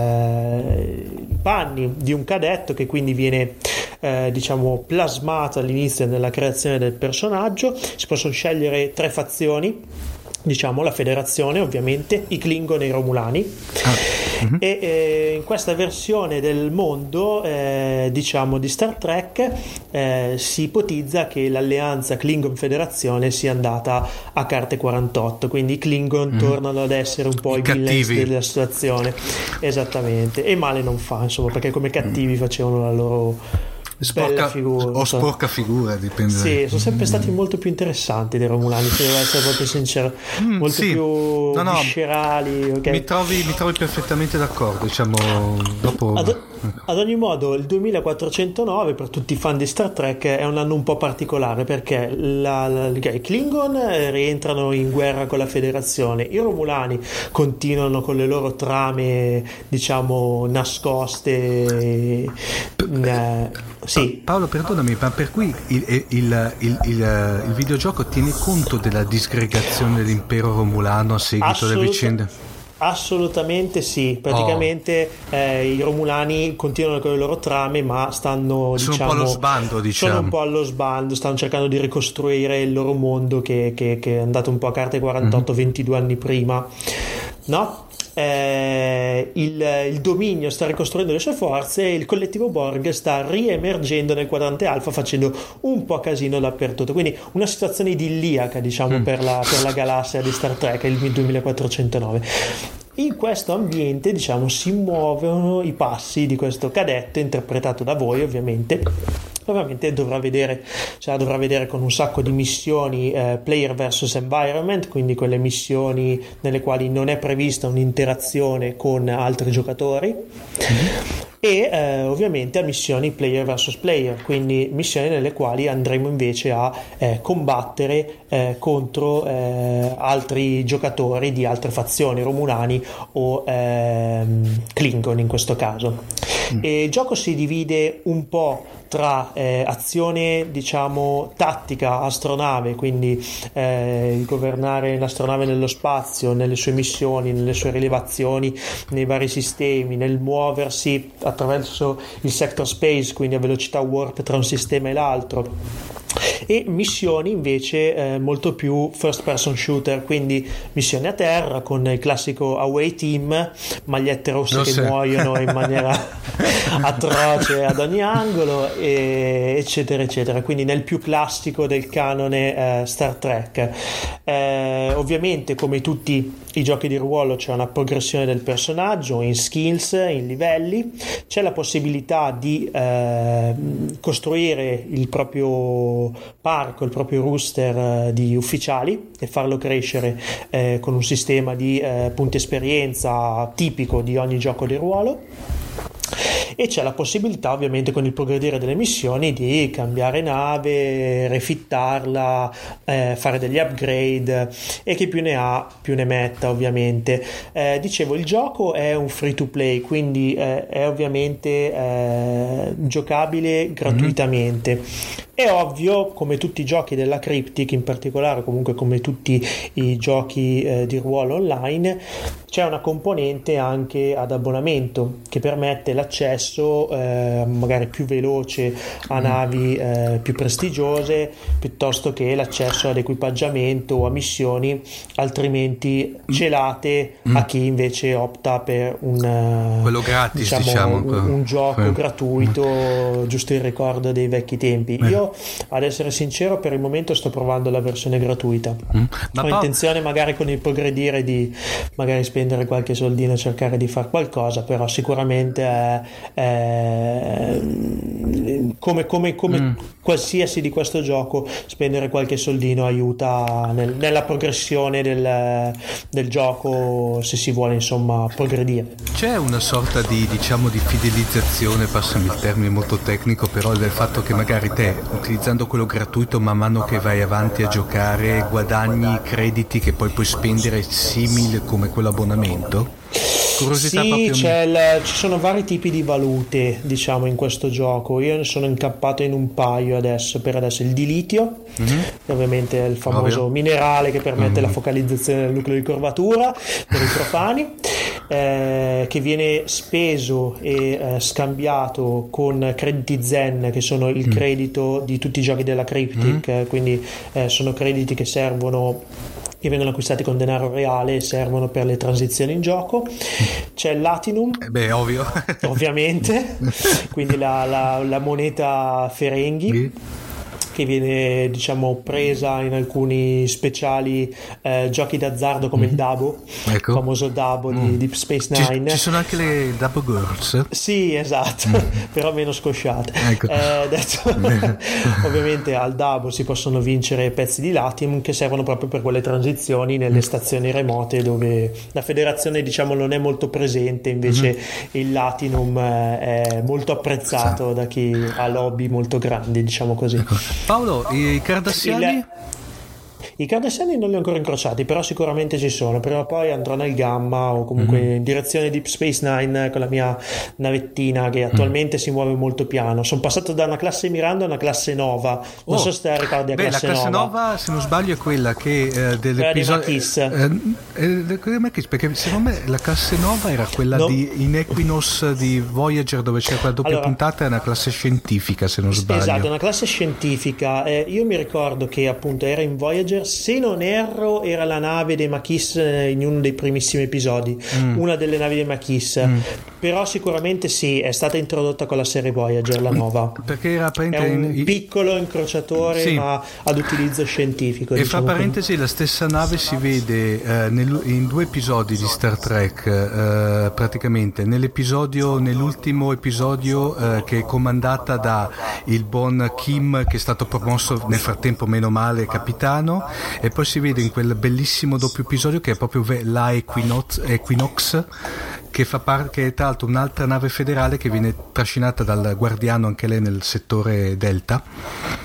A: i panni di un cadetto che quindi viene eh, diciamo plasmato all'inizio nella creazione del personaggio. Si possono scegliere tre fazioni, diciamo la federazione, ovviamente i Klingon e i Romulani. ah. uh-huh. e eh, in questa versione del mondo eh, diciamo di Star Trek eh, si ipotizza che l'alleanza Klingon Federazione sia andata a carte quarantotto, quindi i Klingon uh-huh. tornano ad essere un po' i, i villains della situazione, esattamente, e male non fa, insomma, perché come cattivi facevano la loro
B: sporca
A: figura,
B: o sporca figura, dipende.
A: Sì, sono sempre stati molto più interessanti dei Romulani, se devo essere proprio sincero, mm, molto sì. più no, no, viscerali. Okay?
B: Mi trovi, mi trovi perfettamente d'accordo, diciamo. Dopo.
A: Ad, ad ogni modo, il duemilaquattrocentonove per tutti i fan di Star Trek è un anno un po' particolare, perché la, la, i Klingon rientrano in guerra con la Federazione, i Romulani continuano con le loro trame, diciamo, nascoste. Eh, Sì.
B: Paolo, perdonami, ma per cui il, il, il, il, il, il videogioco tiene conto della disgregazione dell'impero romulano a seguito Assolut- delle vicende?
A: Assolutamente sì, praticamente oh. eh, i Romulani continuano con le loro trame, ma stanno
B: sono
A: diciamo,
B: un po' allo sbando, diciamo.
A: Sono un po' allo sbando, stanno cercando di ricostruire il loro mondo che, che, che è andato un po' a carte quarantotto, mm-hmm. ventidue anni prima, no? Eh, il, il dominio sta ricostruendo le sue forze e il collettivo Borg sta riemergendo nel quadrante alfa facendo un po' casino dappertutto, quindi una situazione idilliaca, diciamo, mm. per, la, per la galassia di Star Trek, il duemilaquattrocentonove. In questo ambiente, diciamo, si muovono i passi di questo cadetto interpretato da voi, ovviamente. Ovviamente dovrà vedere, cioè dovrà vedere con un sacco di missioni eh, player versus environment, quindi quelle missioni nelle quali non è prevista un'interazione con altri giocatori. Mm-hmm. E eh, ovviamente a missioni player versus player, quindi missioni nelle quali andremo invece a eh, combattere eh, contro eh, altri giocatori di altre fazioni, Romulani o ehm, Klingon in questo caso. Mm. E il gioco si divide un po' tra eh, azione, diciamo, tattica astronave, quindi eh, il governare l'astronave nello spazio, nelle sue missioni, nelle sue rilevazioni, nei vari sistemi, nel muoversi attraverso il sector space, quindi a velocità warp tra un sistema e l'altro. E missioni invece eh, molto più first person shooter, quindi missioni a terra con il classico away team, magliette rosse Lo che so. muoiono in maniera atroce ad ogni angolo, e, eccetera eccetera, quindi nel più classico del canone eh, Star Trek. Eh, ovviamente, come tutti i giochi di ruolo, c'è una progressione del personaggio in skills, in livelli, c'è la possibilità di eh, costruire il proprio parco, il proprio rooster eh, di ufficiali e farlo crescere eh, con un sistema di eh, punti esperienza tipico di ogni gioco di ruolo. E c'è la possibilità, ovviamente, con il progredire delle missioni, di cambiare nave, refittarla, eh, fare degli upgrade, e chi più ne ha più ne metta, ovviamente. Eh, dicevo, il gioco è un free to play, quindi eh, è ovviamente eh, giocabile gratuitamente. Mm-hmm. È ovvio, come tutti i giochi della Cryptic in particolare, comunque come tutti i giochi eh, di ruolo online, c'è una componente anche ad abbonamento che permette l'accesso eh, magari più veloce a navi eh, più prestigiose, piuttosto che l'accesso ad equipaggiamento o a missioni altrimenti celate mm. a chi invece opta per un
B: quello gratis,
A: diciamo,
B: diciamo,
A: un, un gioco
B: eh.
A: gratuito, mm. giusto il ricordo dei vecchi tempi. Eh. Io, ad essere sincero, per il momento sto provando la versione gratuita. Mm. Ho intenzione, magari con il progredire, di magari spendere qualche soldino e cercare di fare qualcosa, però sicuramente è, è, come, come, come mm. qualsiasi di questo gioco, spendere qualche soldino aiuta nel, nella progressione del, del gioco, se si vuole insomma progredire.
B: C'è una sorta di, diciamo, di fidelizzazione, passami il termine molto tecnico, però del fatto che magari te, utilizzando quello gratuito, man mano che vai avanti a giocare guadagni crediti che poi puoi spendere simile come quell'abbonamento? Curiosità
A: sì, c'è il, ci sono vari tipi di valute, diciamo, in questo gioco. Io ne sono incappato in un paio adesso, per adesso il di litio, mm-hmm. che ovviamente è il famoso Ovvio. minerale che permette mm-hmm. la focalizzazione del nucleo di curvatura per i profani, eh, che viene speso e eh, scambiato con crediti Zen, che sono il mm. credito di tutti i giochi della Cryptic, mm. quindi eh, sono crediti che servono, che vengono acquistati con denaro reale e servono per le transizioni in gioco. C'è l'Atinum,
B: eh beh, ovvio,
A: ovviamente, quindi la, la, la moneta Ferengi, sì. che viene, diciamo, presa in alcuni speciali eh, giochi d'azzardo come mm. il Dabo, ecco. il famoso Dabo mm. di Deep Space Nine.
B: Ci, ci sono anche le Dabo Girls?
A: Sì, esatto, mm. però meno scosciate. Ecco. Eh, detto, ovviamente al Dabo si possono vincere pezzi di Latium che servono proprio per quelle transizioni nelle mm. stazioni remote dove la federazione, diciamo, non è molto presente, invece mm. il Latinum è molto apprezzato sì. da chi ha lobby molto grandi, diciamo così.
B: Ecco. Paolo, i cardassiani?
A: Il... I cardassiani non li ho ancora incrociati, però sicuramente ci sono. Prima o poi andrò nel Gamma o comunque mm-hmm. in direzione Deep Space Nine con la mia navettina che attualmente mm. si muove molto piano. Sono passato da una classe Miranda a una classe Nova. Non oh. so se te la ricordi a
B: Beh,
A: classe
B: Nova. La classe
A: Nova.
B: Nova, se non sbaglio, è quella che eh, dell'episodio eh, eh, perché secondo me la classe Nova era quella no. di in Equinox di Voyager, dove c'era quella doppia allora, puntata, è una classe scientifica, se non sbaglio.
A: Esatto, una classe scientifica. Eh, io mi ricordo che appunto era in Voyager. Se non erro, era la nave dei Maquis in uno dei primissimi episodi, mm. una delle navi dei Maquis, mm. però sicuramente sì, è stata introdotta con la serie Voyager, la Nova,
B: perché era
A: è un in... piccolo incrociatore sì. ma ad utilizzo scientifico.
B: E
A: diciamo
B: fra parentesi così. La stessa nave si vede eh, nel, in due episodi di Star Trek, eh, praticamente nell'episodio, nell'ultimo episodio eh, che è comandata da il buon Kim, che è stato promosso nel frattempo meno male capitano, e poi si vede in quel bellissimo doppio episodio che è proprio la Equinox, Equinox che fa parte, che è tra l'altro un'altra nave federale che viene trascinata dal guardiano anche lei nel settore Delta,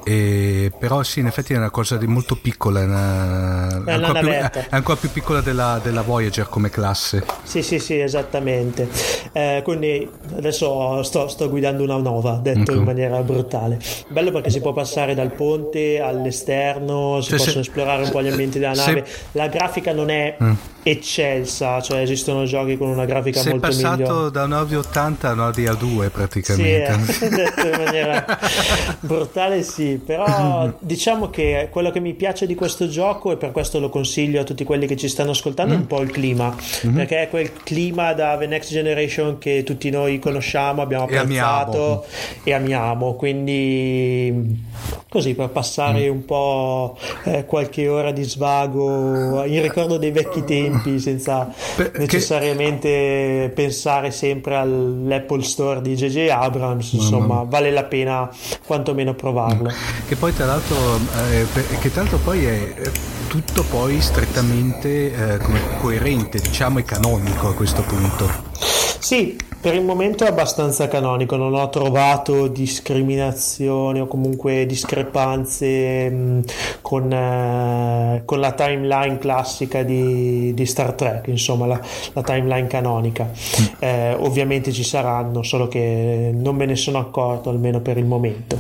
B: E, però sì, in effetti è una cosa di molto piccola, è, una,
A: è,
B: ancora, più,
A: è
B: ancora più piccola della, della Voyager come classe.
A: Sì, sì, sì, esattamente. Eh, quindi adesso sto, sto guidando una Nova, detto okay. in maniera brutale. Bello perché si può passare dal ponte all'esterno, si cioè, possono se, esplorare un po' gli ambienti della nave. Se, la grafica non è mm. eccelsa, cioè esistono giochi con una grafica
B: sei
A: molto migliore.
B: Sei passato da un Audi ottanta a un Audi A due praticamente.
A: Sì, eh, detto in maniera brutale, sì, però diciamo che quello che mi piace di questo gioco, e per questo lo consiglio a tutti quelli che ci stanno ascoltando, mm. è un po' il clima, mm-hmm. perché è quel clima da The Next Generation che tutti noi conosciamo, abbiamo apprezzato e amiamo, e amiamo. Quindi così per passare mm. un po' eh, qualche ora di svago in ricordo dei vecchi tempi, senza Perché... necessariamente pensare sempre all'Apple Store di J J Abrams, insomma Mamma. vale la pena quantomeno provarlo.
B: Che poi tra l'altro eh, che tra l'altro poi è tutto poi strettamente eh, come coerente, diciamo, e canonico a questo punto.
A: Sì, per il momento è abbastanza canonico, non ho trovato discriminazioni o comunque discrepanze mh, con, eh, con la timeline classica di, di Star Trek, insomma la, la timeline canonica. Eh, ovviamente ci saranno, solo che non me ne sono accorto, almeno per il momento.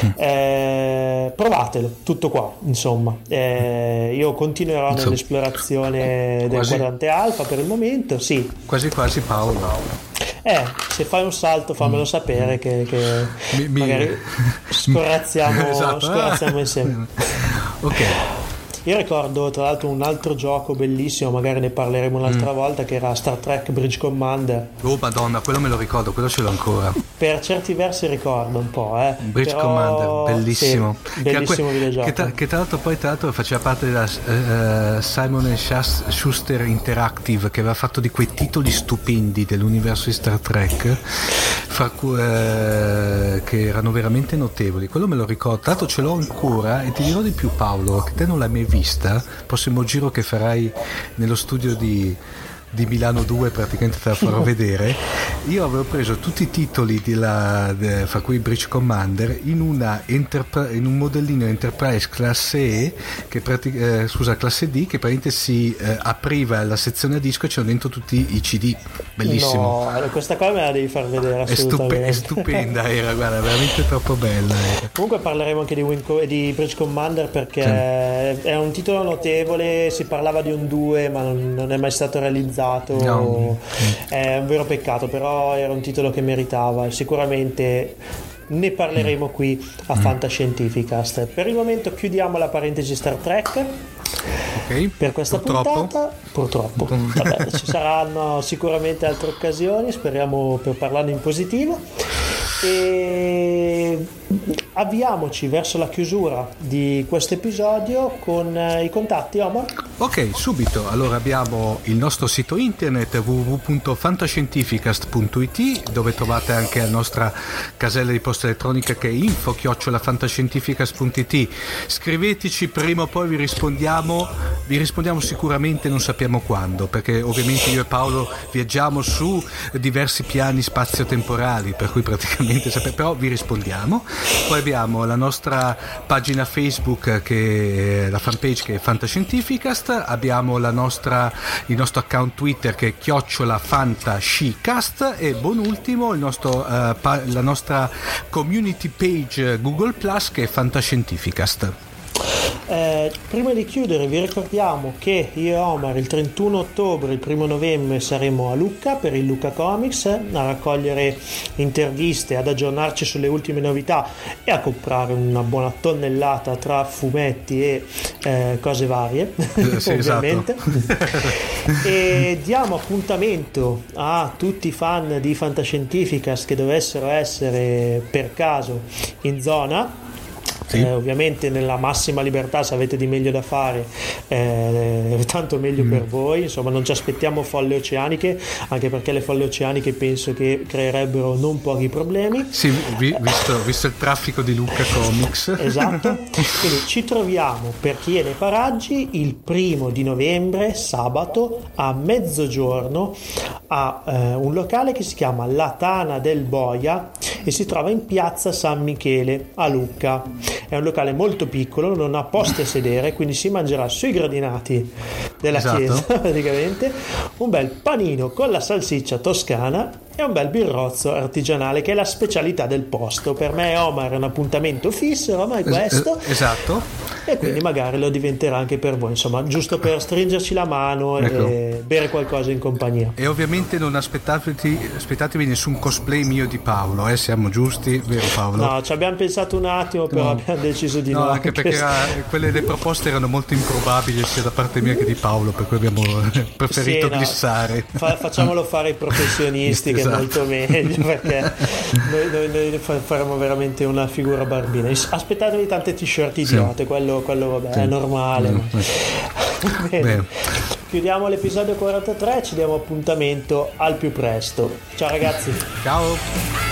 A: Eh, provatelo, tutto qua, insomma. Eh, io continuerò insomma, nell'esplorazione del quasi, quadrante alfa per il momento, sì.
B: Quasi quasi Paolo.
A: Eh, se fai un salto fammelo sapere che, che mi, mi... magari scorazziamo, esatto. scorazziamo insieme.
B: Ok.
A: Io ricordo tra l'altro un altro gioco bellissimo, magari ne parleremo un'altra mm. volta, che era Star Trek Bridge Commander.
B: Oh madonna, quello me lo ricordo, quello ce l'ho ancora.
A: Per certi versi ricordo un po', eh.
B: Bridge Però... Commander, bellissimo.
A: Sì, bellissimo
B: che,
A: videogioco.
B: Che tra, che tra l'altro poi tra l'altro faceva parte della uh, Simon and Schuster Interactive, che aveva fatto di quei titoli stupendi dell'universo di Star Trek, fra cui, uh, che erano veramente notevoli. Quello me lo ricordo, tra l'altro ce l'ho ancora, e ti dirò di più, Paolo, che te non l'hai mai visto. Vista, prossimo giro che farai nello studio di, di Milano due, praticamente te la farò vedere. Io avevo preso tutti i titoli della, de, fra cui Bridge Commander, in, una Enterpri- in un modellino Enterprise classe E, che pratic- eh, scusa classe D, che praticamente si eh, apriva la sezione a disco e c'erano dentro tutti i C D. Bellissimo.
A: No, questa qua me la devi far vedere assolutamente.
B: È, stupe- è stupenda, era, guarda, veramente troppo bella. Era.
A: Comunque parleremo anche di, Winco- di Bridge Commander, perché sì. è un titolo notevole, si parlava di un due ma non, non è mai stato realizzato. No. È un vero peccato, però era un titolo che meritava, sicuramente ne parleremo qui a mm. Fantascientificast. Per il momento chiudiamo la parentesi Star Trek.
B: Okay.
A: Per questa
B: purtroppo.
A: puntata purtroppo vabbè, ci saranno sicuramente altre occasioni, speriamo, per parlarne in positivo, e avviamoci verso la chiusura di questo episodio con i contatti, Omar.
B: Ok, subito. Allora abbiamo il nostro sito internet w w w punto fantascientificast punto i t, dove trovate anche la nostra casella di posta elettronica, che è info chiocciola fantascientificast punto i t. Scriveteci, prima o poi vi rispondiamo, vi rispondiamo sicuramente, non sappiamo quando, perché ovviamente io e Paolo viaggiamo su diversi piani spazio-temporali, per cui praticamente però vi rispondiamo. Poi abbiamo la nostra pagina Facebook, che è la fanpage, che è Fantascientificast. Abbiamo la nostra, il nostro account Twitter, che è chiocciola fantascicast, e buon ultimo il nostro, uh, pa- la nostra community page Google Plus, che è Fantascientificast.
A: Eh, prima di chiudere vi ricordiamo che io e Omar il trentuno ottobre, il primo novembre saremo a Lucca per il Lucca Comics a raccogliere interviste, ad aggiornarci sulle ultime novità e a comprare una buona tonnellata tra fumetti e eh, cose varie, sì, ovviamente. Esatto. E diamo appuntamento a tutti i fan di Fantascientificast che dovessero essere per caso in zona. Sì. Eh, ovviamente nella massima libertà, se avete di meglio da fare, eh, tanto meglio mm. per voi, insomma non ci aspettiamo folle oceaniche, anche perché le folle oceaniche penso che creerebbero non pochi problemi.
B: Sì, vi, visto, visto il traffico di Lucca Comics.
A: Esatto. Quindi ci troviamo, per chi è nei paraggi, il primo di novembre, sabato a mezzogiorno, a eh, un locale che si chiama La Tana del Boia e si trova in piazza San Michele a Lucca. È un locale molto piccolo, non ha posti a sedere, quindi si mangerà sui gradinati della
B: Esatto.
A: chiesa praticamente, un bel panino con la salsiccia toscana e un bel birrozzo artigianale, che è la specialità del posto. Per me Omar è un appuntamento fisso, ormai questo,
B: Es- esatto.
A: e quindi magari lo diventerà anche per voi, insomma, giusto per stringerci la mano
B: Ecco.
A: e bere qualcosa in compagnia.
B: E ovviamente non aspettatevi, aspettatevi nessun cosplay mio di Paolo, eh? Siamo giusti, vero Paolo?
A: No, ci abbiamo pensato un attimo, però
B: No.
A: abbiamo deciso di
B: No,
A: no.
B: anche perché era- quelle le proposte erano molto improbabili sia da parte mia che di Paolo, per cui abbiamo preferito
A: Sì, no,
B: glissare.
A: fa- facciamolo fare ai professionisti, che
B: Esatto.
A: è molto meglio, perché noi, noi- noi fa- faremo veramente una figura barbina. Aspettatevi tante t-shirt idiote, quello, quello vabbè, è normale. ma- Bene.
B: Bene.
A: Chiudiamo l'episodio quarantatré, ci diamo appuntamento al più presto. Ciao ragazzi.
B: Ciao.